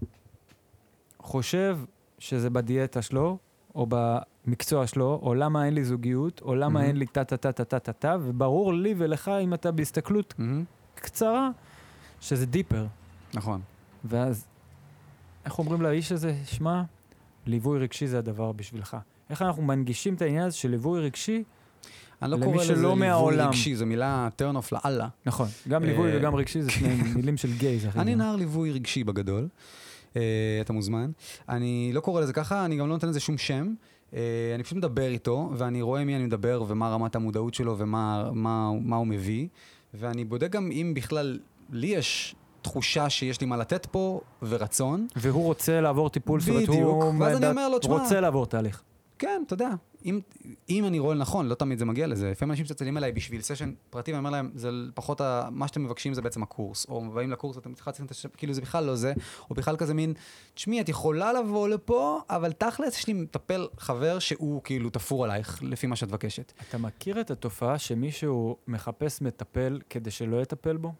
חושב שזה בדיאטה שלו, או במקצוע שלו, או למה אין לי זוגיות, או למה mm-hmm. אין לי טה-טה-טה-טה-טה-טה, וברור לי ולך, אם אתה בהסתכלות mm-hmm. קצרה, שזה דיפר. נכון. ואז, איך אומרים לאיש הזה, שמע, ליווי רגשי זה הדבר בשבילך. איך אנחנו מנגישים את העניין הזה של ליווי רגשי, אני לא קורא לזה ליווי רגשי, זו מילה turn off לאללה. נכון, גם ליווי וגם רגשי זה שני מילים של גייז. אני נער ליווי רגשי בגדול. אתה מוזמן. אני לא קורא לזה ככה, אני גם לא נותן לזה שום שם. אני פשוט מדבר איתו, ואני רואה מי אני מדבר, ומה רמת המודעות שלו, ומה מה, מה הוא מביא. ואני בודק גם אם בכלל לי יש תחושה שיש לי מה לתת פה, ורצון. והוא רוצה לעבור טיפול, בדיוק. ואז אני אומר לו, תשמע... רוצה לעבור תהליך. כן, אתה יודע, אם, אם אני רואה נכון, לא תמיד זה מגיע לזה, לפעמים אנשים שצלים אליי בשביל סשן פרטי, ואני אומר להם, זה פחות, ה, מה שאתם מבקשים זה בעצם הקורס, או באים לקורס, אתם צריכים, כאילו זה בכלל לא זה, או בכלל כזה מין, תשמעי, את יכולה לבוא לפה, אבל תכלס יש לי מטפל חבר שהוא כאילו תפור עלייך, לפי מה שאת מבקשת. אתה מכיר את התופעה שמישהו מחפש מטפל כדי שלא יטפל בו?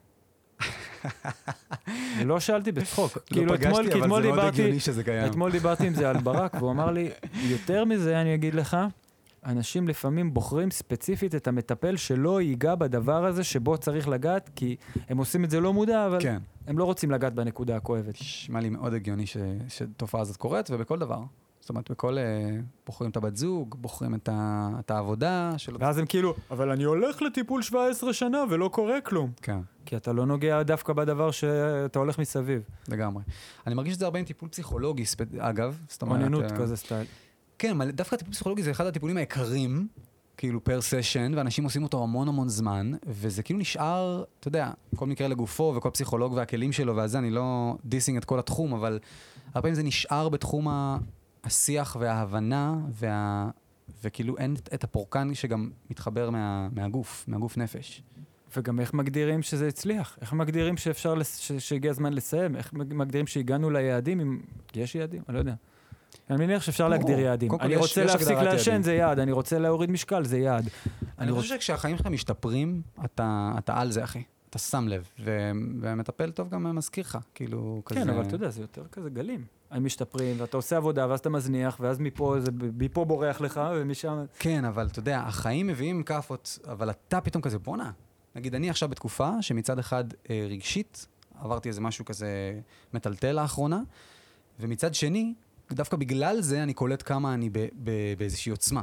לא שאלתי בצחוק. לא פגשתי, אבל זה מאוד הגיוני שזה קיים. אתמול דיברתי עם זה על ברק, והוא אמר לי, יותר מזה אני אגיד לך, אנשים לפעמים בוחרים ספציפית את המטפל שלא ייגע בדבר הזה שבו צריך לגעת, כי הם עושים את זה לא מודע, אבל כן. הם לא רוצים לגעת בנקודה הכואבת. נשמע לי מאוד הגיוני ש, שתופעה הזאת קורית, ובכל דבר. זאת אומרת, בכל, בוחרים את הבת זוג, בוחרים את, ה, את העבודה. שלא... ואז הם כאילו, אבל אני הולך לטיפול שבע עשרה שנה ולא קורה כלום. כן. כי אתה לא נוגע דווקא בדבר שאתה הולך מסביב. לגמרי. אני מרגיש שזה הרבה עם טיפול פסיכולוגי, אגב. עוננות כזה סטייל. כן, דווקא טיפול פסיכולוגי זה אחד הטיפולים העיקריים, כאילו פר סשן, ואנשים עושים אותו המון המון זמן, וזה כאילו נשאר, אתה יודע, כל מקרה לגופו, וכל פסיכולוג והכלים שלו, ואז אני לא דיסינג את כל התחום, אבל הרבה פעמים זה נשאר בתחום השיח וההבנה, וה... וכאילו אין את הפורקן שגם מתחבר מה... מהגוף, מהגוף נפש. וגם איך מגדירים שזה הצליח? איך מגדירים שאפשר, לס... שהגיע הזמן לסיים? איך מגדירים שהגענו ליעדים? אם... יש יעדים? אני לא יודע. אני מניח שאפשר להגדיר יעדים. אני רוצה להפסיק לעשן, זה יעד. אני רוצה להוריד משקל, זה יעד. אני חושב שכשהחיים שלך משתפרים, אתה על זה, אחי. אתה שם לב. ומטפל טוב גם מזכיר לך. כאילו, כזה... כן, אבל אתה יודע, זה יותר כזה גלים. הם משתפרים, ואתה עושה עבודה, ואז אתה מזניח, ואז מפה, זה מפה בורח לך, ומשם... כן, אבל אתה יודע, החיים מביאים כאפות, אבל אתה פתאום כזה, בונה. נגיד, אני עכשיו בתקופה שמצד אחד רגשית, עברתי איזה משהו כזה מטלטל לאחרונה, ומצד שני, דווקא בגלל זה אני קולט כמה אני ב, ב, באיזושהי עוצמה.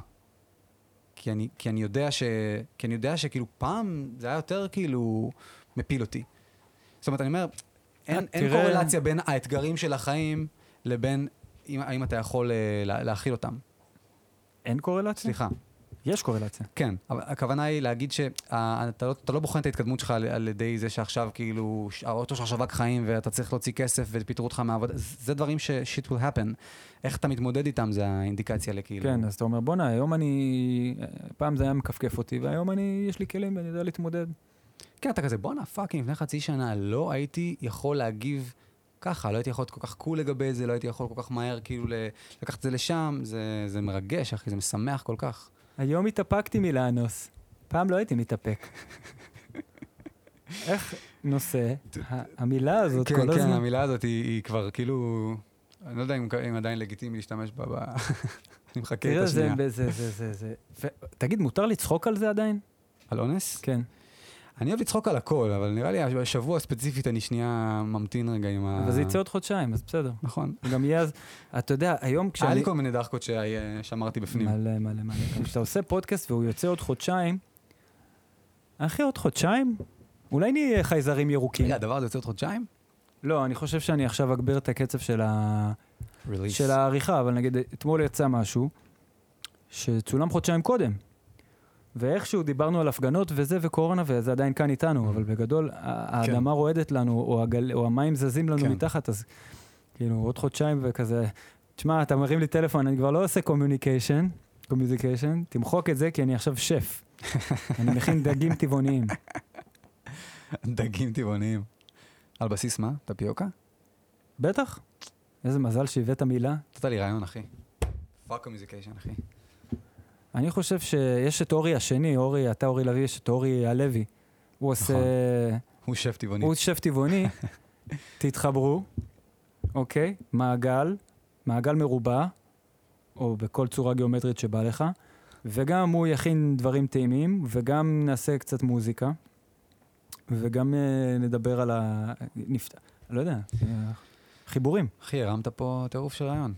כי אני, כי אני יודע ש, כי אני יודע שכאילו פעם זה היה יותר כאילו מפיל אותי. זאת אומרת, אני אומר, אין, אין קורלציה בין האתגרים של החיים לבין האם אתה יכול לה, להכיל אותם. אין קורלציה? סליחה. יש קורלציה. כן, אבל הכוונה היא להגיד שאתה לא, אתה לא בוחן את ההתקדמות שלך על, על ידי זה שעכשיו כאילו, האוטו שלך שווק חיים ואתה צריך להוציא כסף ופיטרו אותך מהעבודה, זה דברים ש- shit will happen. איך אתה מתמודד איתם זה האינדיקציה לכאילו. כן, אז אתה אומר, בונה, היום אני, פעם זה היה מקפקף אותי, והיום אני, יש לי כלים ואני יודע להתמודד. כן, אתה כזה, בונה, פאקינג, לפני חצי שנה לא הייתי יכול להגיב ככה, לא הייתי יכול להיות כל כך קול לגבי זה, לא הייתי יכול כל כך מהר כאילו לקחת את זה לשם, זה, זה מרגש, אחי, זה משמח כל כך. היום התאפקתי מלאנוס. פעם לא הייתי מתאפק. איך נושא, המילה הזאת כל הזמן... כן, כן, המילה הזאת היא כבר כאילו... אני לא יודע אם עדיין לגיטימי להשתמש בה, אני מחכה את השנייה. זה, זה, זה, זה. תגיד, מותר לצחוק על זה עדיין? על אונס? כן. אני אוהב לצחוק על הכל, אבל נראה לי השבוע ספציפית אני שנייה ממתין רגע עם ה... אבל זה יצא עוד חודשיים, אז בסדר. נכון. גם יהיה אז, אתה יודע, היום כשאני... היה לי כל מיני דחקות שאמרתי בפנים. מלא, מלא, מלא. כשאתה עושה פודקאסט והוא יוצא עוד חודשיים, אחי, עוד חודשיים? אולי נהיה חייזרים ירוקים. רגע, הדבר הזה יוצא עוד חודשיים? לא, אני חושב שאני עכשיו אגביר את הקצב של ה... של העריכה, אבל נגיד, אתמול יצא משהו שצולם חודשיים קודם. ואיכשהו דיברנו על הפגנות וזה וקורונה, וזה עדיין כאן איתנו, אבל בגדול, האדמה רועדת לנו, או, הגל, או המים זזים לנו כן. מתחת, אז כאילו, עוד חודשיים וכזה, תשמע, אתה מרים לי טלפון, אני כבר לא עושה קומיוניקיישן, קומיוניקיישן, תמחוק את זה, כי אני עכשיו שף. אני מכין דגים טבעוניים. דגים טבעוניים. על בסיס מה? טפיוקה? בטח. איזה מזל שהבאת מילה. תודה לי רעיון, אחי. פאק קומיוניקיישן, אחי. אני חושב שיש את אורי השני, אורי, אתה אורי לוי, יש את אורי הלוי. הוא עושה... הוא שף טבעוני. הוא שף טבעוני. תתחברו, אוקיי? מעגל, מעגל מרובע, או בכל צורה גיאומטרית שבא לך, וגם הוא יכין דברים טעימים, וגם נעשה קצת מוזיקה, וגם נדבר על ה... נפת... לא יודע, חיבורים. אחי, הרמת פה טירוף של רעיון.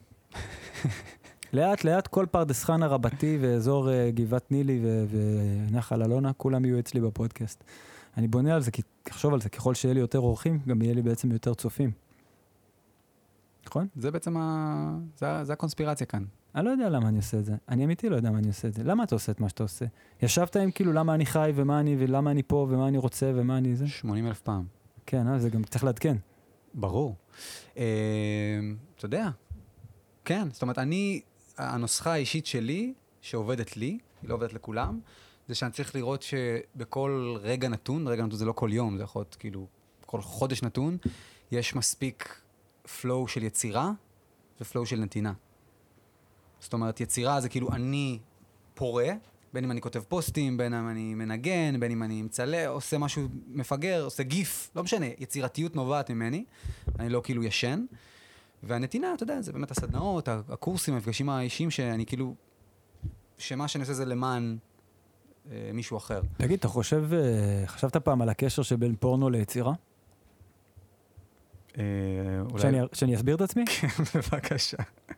לאט לאט כל פרדס חנה רבתי ואזור גבעת נילי ונחל אלונה, כולם יהיו אצלי בפודקאסט. אני בונה על זה, תחשוב על זה, ככל שיהיה לי יותר אורחים, גם יהיה לי בעצם יותר צופים. נכון? זה בעצם ה... זה, זה הקונספירציה כאן. אני לא יודע למה אני עושה את זה. אני אמיתי לא יודע מה אני עושה את זה. למה אתה עושה את מה שאתה עושה? ישבת עם כאילו למה אני חי ומה אני ולמה אני פה ומה אני רוצה ומה אני זה? שמונים אלף פעם. כן, אה, זה גם צריך לעדכן. ברור. אה, אתה יודע. כן, זאת אומרת, אני... הנוסחה האישית שלי, שעובדת לי, היא לא עובדת לכולם, זה שאני צריך לראות שבכל רגע נתון, רגע נתון זה לא כל יום, זה יכול להיות כאילו, כל חודש נתון, יש מספיק flow של יצירה ופלואו של נתינה. זאת אומרת, יצירה זה כאילו אני פורה, בין אם אני כותב פוסטים, בין אם אני מנגן, בין אם אני מצלה, עושה משהו מפגר, עושה גיף, לא משנה, יצירתיות נובעת ממני, אני לא כאילו ישן, והנתינה, אתה יודע, זה באמת הסדנאות, הקורסים, המפגשים האישיים שאני כאילו, שמה שאני עושה זה למען אה, מישהו אחר. תגיד, אתה חושב, חשבת פעם על הקשר שבין פורנו ליצירה? אה, אולי... שאני, שאני אסביר את עצמי? כן, בבקשה.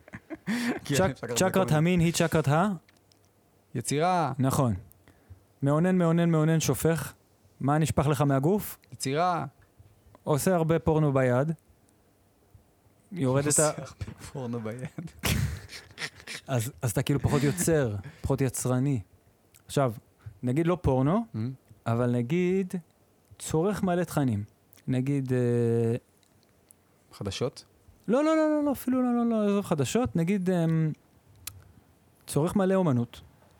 צ'ק, צ'קרת המין היא צ'קרת ה? יצירה. נכון. מעונן, מעונן, מעונן, שופך. מה נשפך לך מהגוף? יצירה. עושה הרבה פורנו ביד. יורד את ה... עושה הרבה פורנו ביד. אז, אז אתה כאילו פחות יוצר, פחות יצרני. עכשיו, נגיד לא פורנו, אבל נגיד צורך מלא תכנים. נגיד... אה... חדשות? לא, לא, לא, לא, לא, אפילו לא, לא, לא, עזוב חדשות. נגיד אה... צורך מלא אומנות.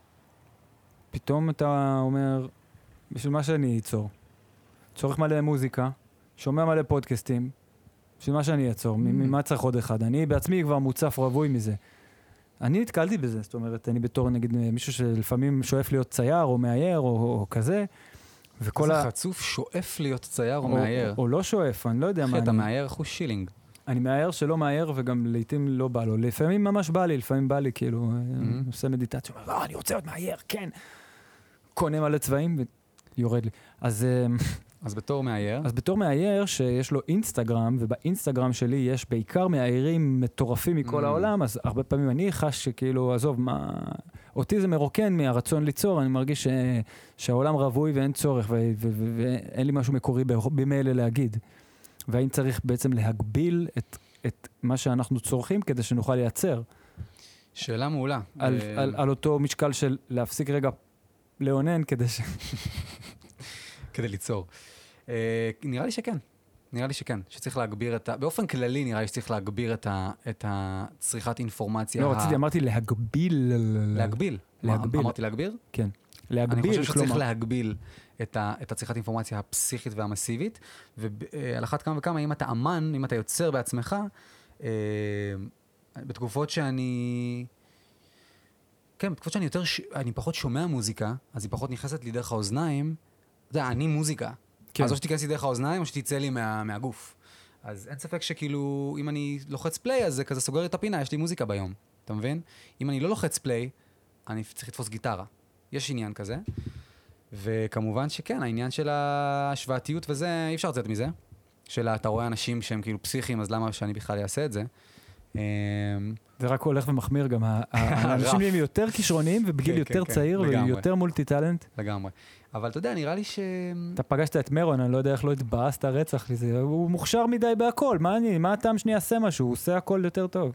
פתאום אתה אומר, בשביל מה שאני אצור? צורך מלא מוזיקה, שומע מלא פודקאסטים, בשביל מה שאני אצור? ממה צריך עוד אחד? אני בעצמי כבר מוצף רבוי מזה. אני נתקלתי בזה, זאת אומרת, אני בתור נגיד מישהו שלפעמים שואף להיות צייר או מאייר או, או כזה, וכל ה... ה... חצוף שואף להיות צייר או, או מאייר. או, או לא שואף, אני לא יודע מה אתה אני... מאייר אחוז שילינג. אני מאייר שלא מאייר וגם לעתים לא בא לו. לפעמים ממש בא לי, לפעמים בא לי, כאילו, mm-hmm. עושה מדיטציה, אומר, לא, אני רוצה להיות מאייר, כן. קונה מלא צבעים ויורד לי. אז... אז בתור מאייר? אז בתור מאייר שיש לו אינסטגרם, ובאינסטגרם שלי יש בעיקר מאיירים מטורפים מכל mm. העולם, אז הרבה פעמים אני חש שכאילו, עזוב, מה... אותי זה מרוקן מהרצון ליצור, אני מרגיש ש... שהעולם רבוי ואין צורך, ו... ו... ו... ואין לי משהו מקורי במילא להגיד. והאם צריך בעצם להגביל את, את מה שאנחנו צורכים כדי שנוכל לייצר? שאלה מעולה. על, ו... על, על אותו משקל של להפסיק רגע לעונן כדי ש... כדי ליצור. Uh, נראה לי שכן, נראה לי שכן, שצריך להגביר את ה... באופן כללי נראה לי שצריך להגביר את ה... את הצריכת אינפורמציה. לא, ה... רציתי, אמרתי להגביל. להגביל? להגביל. אמרתי להגביר? כן. להגביל, אני חושב שצריך כלומר... להגביל את, ה... את הצריכת אינפורמציה הפסיכית והמסיבית, ועל אחת כמה וכמה, אם אתה אמן, אם אתה יוצר בעצמך, uh, בתקופות שאני... כן, בתקופות שאני יותר... ש... אני פחות שומע מוזיקה, אז היא פחות נכנסת לי דרך האוזניים, אתה יודע, אני מוזיקה. כן. אז או שתיכנס לי דרך האוזניים, או שתצא לי מה, מהגוף. אז אין ספק שכאילו, אם אני לוחץ פליי, אז זה כזה סוגר את הפינה, יש לי מוזיקה ביום. אתה מבין? אם אני לא לוחץ פליי, אני צריך לתפוס גיטרה. יש עניין כזה. וכמובן שכן, העניין של ההשוואתיות וזה, אי אפשר לצאת מזה. של אתה רואה אנשים שהם כאילו פסיכיים, אז למה שאני בכלל אעשה את זה? זה רק הולך ומחמיר גם. האנשים נהיים יותר כישרוניים ובגיל יותר צעיר ויותר מולטי טלנט. לגמרי. אבל אתה יודע, נראה לי ש... אתה פגשת את מרון, אני לא יודע איך לא התבאסת הרצח לזה. הוא מוכשר מדי בהכל. מה אני? מה הטעם שני יעשה משהו? הוא עושה הכל יותר טוב.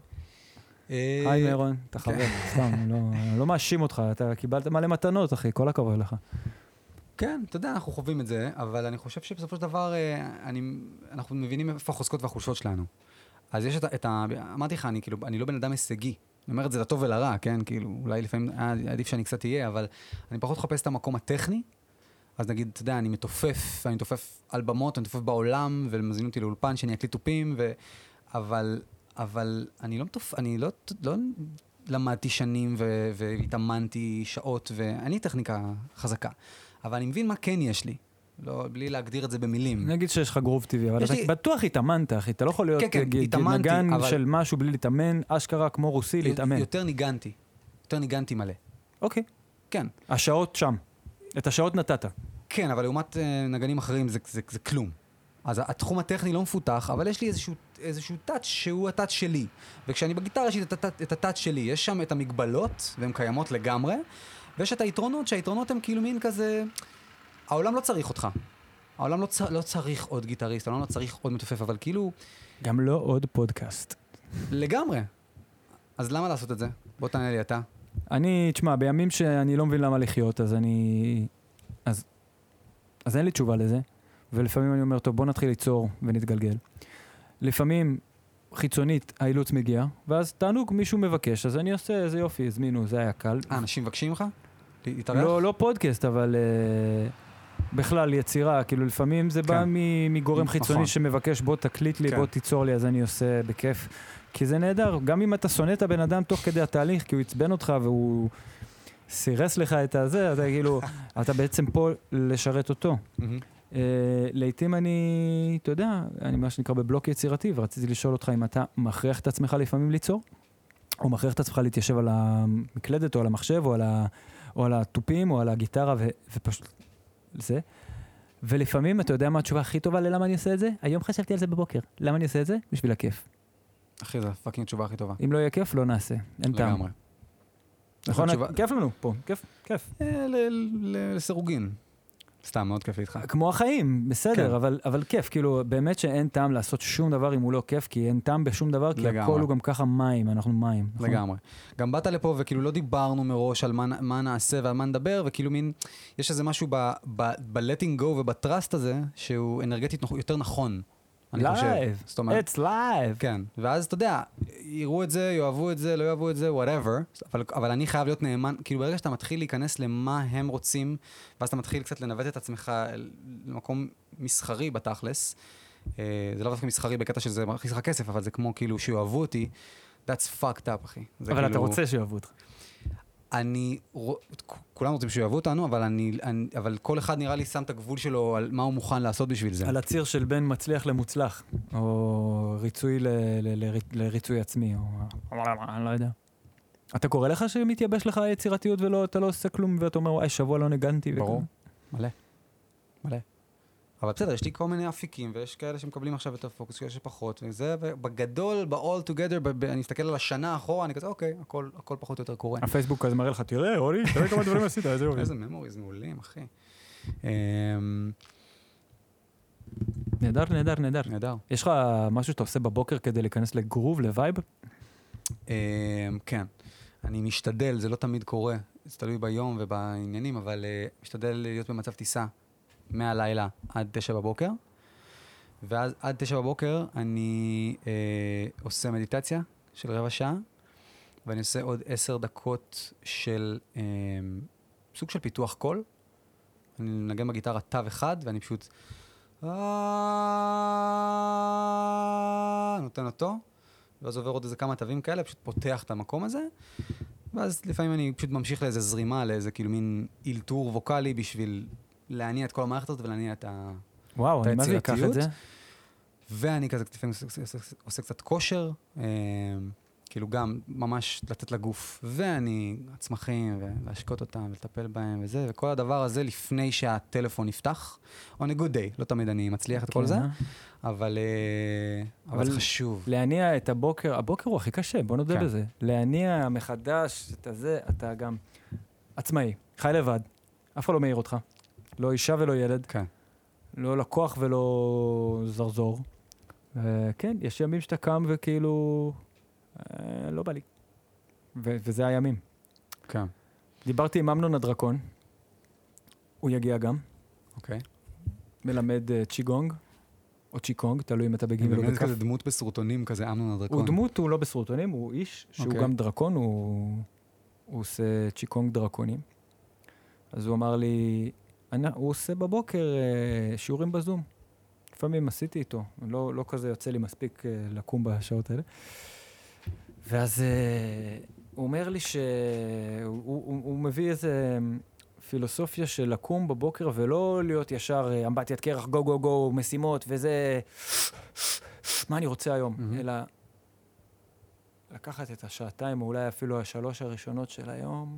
היי מרון, אתה חבר. סתם, לא מאשים אותך. אתה קיבלת מלא מתנות, אחי. כל הכבוד לך. כן, אתה יודע, אנחנו חווים את זה, אבל אני חושב שבסופו של דבר, אנחנו מבינים איפה החוזקות והחולשות שלנו. אז יש את, את ה... אמרתי לך, אני, כאילו, אני לא בן אדם הישגי. אני אומר את זה לטוב ולרע, כן? כאילו, אולי לפעמים עדיף שאני קצת אהיה, אבל אני פחות חפש את המקום הטכני. אז נגיד, אתה יודע, אני מתופף, אני מתופף על במות, אני מתופף בעולם, ומזמין אותי לאולפן שאני אקליט טופים, ו... אבל, אבל אני לא מתופף, אני לא, לא למדתי שנים ו... והתאמנתי שעות, ואני טכניקה חזקה. אבל אני מבין מה כן יש לי. לא, בלי להגדיר את זה במילים. נגיד שיש לך גרוב טבעי, אבל אתה בטוח התאמנת, אחי, אתה לא יכול להיות נגן של משהו בלי להתאמן, אשכרה כמו רוסי להתאמן. יותר ניגנתי, יותר ניגנתי מלא. אוקיי. כן. השעות שם, את השעות נתת. כן, אבל לעומת נגנים אחרים זה כלום. אז התחום הטכני לא מפותח, אבל יש לי איזשהו טאץ' שהוא הטאץ' שלי. וכשאני בגיטרה יש לי את הטאץ' שלי, יש שם את המגבלות, והן קיימות לגמרי, ויש את היתרונות, שהיתרונות הם כאילו מין כזה... העולם לא צריך אותך. העולם לא, צ... לא צריך עוד גיטריסט, העולם לא צריך עוד מתופף, אבל כאילו... גם לא עוד פודקאסט. לגמרי. אז למה לעשות את זה? בוא תענה לי אתה. אני, תשמע, בימים שאני לא מבין למה לחיות, אז אני... אז, אז אין לי תשובה לזה, ולפעמים אני אומר, טוב, בוא נתחיל ליצור ונתגלגל. לפעמים חיצונית, האילוץ מגיע, ואז תענוג, מישהו מבקש, אז אני עושה, איזה יופי, הזמינו, זה היה קל. אה, אנשים מבקשים לך? להתארח? לא, לא פודקאסט, אבל uh, בכלל יצירה, כאילו לפעמים זה בא מ- מגורם חיצוני שמבקש, בוא תקליט לי, בוא תיצור לי, אז אני עושה בכיף. כי זה נהדר, גם אם אתה שונא את הבן אדם תוך כדי התהליך, כי הוא יצבן אותך והוא סירס לך את הזה, אתה כאילו, אתה בעצם פה לשרת אותו. Uh, לעתים אני, אתה יודע, אני מה שנקרא בבלוק יצירתי, ורציתי לשאול אותך אם אתה מכריח את עצמך לפעמים ליצור, או מכריח את עצמך להתיישב על המקלדת, או על המחשב, או על, ה, או על הטופים, או על הגיטרה, ו, ופשוט זה. ולפעמים, אתה יודע מה התשובה הכי טובה ללמה אני עושה את זה? היום חשבתי על זה בבוקר. למה אני עושה את זה? בשביל הכיף. אחי, זה פאקינג תשובה הכי טובה. אם לא יהיה כיף, לא נעשה. אין טעם. לגמרי. נכון? כיף לנו פה. כיף, כיף. לסירוגין. סתם, מאוד כיף איתך. כמו החיים, בסדר, אבל, אבל כיף, כאילו, באמת שאין טעם לעשות שום דבר אם הוא לא כיף, כי אין טעם בשום דבר, כי הכל הוא גם ככה מים, אנחנו מים. לגמרי. גם באת לפה וכאילו לא דיברנו מראש על מה, מה נעשה ועל מה נדבר, וכאילו מין, יש איזה משהו ב-letting go ובטרסט הזה, שהוא אנרגטית יותר נכון. לייב, it's live. כן, ואז אתה יודע, יראו את זה, יאהבו את זה, לא יאהבו את זה, whatever, אבל, אבל אני חייב להיות נאמן, כאילו ברגע שאתה מתחיל להיכנס למה הם רוצים, ואז אתה מתחיל קצת לנווט את עצמך למקום מסחרי בתכלס, זה לא דווקא מסחרי בקטע שזה מכניס לך כסף, אבל זה כמו כאילו שיאהבו אותי, that's fucked up, אחי. אבל כאילו... אתה רוצה שיאהבו אותך. אני, כולם רוצים שיאהבו אותנו, אבל אני, אני, אבל כל אחד נראה לי שם את הגבול שלו על מה הוא מוכן לעשות בשביל זה. על הציר של בין מצליח למוצלח, או ריצוי ל, ל, ל, לריצוי עצמי, או אני לא יודע. אתה קורא לך שמתייבש לך יצירתיות ולא, אתה לא עושה כלום, ואתה אומר, וואי, שבוע לא נגנתי. ברור, מלא, מלא. אבל בסדר, יש לי כל מיני אפיקים, ויש כאלה שמקבלים עכשיו את הפוקוס, כאלה שפחות, וזה, בגדול, ב-all together, אני מסתכל על השנה אחורה, אני כזה, אוקיי, הכל, הכל פחות או יותר קורה. הפייסבוק כזה מראה לך, תראה, אורי, תראה כמה דברים עשית, איזה אורי. איזה ממוריז מעולים, אחי. נהדר, נהדר, נהדר. נהדר. יש לך משהו שאתה עושה בבוקר כדי להיכנס לגרוב, לווייב? כן. אני משתדל, זה לא תמיד קורה, זה תלוי ביום ובעניינים, אבל משתדל להיות במצב טיסה. מהלילה עד תשע בבוקר, ואז עד תשע בבוקר אני אה, עושה מדיטציה של רבע שעה, ואני עושה עוד עשר דקות של אה, סוג של פיתוח קול. אני מנגן בגיטרה תו אחד, ואני פשוט נותן אותו, ואז עובר עוד איזה כמה תווים כאלה, פשוט פותח את המקום הזה, ואז לפעמים אני פשוט ממשיך לאיזה זרימה, לאיזה כאילו מין אילתור ווקלי בשביל להניע את כל המערכת הזאת ולהניע את היצירתיות. וואו, אני מה זה אקח את זה? ואני כזה לפעמים עושה קצת כושר, כאילו גם ממש לתת לגוף, ואני הצמחים ולהשקות אותם ולטפל בהם וזה, וכל הדבר הזה לפני שהטלפון נפתח, on a good day, לא תמיד אני מצליח את כל זה, אבל זה חשוב. להניע את הבוקר, הבוקר הוא הכי קשה, בוא נודה בזה, להניע מחדש את הזה, אתה גם עצמאי, חי לבד, אף אחד לא מעיר אותך. לא אישה ולא ילד, כן. לא לקוח ולא זרזור. כן, יש ימים שאתה קם וכאילו, אה, לא בא לי. ו- וזה הימים. כן. דיברתי עם אמנון הדרקון, הוא יגיע גם. אוקיי. מלמד uh, צ'יגונג, או צ'יקונג, תלוי אם אתה בגימל או בכף. באמת כזה דמות בסרוטונים, כזה אמנון הדרקון. הוא דמות, הוא לא בסרוטונים, הוא איש שהוא okay. גם דרקון, הוא, הוא עושה צ'יקונג דרקונים. אז הוא אמר לי, אני, הוא עושה בבוקר uh, שיעורים בזום. לפעמים עשיתי איתו, לא, לא כזה יוצא לי מספיק uh, לקום בשעות האלה. ואז uh, הוא אומר לי שהוא הוא, הוא, הוא מביא איזה פילוסופיה של לקום בבוקר ולא להיות ישר אמבטיית קרח, גו גו גו, משימות וזה, מה אני רוצה היום, mm-hmm. אלא לקחת את השעתיים או אולי אפילו השלוש הראשונות של היום,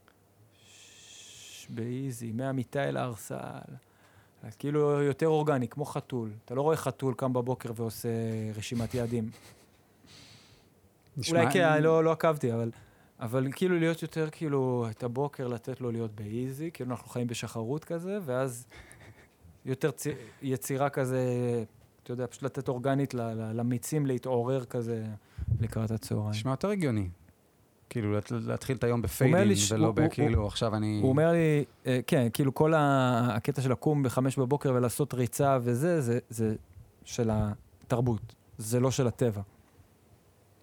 באיזי, מהמיטה אל הארסל, כאילו יותר אורגני, כמו חתול. אתה לא רואה חתול קם בבוקר ועושה רשימת יעדים. אולי כי לא, לא עקבתי, אבל, אבל כאילו להיות יותר כאילו את הבוקר לתת לו להיות באיזי, כאילו אנחנו חיים בשחרות כזה, ואז יותר צ... יצירה כזה, אתה יודע, פשוט לתת אורגנית למיצים להתעורר כזה לקראת הצהריים. נשמע יותר הגיוני. כאילו, להתחיל את היום בפיידים, ולא בכאילו, עכשיו אני... הוא אומר לי, כן, כאילו כל הקטע של לקום בחמש בבוקר ולעשות ריצה וזה, זה של התרבות, זה לא של הטבע.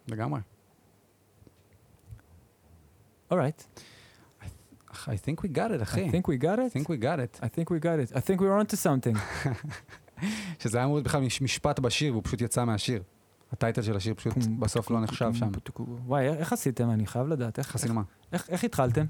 לגמרי. All right. I think we got it, אחי. I think we got it. I think we got it. I think we got it. I think we were onto something. שזה היה אמור להיות בכלל משפט בשיר, והוא פשוט יצא מהשיר. הטייטל של השיר פשוט בסוף לא נחשב שם. וואי, איך עשיתם? אני חייב לדעת. איך עשינו מה? איך התחלתם?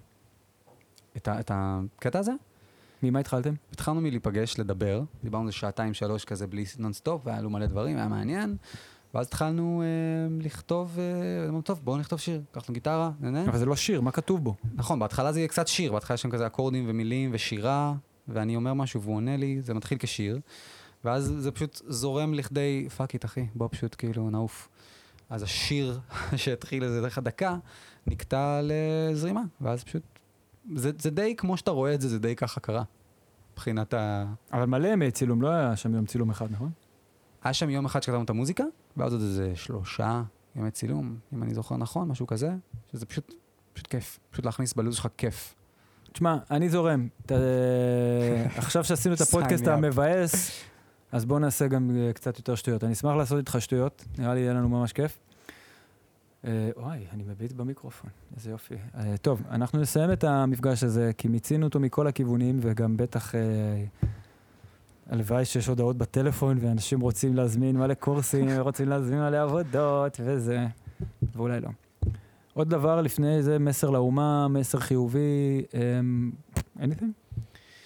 את הקטע הזה? ממה התחלתם? התחלנו מלהיפגש, לדבר, דיברנו שעתיים שלוש כזה בלי נונסטופ, והיה לו מלא דברים, היה מעניין, ואז התחלנו אה, לכתוב, אה, אמרנו, טוב, בואו נכתוב שיר, קחנו גיטרה, נהנה. אבל זה לא שיר, מה כתוב בו? נכון, בהתחלה זה יהיה קצת שיר, בהתחלה יש שם כזה אקורדים ומילים ושירה, ואני אומר משהו והוא עונה לי, זה מתחיל כשיר, ואז זה פשוט זורם לכדי, פאק איט אחי, בוא פשוט כאילו נעוף. אז השיר שהתחיל איזה דרך הדקה, נקטע לזרימה, ואז פשוט, זה, זה די כמו שאתה רואה את זה, זה די ככה קרה. מבחינת ה... אבל מלא ימי צילום, לא היה שם יום צילום אחד, נכון? היה שם יום אחד שכתבנו את המוזיקה, ואז עוד איזה שלושה ימי צילום, אם אני זוכר נכון, משהו כזה, שזה פשוט, פשוט כיף, פשוט להכניס בלוז שלך כיף. תשמע, אני זורם. עכשיו שעשינו את הפודקאסט המבאס, אז בואו נעשה גם קצת יותר שטויות. אני אשמח לעשות איתך שטויות, נראה לי יהיה לנו ממש כיף. וואי, אני מביט במיקרופון, איזה יופי. טוב, אנחנו נסיים את המפגש הזה, כי מיצינו אותו מכל הכיוונים, וגם בטח הלוואי שיש הודעות בטלפון, ואנשים רוצים להזמין מלא קורסים, רוצים להזמין מלא עבודות, וזה, ואולי לא. עוד דבר לפני זה, מסר לאומה, מסר חיובי, anything?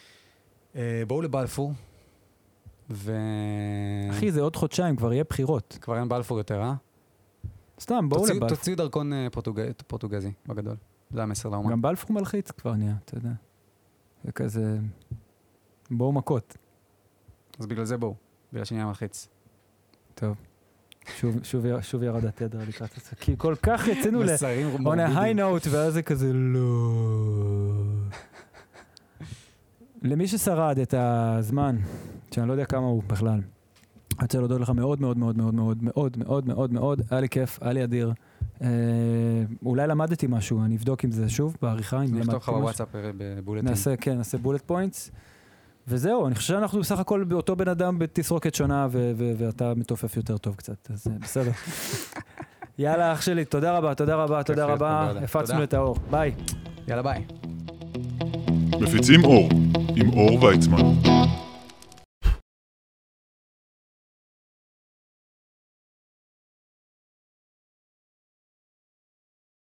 בואו לבלפור, ו... אחי, זה עוד חודשיים, כבר יהיה בחירות. כבר אין בלפור יותר, אה? סתם, בואו לבלפור. תוציאו דרכון פורטוגזי, בגדול. זה המסר לאומה. גם בלפור מלחיץ כבר נהיה, אתה יודע. זה כזה... בואו מכות. אז בגלל זה בואו, בגלל שנהיה מלחיץ. טוב. שוב ירד התדר לקראת את זה. כי כל כך יצאנו ל... on a high note, ואז זה כזה לא... למי ששרד את הזמן, שאני לא יודע כמה הוא בכלל, אני רוצה להודות לך מאוד מאוד מאוד מאוד מאוד מאוד מאוד מאוד מאוד, היה לי כיף, היה לי אדיר. אולי למדתי משהו, אני אבדוק עם זה שוב, בעריכה. נפתור לך בוואטסאפ בבולטים. נעשה, כן, נעשה בולט פוינטס. וזהו, אני חושב שאנחנו בסך הכל באותו בן אדם בתסרוקת שונה, ואתה מתופף יותר טוב קצת, אז בסדר. יאללה, אח שלי, תודה רבה, תודה רבה, תודה רבה, הפצנו את האור, ביי. יאללה, ביי. מפיצים אור, עם אור ויצמן.